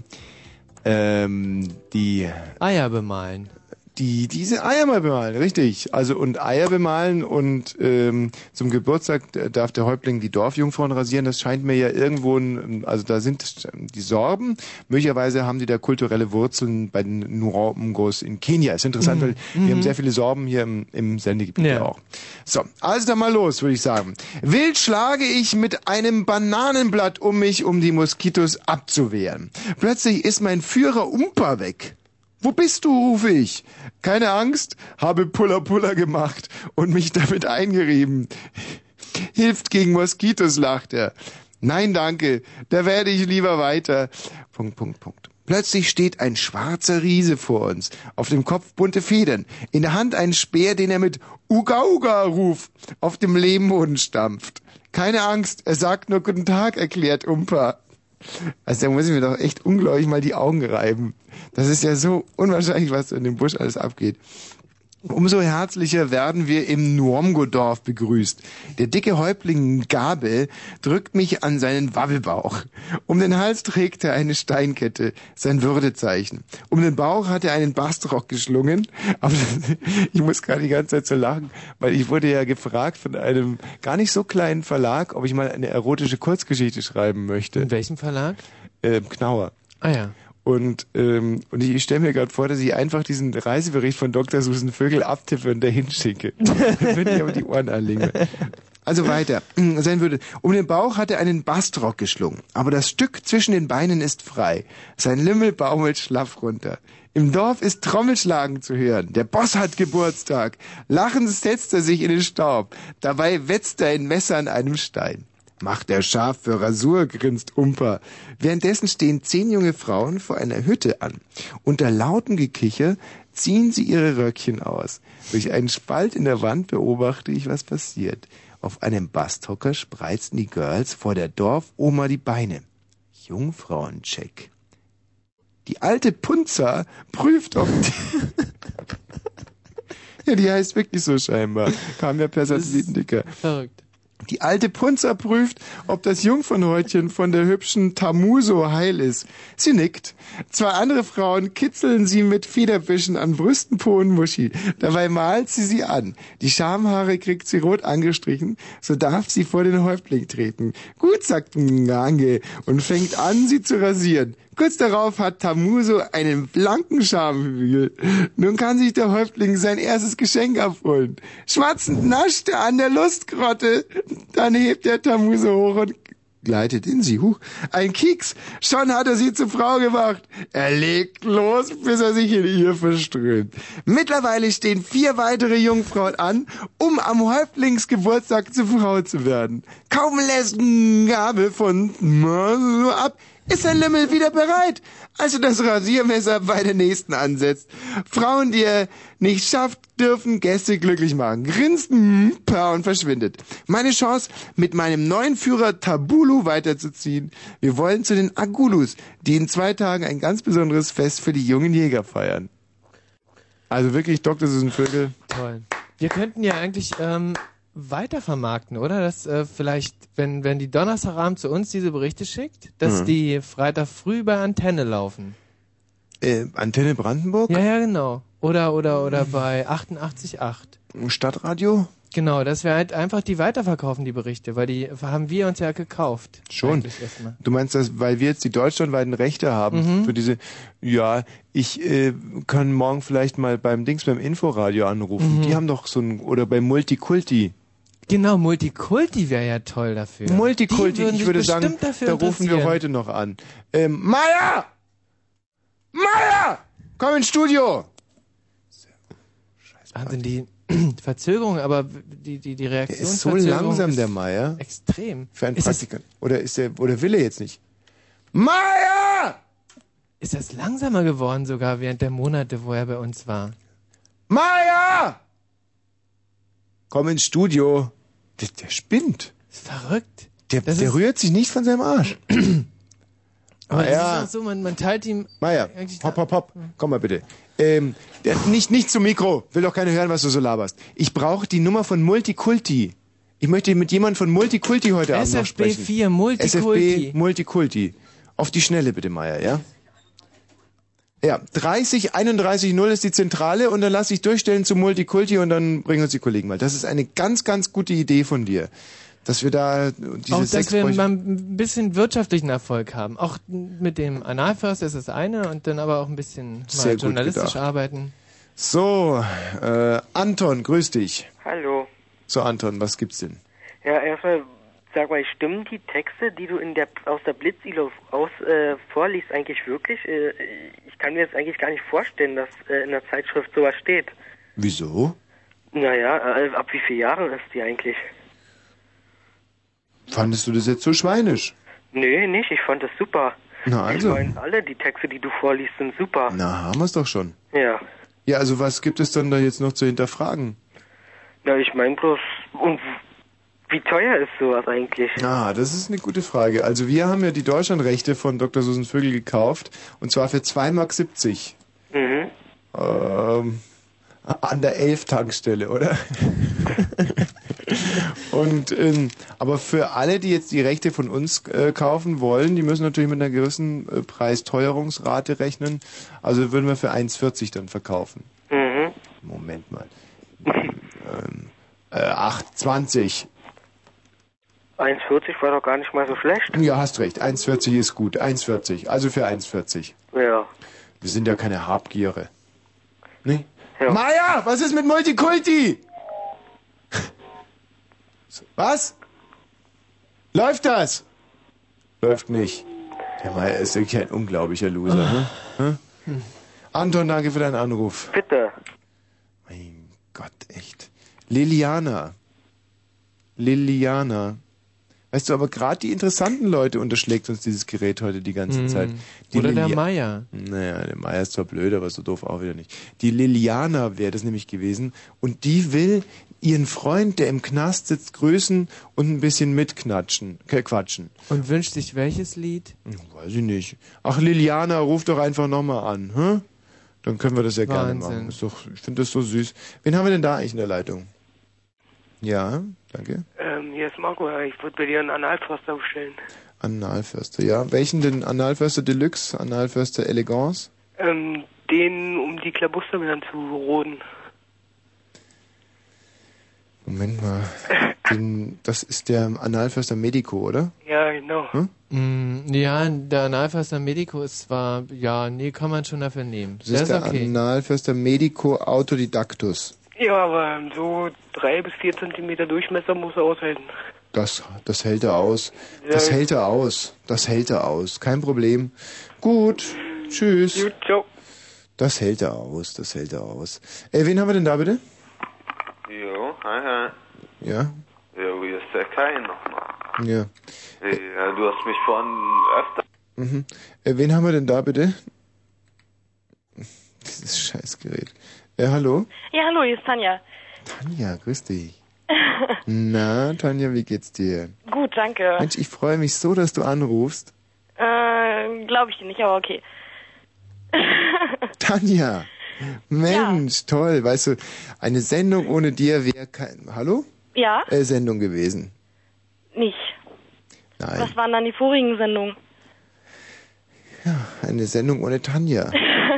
ähm, die Eier bemalen. Die diese Eier mal bemalen, richtig. Also und Eier bemalen und ähm, zum Geburtstag darf der Häuptling die Dorfjungfrauen rasieren. Das scheint mir ja irgendwo, ein, also da sind die Sorben. Möglicherweise haben die da kulturelle Wurzeln bei den Nwomgos in Kenia. Ist interessant, mhm. weil wir mhm. haben sehr viele Sorben hier im, im Sendegebiet ja. auch. So, also dann mal los, würde ich sagen. Wild schlage ich mit einem Bananenblatt um mich, um die Moskitos abzuwehren. Plötzlich ist mein Führer Umpa weg. Wo bist du, rufe ich. Keine Angst, habe Puller Puller gemacht und mich damit eingerieben. Hilft gegen Moskitos, lacht er. Nein, danke, da werde ich lieber weiter. Punkt, Punkt, Punkt. Plötzlich steht ein schwarzer Riese vor uns. Auf dem Kopf bunte Federn. In der Hand ein Speer, den er mit Uga Uga ruft, auf dem Lehmboden stampft. Keine Angst, er sagt nur Guten Tag, erklärt Umpa. Also da muss ich mir doch echt unglaublich mal die Augen reiben. Das ist ja so unwahrscheinlich, was in dem Busch alles abgeht. Umso herzlicher werden wir im Nwomgo-Dorf begrüßt. Der dicke Häuptling Gabe drückt mich an seinen Wabbelbauch. Um den Hals trägt er eine Steinkette, sein Würdezeichen. Um den Bauch hat er einen Bastrock geschlungen. Aber ich muss gerade die ganze Zeit so lachen, weil ich wurde ja gefragt von einem gar nicht so kleinen Verlag, ob ich mal eine erotische Kurzgeschichte schreiben möchte. In welchem Verlag? Äh, Knauer. Ah ja. Und, ähm, und ich stelle mir gerade vor, dass ich einfach diesen Reisebericht von Doktor Susan Vögel abtippe und dahin schicke. Dann würde ich aber die Ohren anlegen. Also weiter. Sein würde. Um den Bauch hat er einen Bastrock geschlungen. Aber das Stück zwischen den Beinen ist frei. Sein Lümmel baumelt schlaff runter. Im Dorf ist Trommelschlagen zu hören. Der Boss hat Geburtstag. Lachend setzt er sich in den Staub. Dabei wetzt er ein Messer an einem Stein. Macht er scharf für Rasur, grinst Umpa. Währenddessen stehen zehn junge Frauen vor einer Hütte an. Unter lautem Gekicher ziehen sie ihre Röckchen aus. Durch einen Spalt in der Wand beobachte ich, was passiert. Auf einem Basthocker spreizen die Girls vor der Dorfoma die Beine. Jungfrauencheck. Die alte Punza prüft, ob die... ja, die heißt wirklich so scheinbar. Kam ja per Satellitendicker. Verrückt. Die alte Punza prüft, ob das Jungfernhäutchen von der hübschen Tamuso heil ist. Sie nickt. Zwei andere Frauen kitzeln sie mit Federbüschen an Brüsten, Po und Muschi. Dabei malt sie sie an. Die Schamhaare kriegt sie rot angestrichen, so darf sie vor den Häuptling treten. Gut, sagt Ngange und fängt an, sie zu rasieren. Kurz darauf hat Tamuso einen blanken Schamhügel. Nun kann sich der Häuptling sein erstes Geschenk abholen. Schmatzend nascht er an der Lustgrotte. Dann hebt der Tamuso hoch und gleitet in sie. Huch, ein Kieks. Schon hat er sie zur Frau gemacht. Er legt los, bis er sich in ihr verströmt. Mittlerweile stehen vier weitere Jungfrauen an, um am Häuptlingsgeburtstag zur Frau zu werden. Kaum lässt Gabe von so ab, ist sein Lümmel wieder bereit, als er das Rasiermesser bei der nächsten ansetzt. Frauen, die er nicht schafft, dürfen Gäste glücklich machen. Grinst Mpa und verschwindet. Meine Chance, mit meinem neuen Führer Tabulu weiterzuziehen. Wir wollen zu den Agulus, die in zwei Tagen ein ganz besonderes Fest für die jungen Jäger feiern. Also wirklich, Doktor Susan Vögel. Toll. Wir könnten ja eigentlich ähm, weiter vermarkten, oder? Dass äh, vielleicht, wenn wenn die Donnerstagabend zu uns diese Berichte schickt, dass mhm. die Freitag früh bei Antenne laufen. Äh, Antenne Brandenburg? Ja, ja, genau. Oder oder oder bei achtundachtzig Komma acht. Stadtradio? Genau, dass wir halt einfach die weiterverkaufen, die Berichte, weil die haben wir uns ja gekauft. Schon. Du meinst das, weil wir jetzt die deutschlandweiten Rechte haben Mhm. für diese, ja, ich äh, kann morgen vielleicht mal beim Dings, beim Inforadio anrufen. Mhm. Die haben doch so ein, oder bei Multikulti. Genau, Multikulti wäre ja toll dafür. Multikulti, Die würden ich sich würde sagen, bestimmt dafür da rufen wir interessieren. heute noch an. Ähm, Meier! Meier! Komm ins Studio! Wahnsinn, die Verzögerung, aber die, die, die Der Reaktion ist so langsam, der Meier. Extrem. Für einen Ist das- Praktikant. Oder ist der, oder will er jetzt nicht? Meier! Ist das langsamer geworden sogar während der Monate, wo er bei uns war? Meier! Komm ins Studio. Der, der spinnt. Ist verrückt. Der, Das der ist- rührt sich nicht von seinem Arsch. Aber Meier. das ist auch so, man, man teilt ihm... Meier, hopp, hopp, hopp. Komm mal bitte. Ähm, der, nicht, nicht zum Mikro. Will doch keiner hören, was du so laberst. Ich brauche die Nummer von Multikulti. Ich möchte mit jemandem von Multikulti heute Abend noch S F B sprechen. vier Multikulti. S F B Multikulti. Auf die Schnelle bitte, Meier, ja? Ja, dreißig einunddreißig null ist die Zentrale und dann lass ich durchstellen zu Multikulti und dann bringen uns die Kollegen mal. Das ist eine ganz, ganz gute Idee von dir. Dass wir da diese Auch, dass sechs wir bräuchten- mal ein bisschen wirtschaftlichen Erfolg haben. Auch mit dem Analförster ist das eine und dann aber auch ein bisschen mal Sehr gut journalistisch gedacht. arbeiten. So, äh, Anton, grüß dich. Hallo. So, Anton, was gibt's denn? Ja, erstmal, sag mal, stimmen die Texte, die du in der aus der Blitz-I L O aus äh, vorliest, eigentlich wirklich? Äh, ich kann mir jetzt eigentlich gar nicht vorstellen, dass äh, in der Zeitschrift sowas steht. Wieso? Naja, äh, ab wie vielen Jahren ist die eigentlich? Fandest du das jetzt so schweinisch? Nee, nicht, ich fand das super. Na also. Ich meine, alle die Texte, die du vorliest, sind super. Na, haben wir's doch schon. Ja. Ja, also was gibt es dann da jetzt noch zu hinterfragen? Na, ich meine bloß, und wie teuer ist sowas eigentlich? Ah, das ist eine gute Frage. Also wir haben ja die Deutschlandrechte von Doktor Susan Vögel gekauft und zwar für zwei Mark siebzig. Mhm. Ähm, an der elf-Tankstelle, oder? Und ähm, aber für alle, die jetzt die Rechte von uns äh, kaufen wollen, die müssen natürlich mit einer gewissen äh, Preisteuerungsrate rechnen. Also würden wir für eins vierzig dann verkaufen. Mhm. Moment mal. ähm, äh, acht zwanzig. eins vierzig war doch gar nicht mal so schlecht. Ja, hast recht. eins vierzig ist gut. eins vierzig. Also für eins vierzig. Ja. Wir sind ja keine Habgiere. Nee? Ja. Meier, was ist mit Multikulti? Was? Läuft das? Läuft nicht. Der Meier ist wirklich ein unglaublicher Loser. Ne? Hm? Anton, danke für deinen Anruf. Bitte. Mein Gott, echt. Liliana. Liliana. Weißt du, aber gerade die interessanten Leute unterschlägt uns dieses Gerät heute die ganze Hm. Zeit. Die Oder der Lilia- Meier. Naja, der Meier ist zwar blöd, aber so doof auch wieder nicht. Die Liliana wäre das nämlich gewesen und die will ihren Freund, der im Knast sitzt, grüßen und ein bisschen mitknatschen, äh, quatschen. Und wünscht sich welches Lied? Weiß ich nicht. Ach, Liliana, ruf doch einfach nochmal an, hä? Dann können wir das ja gerne Wahnsinn. machen. Ist doch, ich finde das so süß. Wen haben wir denn da eigentlich in der Leitung? Ja, danke. Ähm, hier ist Marco, ja. Ich würde bei dir einen Analförster bestellen. Analförster, ja. Welchen denn? Analförster Deluxe, Analförster Elegance? Ähm, den, um die Klabuster wieder zu roden. Moment mal. Den, das ist der Analförster Medico, oder? Ja, genau. Hm? Mm, ja, der Analförster Medico ist zwar, ja, nee, kann man schon dafür nehmen. Das ist der Analförster Medico Autodidactus. Ja, aber so drei bis vier Zentimeter Durchmesser muss er aushalten. Das, das hält er aus. Das Ja. hält er aus. Das hält er aus. Kein Problem. Gut. Tschüss. Gut, ciao. Das hält er aus. Das hält er aus. Äh, wen haben wir denn da bitte? Jo, hi, hi. Ja? Jo, hier ist der Kai nochmal. Ja. Ja, du hast mich vorhin öfter... Mhm. Äh, wen haben wir denn da bitte? Dieses Scheißgerät. Äh, hallo? Ja, hallo, hier ist Tanja. Tanja, grüß dich. Na, Tanja, wie geht's dir? Gut, danke. Mensch, ich freue mich so, dass du anrufst. Äh, glaube ich dir nicht, aber okay. Tanja, Mensch, toll. Weißt du, eine Sendung ohne dir wäre kein... Hallo? Ja? Äh, Sendung gewesen. Nicht. Nein, Was waren dann die vorigen Sendungen? eine Sendung ohne Tanja.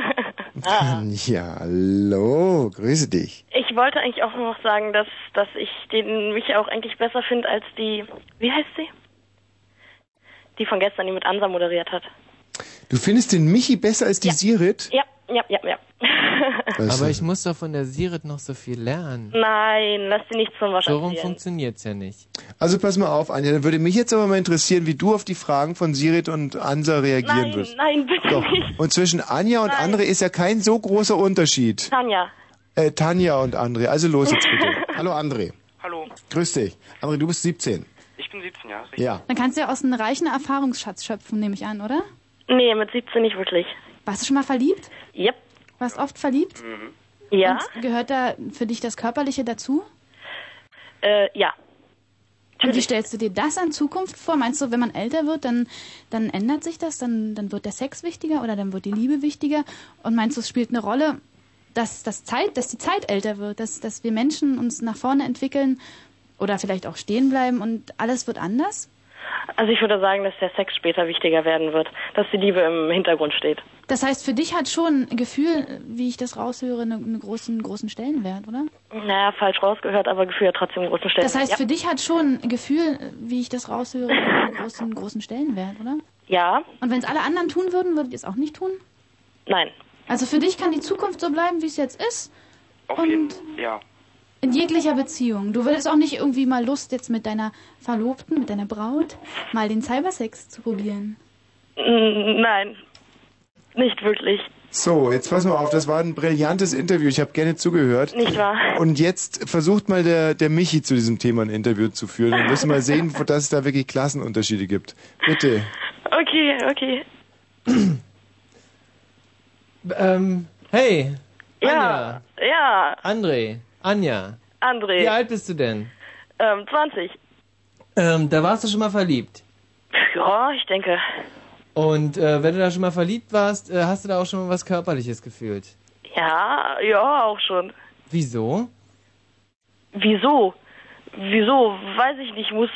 Ah. Ja, hallo, grüße dich. Ich wollte eigentlich auch noch sagen, dass, dass ich den mich auch eigentlich besser finde als die, wie heißt sie? Die von gestern, die mit Ansa moderiert hat. Du findest den Michi besser als die Ja. Sirit? Ja, ja, ja, ja. Aber ich muss doch von der Sirit noch so viel lernen. Nein, lass dir nichts von was So rum erzählen. funktioniert's ja nicht. Also pass mal auf, Anja, dann würde mich jetzt aber mal interessieren, wie du auf die Fragen von Sirit und Ansa reagieren Nein, wirst. nein, bitte Doch. nicht. Und zwischen Anja und Nein. André ist ja kein so großer Unterschied. Tanja. Äh, Tanja und André. Also los jetzt bitte. Hallo André. Hallo. Grüß dich. André, du bist siebzehn. Ich bin siebzehn Jahre. Ja. Dann kannst du ja aus einem reichen Erfahrungsschatz schöpfen, nehme ich an, oder? Nee, mit siebzehn nicht wirklich. Warst du schon mal verliebt? Yep. Warst oft verliebt? Mhm. Ja. Und gehört da für dich das Körperliche dazu? Äh, ja. Und wie stellst du dir das an Zukunft vor? Meinst du, wenn man älter wird, dann, dann ändert sich das? Dann, dann wird der Sex wichtiger oder dann wird die Liebe wichtiger? Und meinst du, es spielt eine Rolle, dass, dass, Zeit, dass die Zeit älter wird, dass, dass wir Menschen uns nach vorne entwickeln oder vielleicht auch stehen bleiben und alles wird anders? Also ich würde sagen, dass der Sex später wichtiger werden wird, dass die Liebe im Hintergrund steht. Das heißt, für dich hat schon ein Gefühl, wie ich das raushöre, einen, einen großen, großen Stellenwert, oder? Naja, falsch rausgehört, aber Gefühl hat trotzdem einen großen Stellenwert. Das heißt, ja. für dich hat schon ein Gefühl, wie ich das raushöre, einen großen, großen Stellenwert, oder? Ja. Und wenn es alle anderen tun würden, würdet ihr es auch nicht tun? Nein. Also für dich kann die Zukunft so bleiben, wie es jetzt ist? Auf und jeden ja. in jeglicher Beziehung. Du würdest auch nicht irgendwie mal Lust, jetzt mit deiner Verlobten, mit deiner Braut, mal den Cybersex zu probieren? Nein. Nicht wirklich. So, jetzt pass mal auf, das war ein brillantes Interview. Ich habe gerne zugehört. Nicht wahr? Und jetzt versucht mal der, der Michi zu diesem Thema ein Interview zu führen. Wir müssen mal sehen, dass es da wirklich Klassenunterschiede gibt. Bitte. Okay, okay. ähm, hey. Ja, Anja. ja. André. Anja. André. Wie alt bist du denn? Ähm, zwanzig. Ähm, da warst du schon mal verliebt. Ja, ich denke. Und äh, wenn du da schon mal verliebt warst, äh, hast du da auch schon mal was Körperliches gefühlt? Ja, ja, auch schon. Wieso? Wieso? Wieso? Weiß ich nicht. Muss.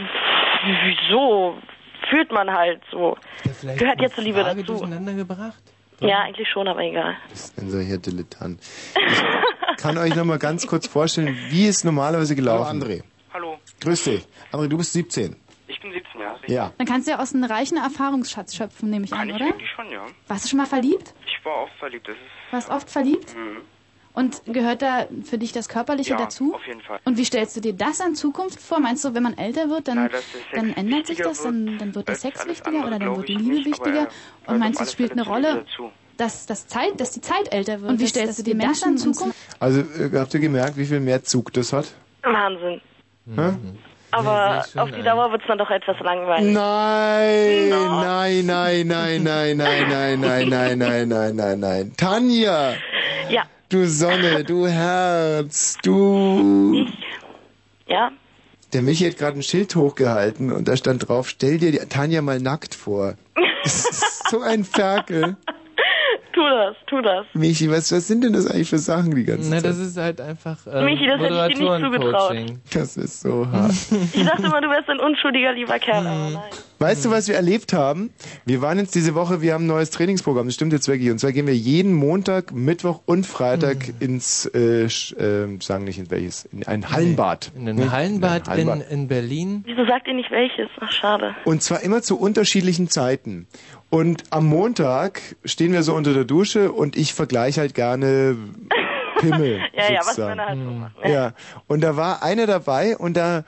Wieso? Fühlt man halt so. Vielleicht Gehört eine jetzt zur Liebe Frage dazu. durcheinander gebracht? Ja, eigentlich schon, aber egal. Das ist ein solcher Dilettant. Ich kann euch noch mal ganz kurz vorstellen, wie es normalerweise gelaufen ist. Hallo André. Hallo. Grüß dich. André, du bist siebzehn. Ich bin siebzehn Jahre. Ja. Dann kannst du ja aus einem reichen Erfahrungsschatz schöpfen, nehme ich Kann an, ich oder? eigentlich schon, ja. Warst du schon mal verliebt? Ich war oft verliebt. Das ist. Warst oft verliebt? Mhm. Und gehört da für dich das Körperliche Ja, dazu? auf jeden Fall. Und wie stellst du dir das an Zukunft vor? Meinst du, wenn man älter wird, dann, Na, dass der Sex dann ändert sich wichtiger das, dann, dann wird der als Sex alles wichtiger andere, oder dann glaub wird die ich Liebe nicht, aber wichtiger? er Und gehört meinst du, auf es spielt eine alle Fälle Rolle, dazu. dass, das Zeit, dass die Zeit älter wird? Und wie dass- stellst dass du dir die das an Menschen Zukunft? Also, äh, habt ihr gemerkt, wie viel mehr Zug das hat? Wahnsinn. Hä? Aber sehe ich schon auf die ein. Dauer wird's dann doch etwas langweilig. Nein, nein, nein, nein, nein, nein, nein, nein, nein, nein, nein, nein, nein. Tanja! Ja. Du Sonne, du Herz, du... Ja? Der Michi hat gerade ein Schild hochgehalten und da stand drauf, stell dir die Tanja mal nackt vor. Das ist so ein Ferkel. Tu das, tu das. Michi, was, was sind denn das eigentlich für Sachen die ganze Na, Zeit? das ist halt einfach ähm, Michi, das hätte ich dir nicht zugetraut. Moderatoren-Coaching. Das ist so hart. Ich dachte immer, du wärst ein unschuldiger, lieber Kerl, aber nein. Weißt du, was wir erlebt haben? Wir waren jetzt diese Woche, wir haben ein neues Trainingsprogramm, das stimmt jetzt wirklich. Und zwar gehen wir jeden Montag, Mittwoch und Freitag Mhm. ins, äh, sch- äh, sagen nicht in welches, in ein Hallenbad. In ein Ne? Hallenbad, In ein in, in Berlin. Wieso sagt ihr nicht welches? Ach, schade. Und zwar immer zu unterschiedlichen Zeiten. Und am Montag stehen wir so unter der Dusche und ich vergleiche halt gerne Pimmel. Ja, ja, was sozusagen. Männer halt so machen. Ja, und da war einer dabei und da,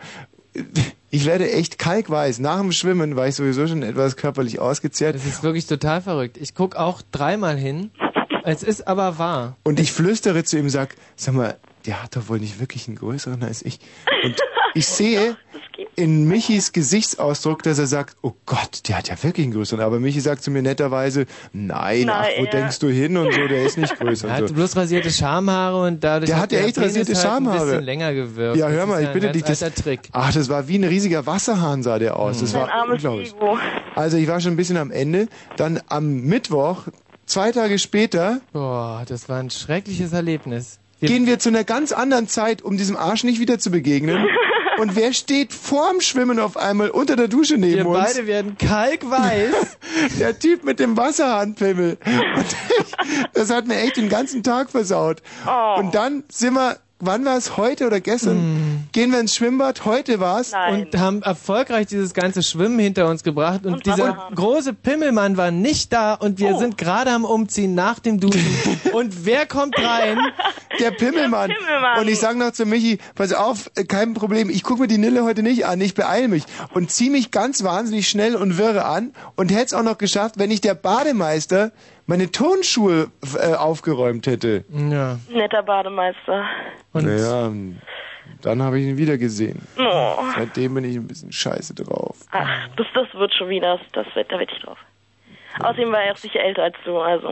ich werde echt kalkweiß. Nach dem Schwimmen war ich sowieso schon etwas körperlich ausgezehrt. Das ist wirklich total verrückt. Ich guck auch dreimal hin. Es ist aber wahr. Und ich flüstere zu ihm, sag, sag mal, der hat doch wohl nicht wirklich einen größeren als ich. Und ich sehe in Michis Gesichtsausdruck, dass er sagt, oh Gott, der hat ja wirklich einen größeren. Aber Michi sagt zu mir netterweise, nein, ach, wo Nein, denkst du hin und so, der ist nicht größer. Er und hat so. bloß rasierte Schamhaare und dadurch Der hat hat ja der echt Penis rasierte halt Schamhaare. ein bisschen länger gewirkt. Ja, hör Das mal, ist ich ja bitte ein dich, ganz das, alter Trick. ach, das war wie ein riesiger Wasserhahn sah der aus. Das Dein war armes unglaublich. Ego. Also ich war schon ein bisschen am Ende. Dann am Mittwoch, zwei Tage später, Boah, das war ein schreckliches Erlebnis. Wir gehen wir zu einer ganz anderen Zeit, um diesem Arsch nicht wieder zu begegnen. Und wer steht vorm Schwimmen auf einmal unter der Dusche neben Wir uns? Wir beide werden kalkweiß. Der Typ mit dem Wasserhandpimmel. Und ich, das hat mir echt den ganzen Tag versaut. Oh. Und dann sind wir, wann war es, heute oder gestern? Mm. Gehen wir ins Schwimmbad, heute war's. Und haben erfolgreich dieses ganze Schwimmen hinter uns gebracht. Und, und dieser große Pimmelmann war nicht da und wir oh. sind gerade am Umziehen nach dem Duschen. Und wer kommt rein? Der Pimmelmann. Der Pimmelmann. Und ich sag noch zu Michi, pass auf, kein Problem, ich gucke mir die Nille heute nicht an, ich beeile mich. Und zieh mich ganz wahnsinnig schnell und wirre an und hätte es auch noch geschafft, wenn nicht der Bademeister meine Turnschuhe äh, aufgeräumt hätte. Ja. Netter Bademeister. Und naja, dann habe ich ihn wieder gesehen. Oh. Seitdem bin ich ein bisschen scheiße drauf. Ach, das, das wird schon wieder, das wird, da werd ich drauf. Außerdem war er auch sicher älter als du, also.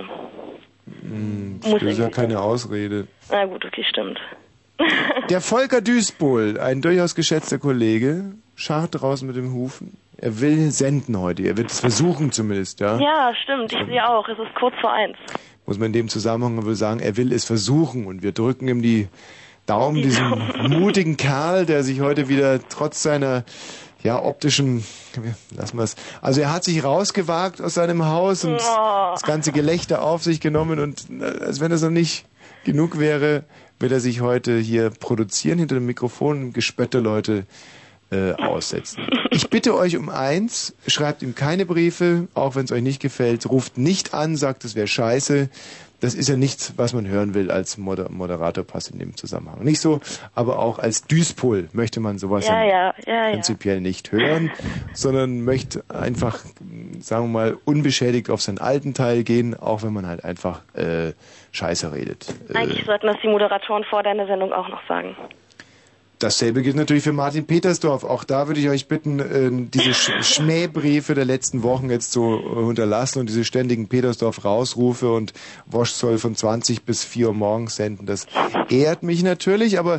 Hm, das ist ja keine Ausrede. Na gut, okay, stimmt. Der Volker Düßbohl, ein durchaus geschätzter Kollege, scharrt draußen mit dem Hufen. Er will senden heute, er wird es versuchen zumindest, ja? Ja, stimmt, ich sehe auch, es ist kurz vor eins. Muss man in dem Zusammenhang wohl sagen, er will es versuchen und wir drücken ihm die Daumen, die diesem Daumen. mutigen Kerl, der sich heute wieder trotz seiner ja, optischen, lassen wir es. Also er hat sich rausgewagt aus seinem Haus und oh. das ganze Gelächter auf sich genommen und als wenn das noch nicht genug wäre, wird er sich heute hier produzieren hinter dem Mikrofon, Gespötte Leute äh, aussetzen. Ich bitte euch um eins, schreibt ihm keine Briefe, auch wenn es euch nicht gefällt, ruft nicht an, sagt, es wäre scheiße. Das ist ja nichts, was man hören will als Moder- Moderator, passt in dem Zusammenhang. Nicht so, aber auch als Düspol möchte man sowas ja, ja, ja, prinzipiell ja. nicht hören, sondern möchte einfach, sagen wir mal, unbeschädigt auf seinen alten Teil gehen, auch wenn man halt einfach äh, Scheiße redet. Eigentlich äh, sollten das die Moderatoren vor deiner Sendung auch noch sagen. Dasselbe gilt natürlich für Martin Petersdorf. Auch da würde ich euch bitten, äh, diese Sch- Schmähbriefe der letzten Wochen jetzt so äh, unterlassen und diese ständigen Petersdorf-Rausrufe und Wosch soll von zwanzig bis vier Uhr morgens senden. Das ehrt mich natürlich, aber äh,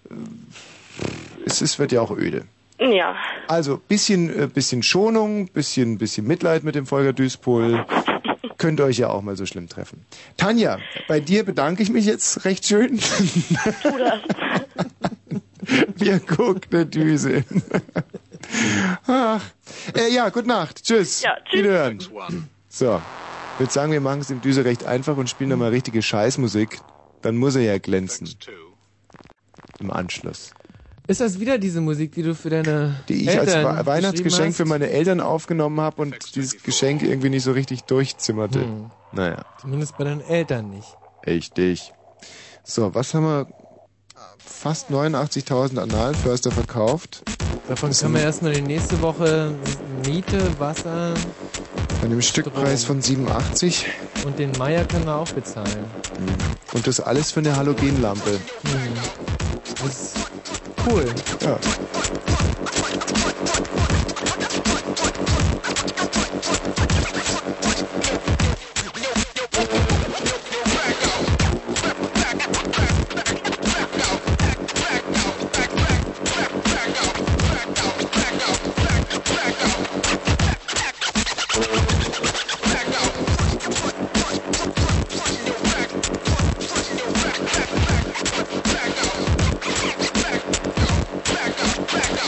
es ist, wird ja auch öde. Ja. Also bisschen, äh, bisschen Schonung, bisschen, bisschen Mitleid mit dem Volker Düspol. Könnte euch ja auch mal so schlimm treffen. Tanja, bei dir bedanke ich mich jetzt recht schön. Tu das. Wir gucken eine Düse. Ach. Äh, ja, gute Nacht. Tschüss. Ja, tschüss. Wiederhören. So. Ich würde sagen, wir machen es dem Düse recht einfach und spielen nochmal richtige Scheißmusik. Dann muss er ja glänzen. Im Anschluss. Ist das wieder diese Musik, die du für deine Die ich Eltern als Weihnachtsgeschenk hast? für meine Eltern aufgenommen habe und dieses Geschenk irgendwie nicht so richtig durchzimmerte. Hm. Naja. Zumindest bei deinen Eltern nicht. Richtig. So, was haben wir? Fast neunundachtzigtausend Analförster verkauft. Davon können wir erstmal die nächste Woche Miete, Wasser... Bei einem Stückpreis von siebenundachtzig. Und den Meier können wir auch bezahlen. Und das alles für eine Halogenlampe. Mhm. Das ist cool. Ja. Back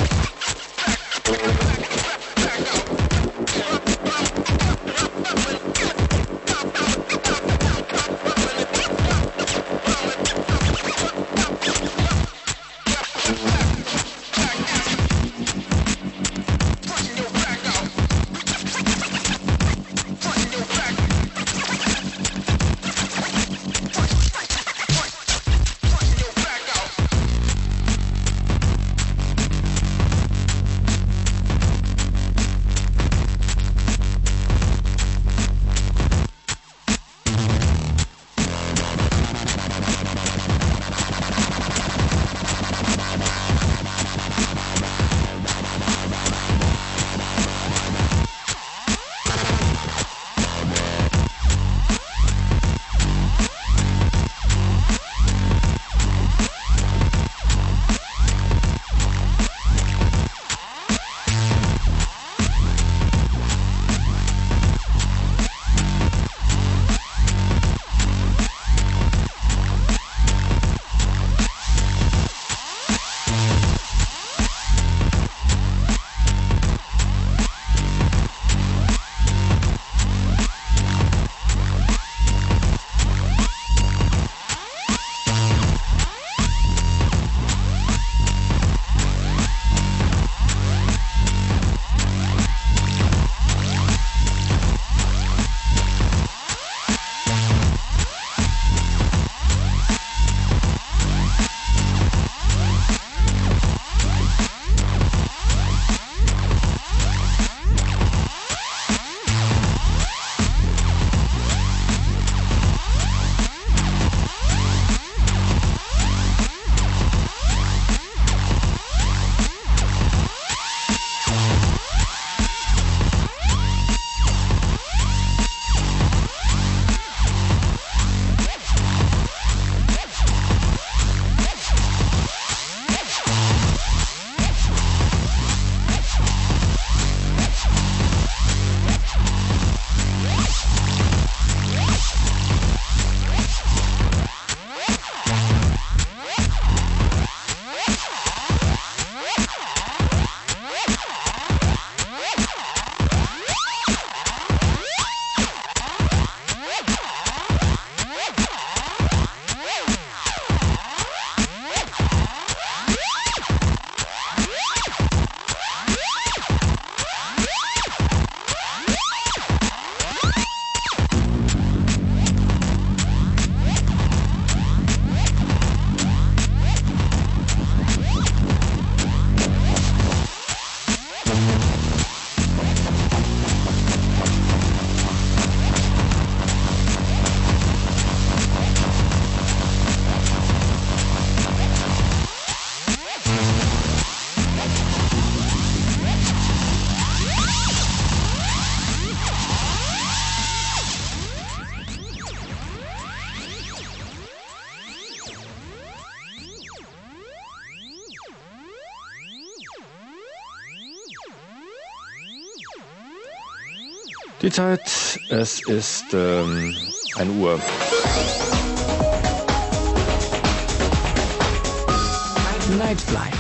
Die Zeit, es ist ähm, ein Uhr. Night Flight.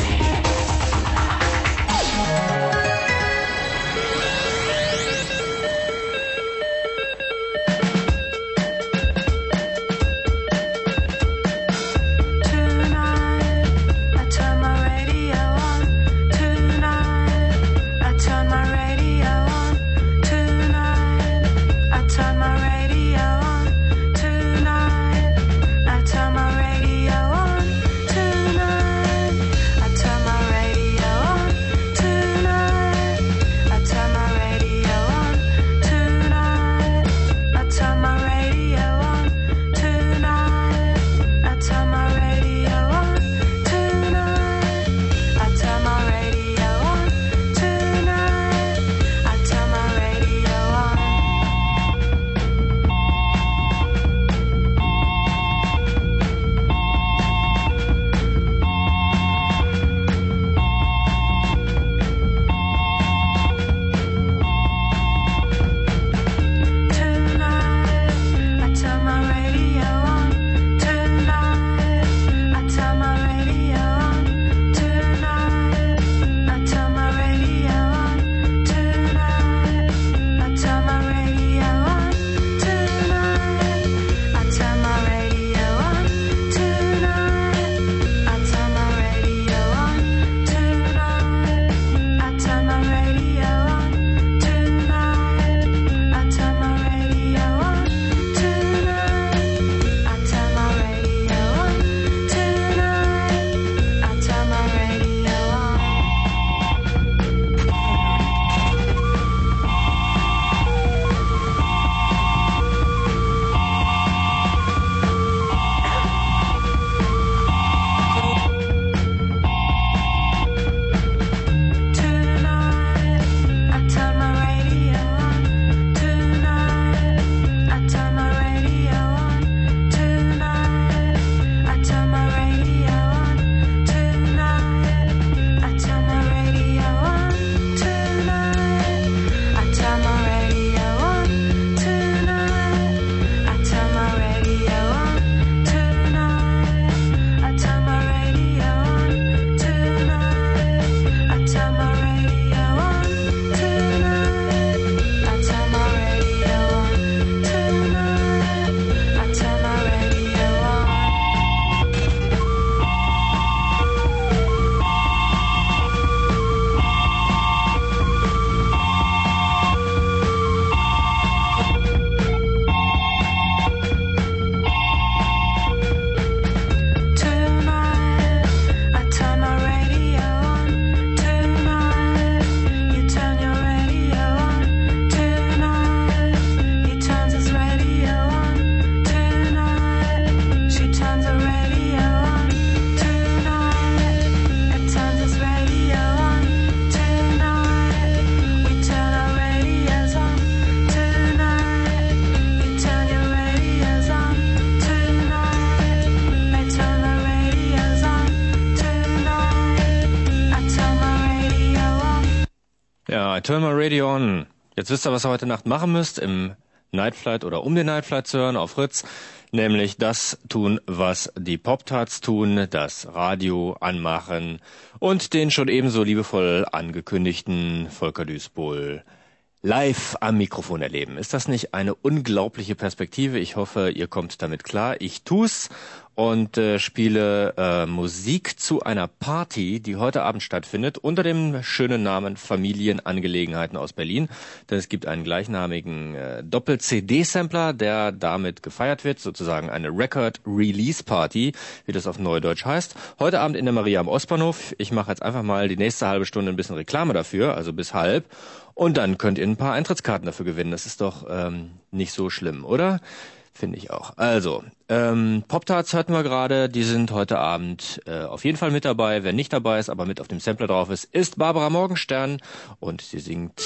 Turn my radio on. Jetzt wisst ihr, was ihr heute Nacht machen müsst im Night Flight oder um den Night Flight zu hören auf Fritz. Nämlich das tun, was die Pop-Tarts tun, das Radio anmachen und den schon ebenso liebevoll angekündigten Volker Düßbohl live am Mikrofon erleben. Ist das nicht eine unglaubliche Perspektive? Ich hoffe, ihr kommt damit klar. Ich tu's und äh, spiele äh, Musik zu einer Party, die heute Abend stattfindet, unter dem schönen Namen Familienangelegenheiten aus Berlin. Denn es gibt einen gleichnamigen äh, Doppel-C D-Sampler, der damit gefeiert wird, sozusagen eine Record-Release-Party, wie das auf Neudeutsch heißt. Heute Abend in der Maria am Ostbahnhof. Ich mache jetzt einfach mal die nächste halbe Stunde ein bisschen Reklame dafür, also bis halb. Und dann könnt ihr ein paar Eintrittskarten dafür gewinnen. Das ist doch ähm, nicht so schlimm, oder? Finde ich auch. Also, ähm, Pop-Tarts hörten wir gerade, die sind heute Abend äh, auf jeden Fall mit dabei. Wer nicht dabei ist, aber mit auf dem Sampler drauf ist, ist Barbara Morgenstern. Und sie singt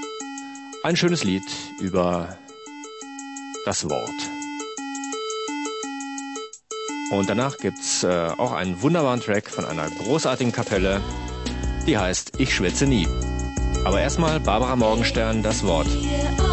ein schönes Lied über das Wort. Und danach gibt's äh, auch einen wunderbaren Track von einer großartigen Kapelle, die heißt Ich schwätze nie. Aber erstmal Barbara Morgenstern, das Wort.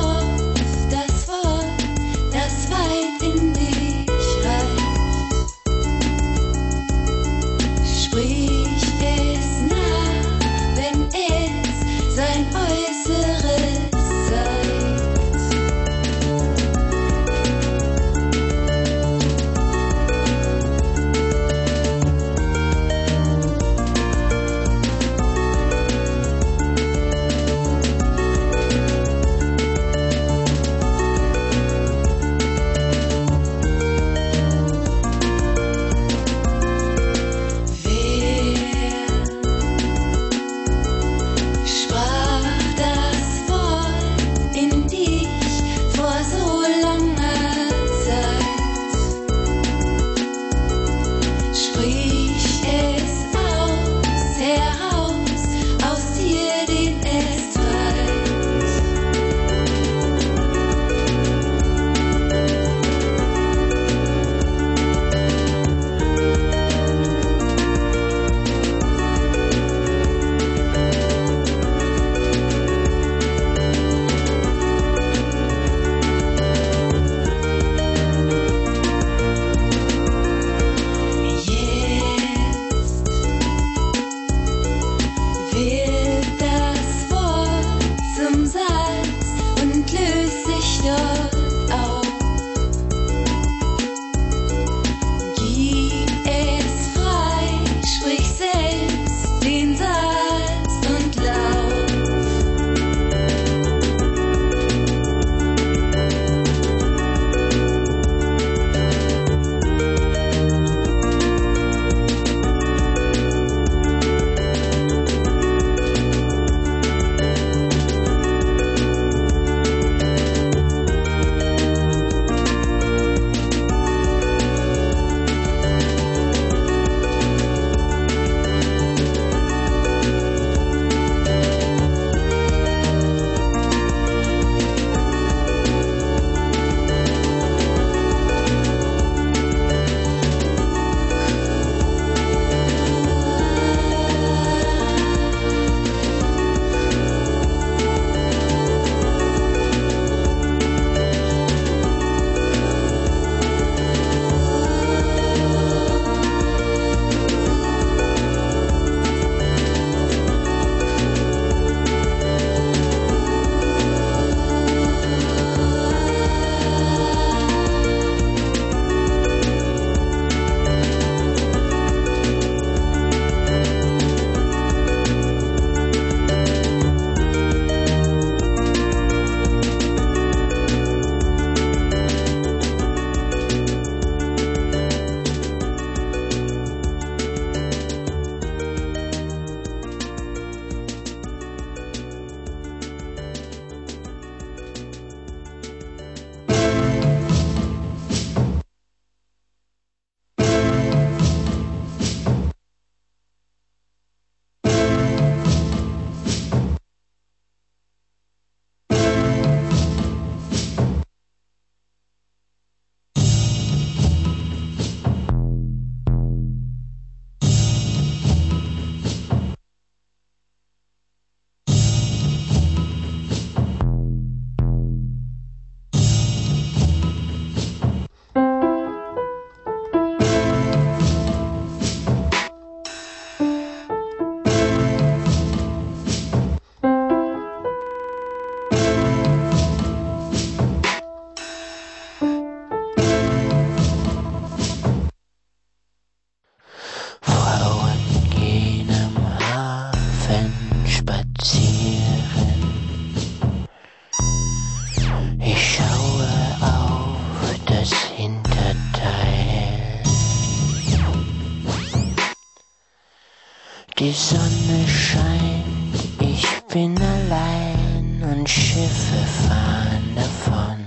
Die Sonne scheint, ich bin allein und Schiffe fahren davon.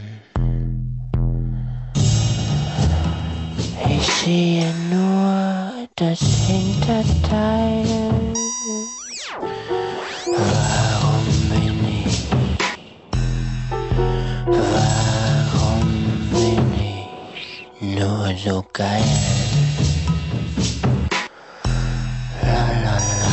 Ich sehe nur das Hinterteil. Warum bin ich? Warum bin ich nur so geil? La la la.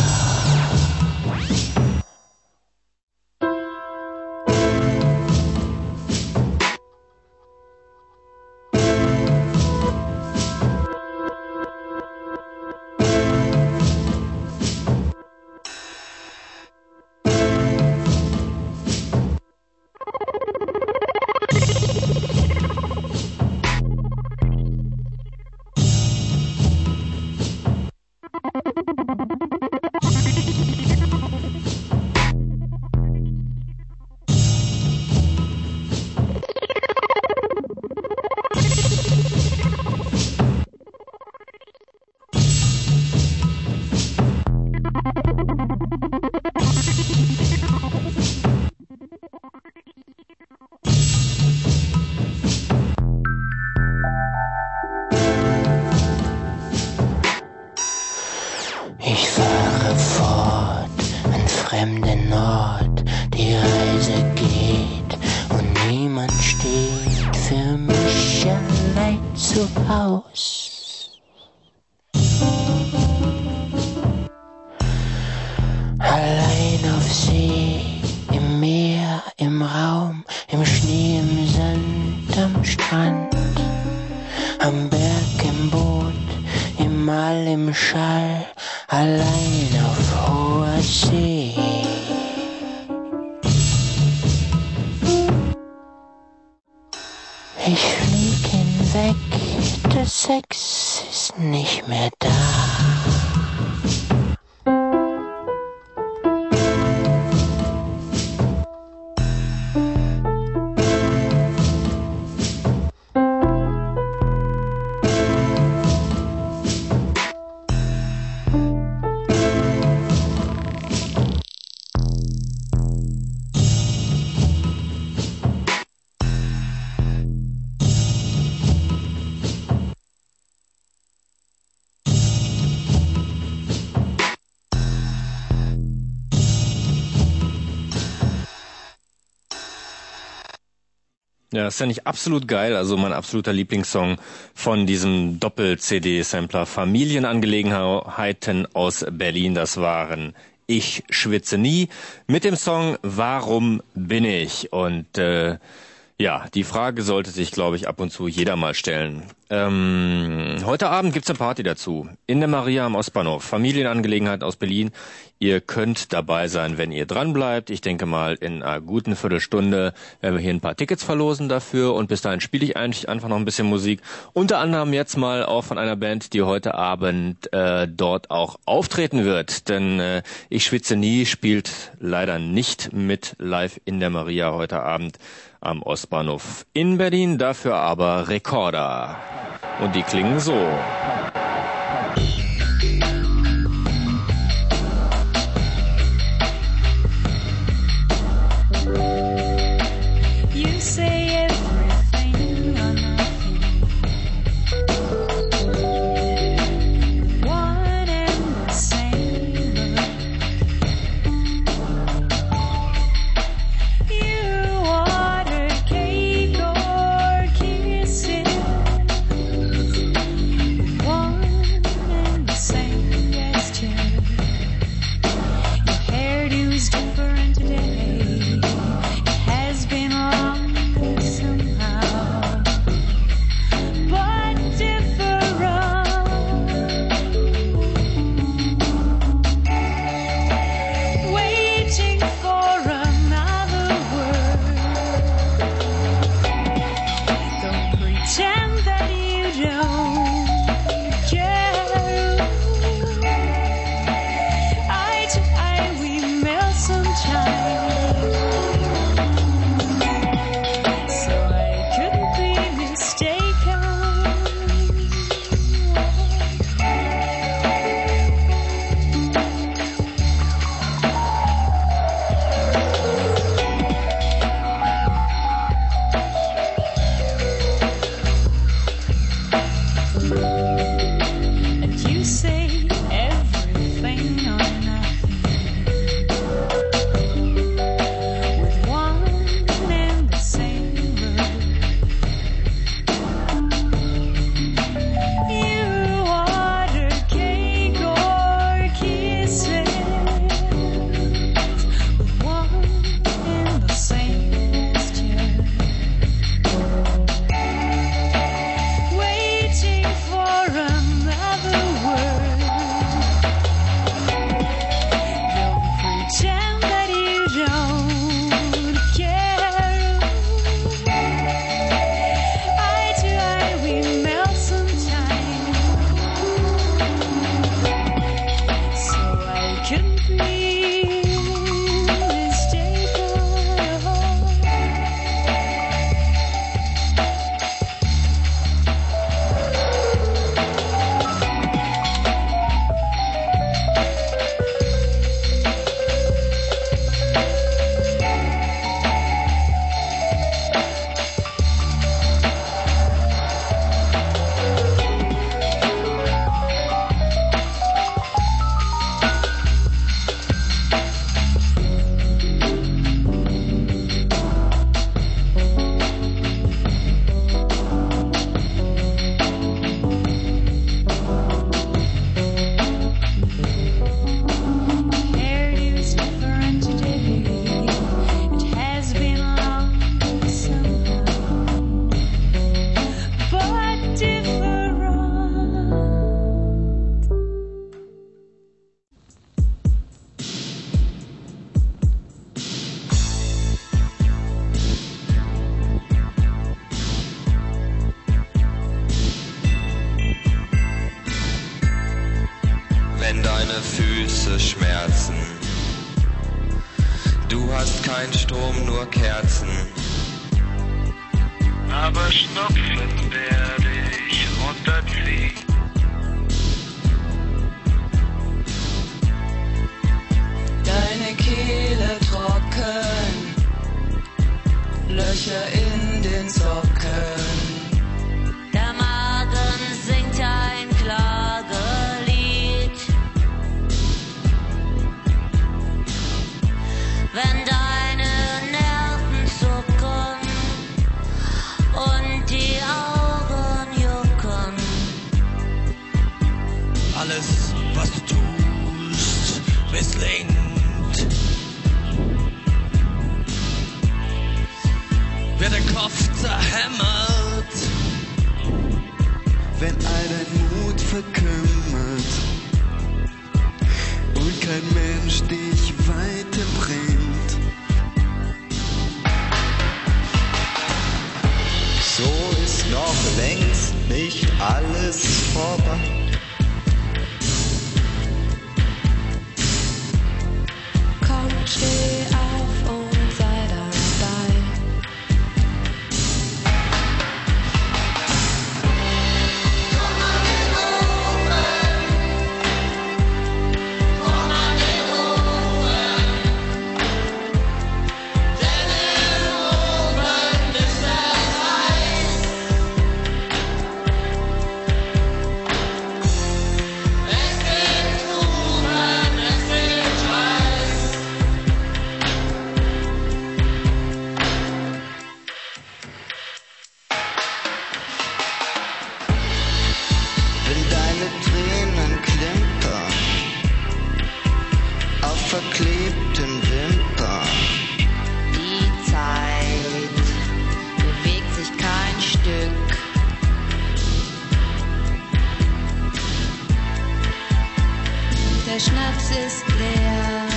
Ich fahre fort an fremden Ort, die Reise geht und niemand steht für mich allein zu Haus. Allein auf See, im Meer, im Raum, im Schnee, im Sand, am Strand, am Berg, im Boot, im All, im Schall, allein auf hoher See. Ich flieg hinweg, der Sex ist nicht mehr da. Ja, ist ja nicht absolut geil, also mein absoluter Lieblingssong von diesem Doppel-C D-Sampler Familienangelegenheiten aus Berlin, das waren Ich schwitze nie mit dem Song Warum bin ich? Und äh, ja, die Frage sollte sich, glaube ich, ab und zu jeder mal stellen. Ähm, heute Abend gibt's eine Party dazu. In der Maria am Ostbahnhof. Familienangelegenheit aus Berlin. Ihr könnt dabei sein, wenn ihr dran bleibt. Ich denke mal, in einer guten Viertelstunde werden wir hier ein paar Tickets verlosen dafür. Und bis dahin spiele ich eigentlich einfach noch ein bisschen Musik. Unter anderem jetzt mal auch von einer Band, die heute Abend äh, dort auch auftreten wird. Denn äh, Ich schwitze nie spielt leider nicht mit live in der Maria heute Abend am Ostbahnhof in Berlin. Dafür aber Rekorder. Und die klingen so. You say everything or nothing. One and the same. You ordered cake or kisses. One deine Füße schmerzen. Du hast keinen Strom, nur Kerzen. Aber schnupfen werde ich runterziehen. Deine Kehle trocken, Löcher in den Socken. Der Magen singt ein Klagelied. Wenn deine Nerven zucken und die Augen jucken. Alles, was du tust, misslingt. Wird der Kopf zerhämmert, wenn all dein Mut verkümmert und kein Mensch dich weiterbringt. So ist noch längst nicht alles vorbei. Komm, steh auf und sei dabei. Wenn deine Tränen klimpern auf verklebten Wimpern. Die Zeit bewegt sich kein Stück. Der Schnaps ist leer,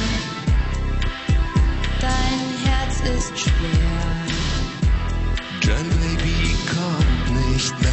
dein Herz ist schwer. Dein Baby kommt nicht mehr.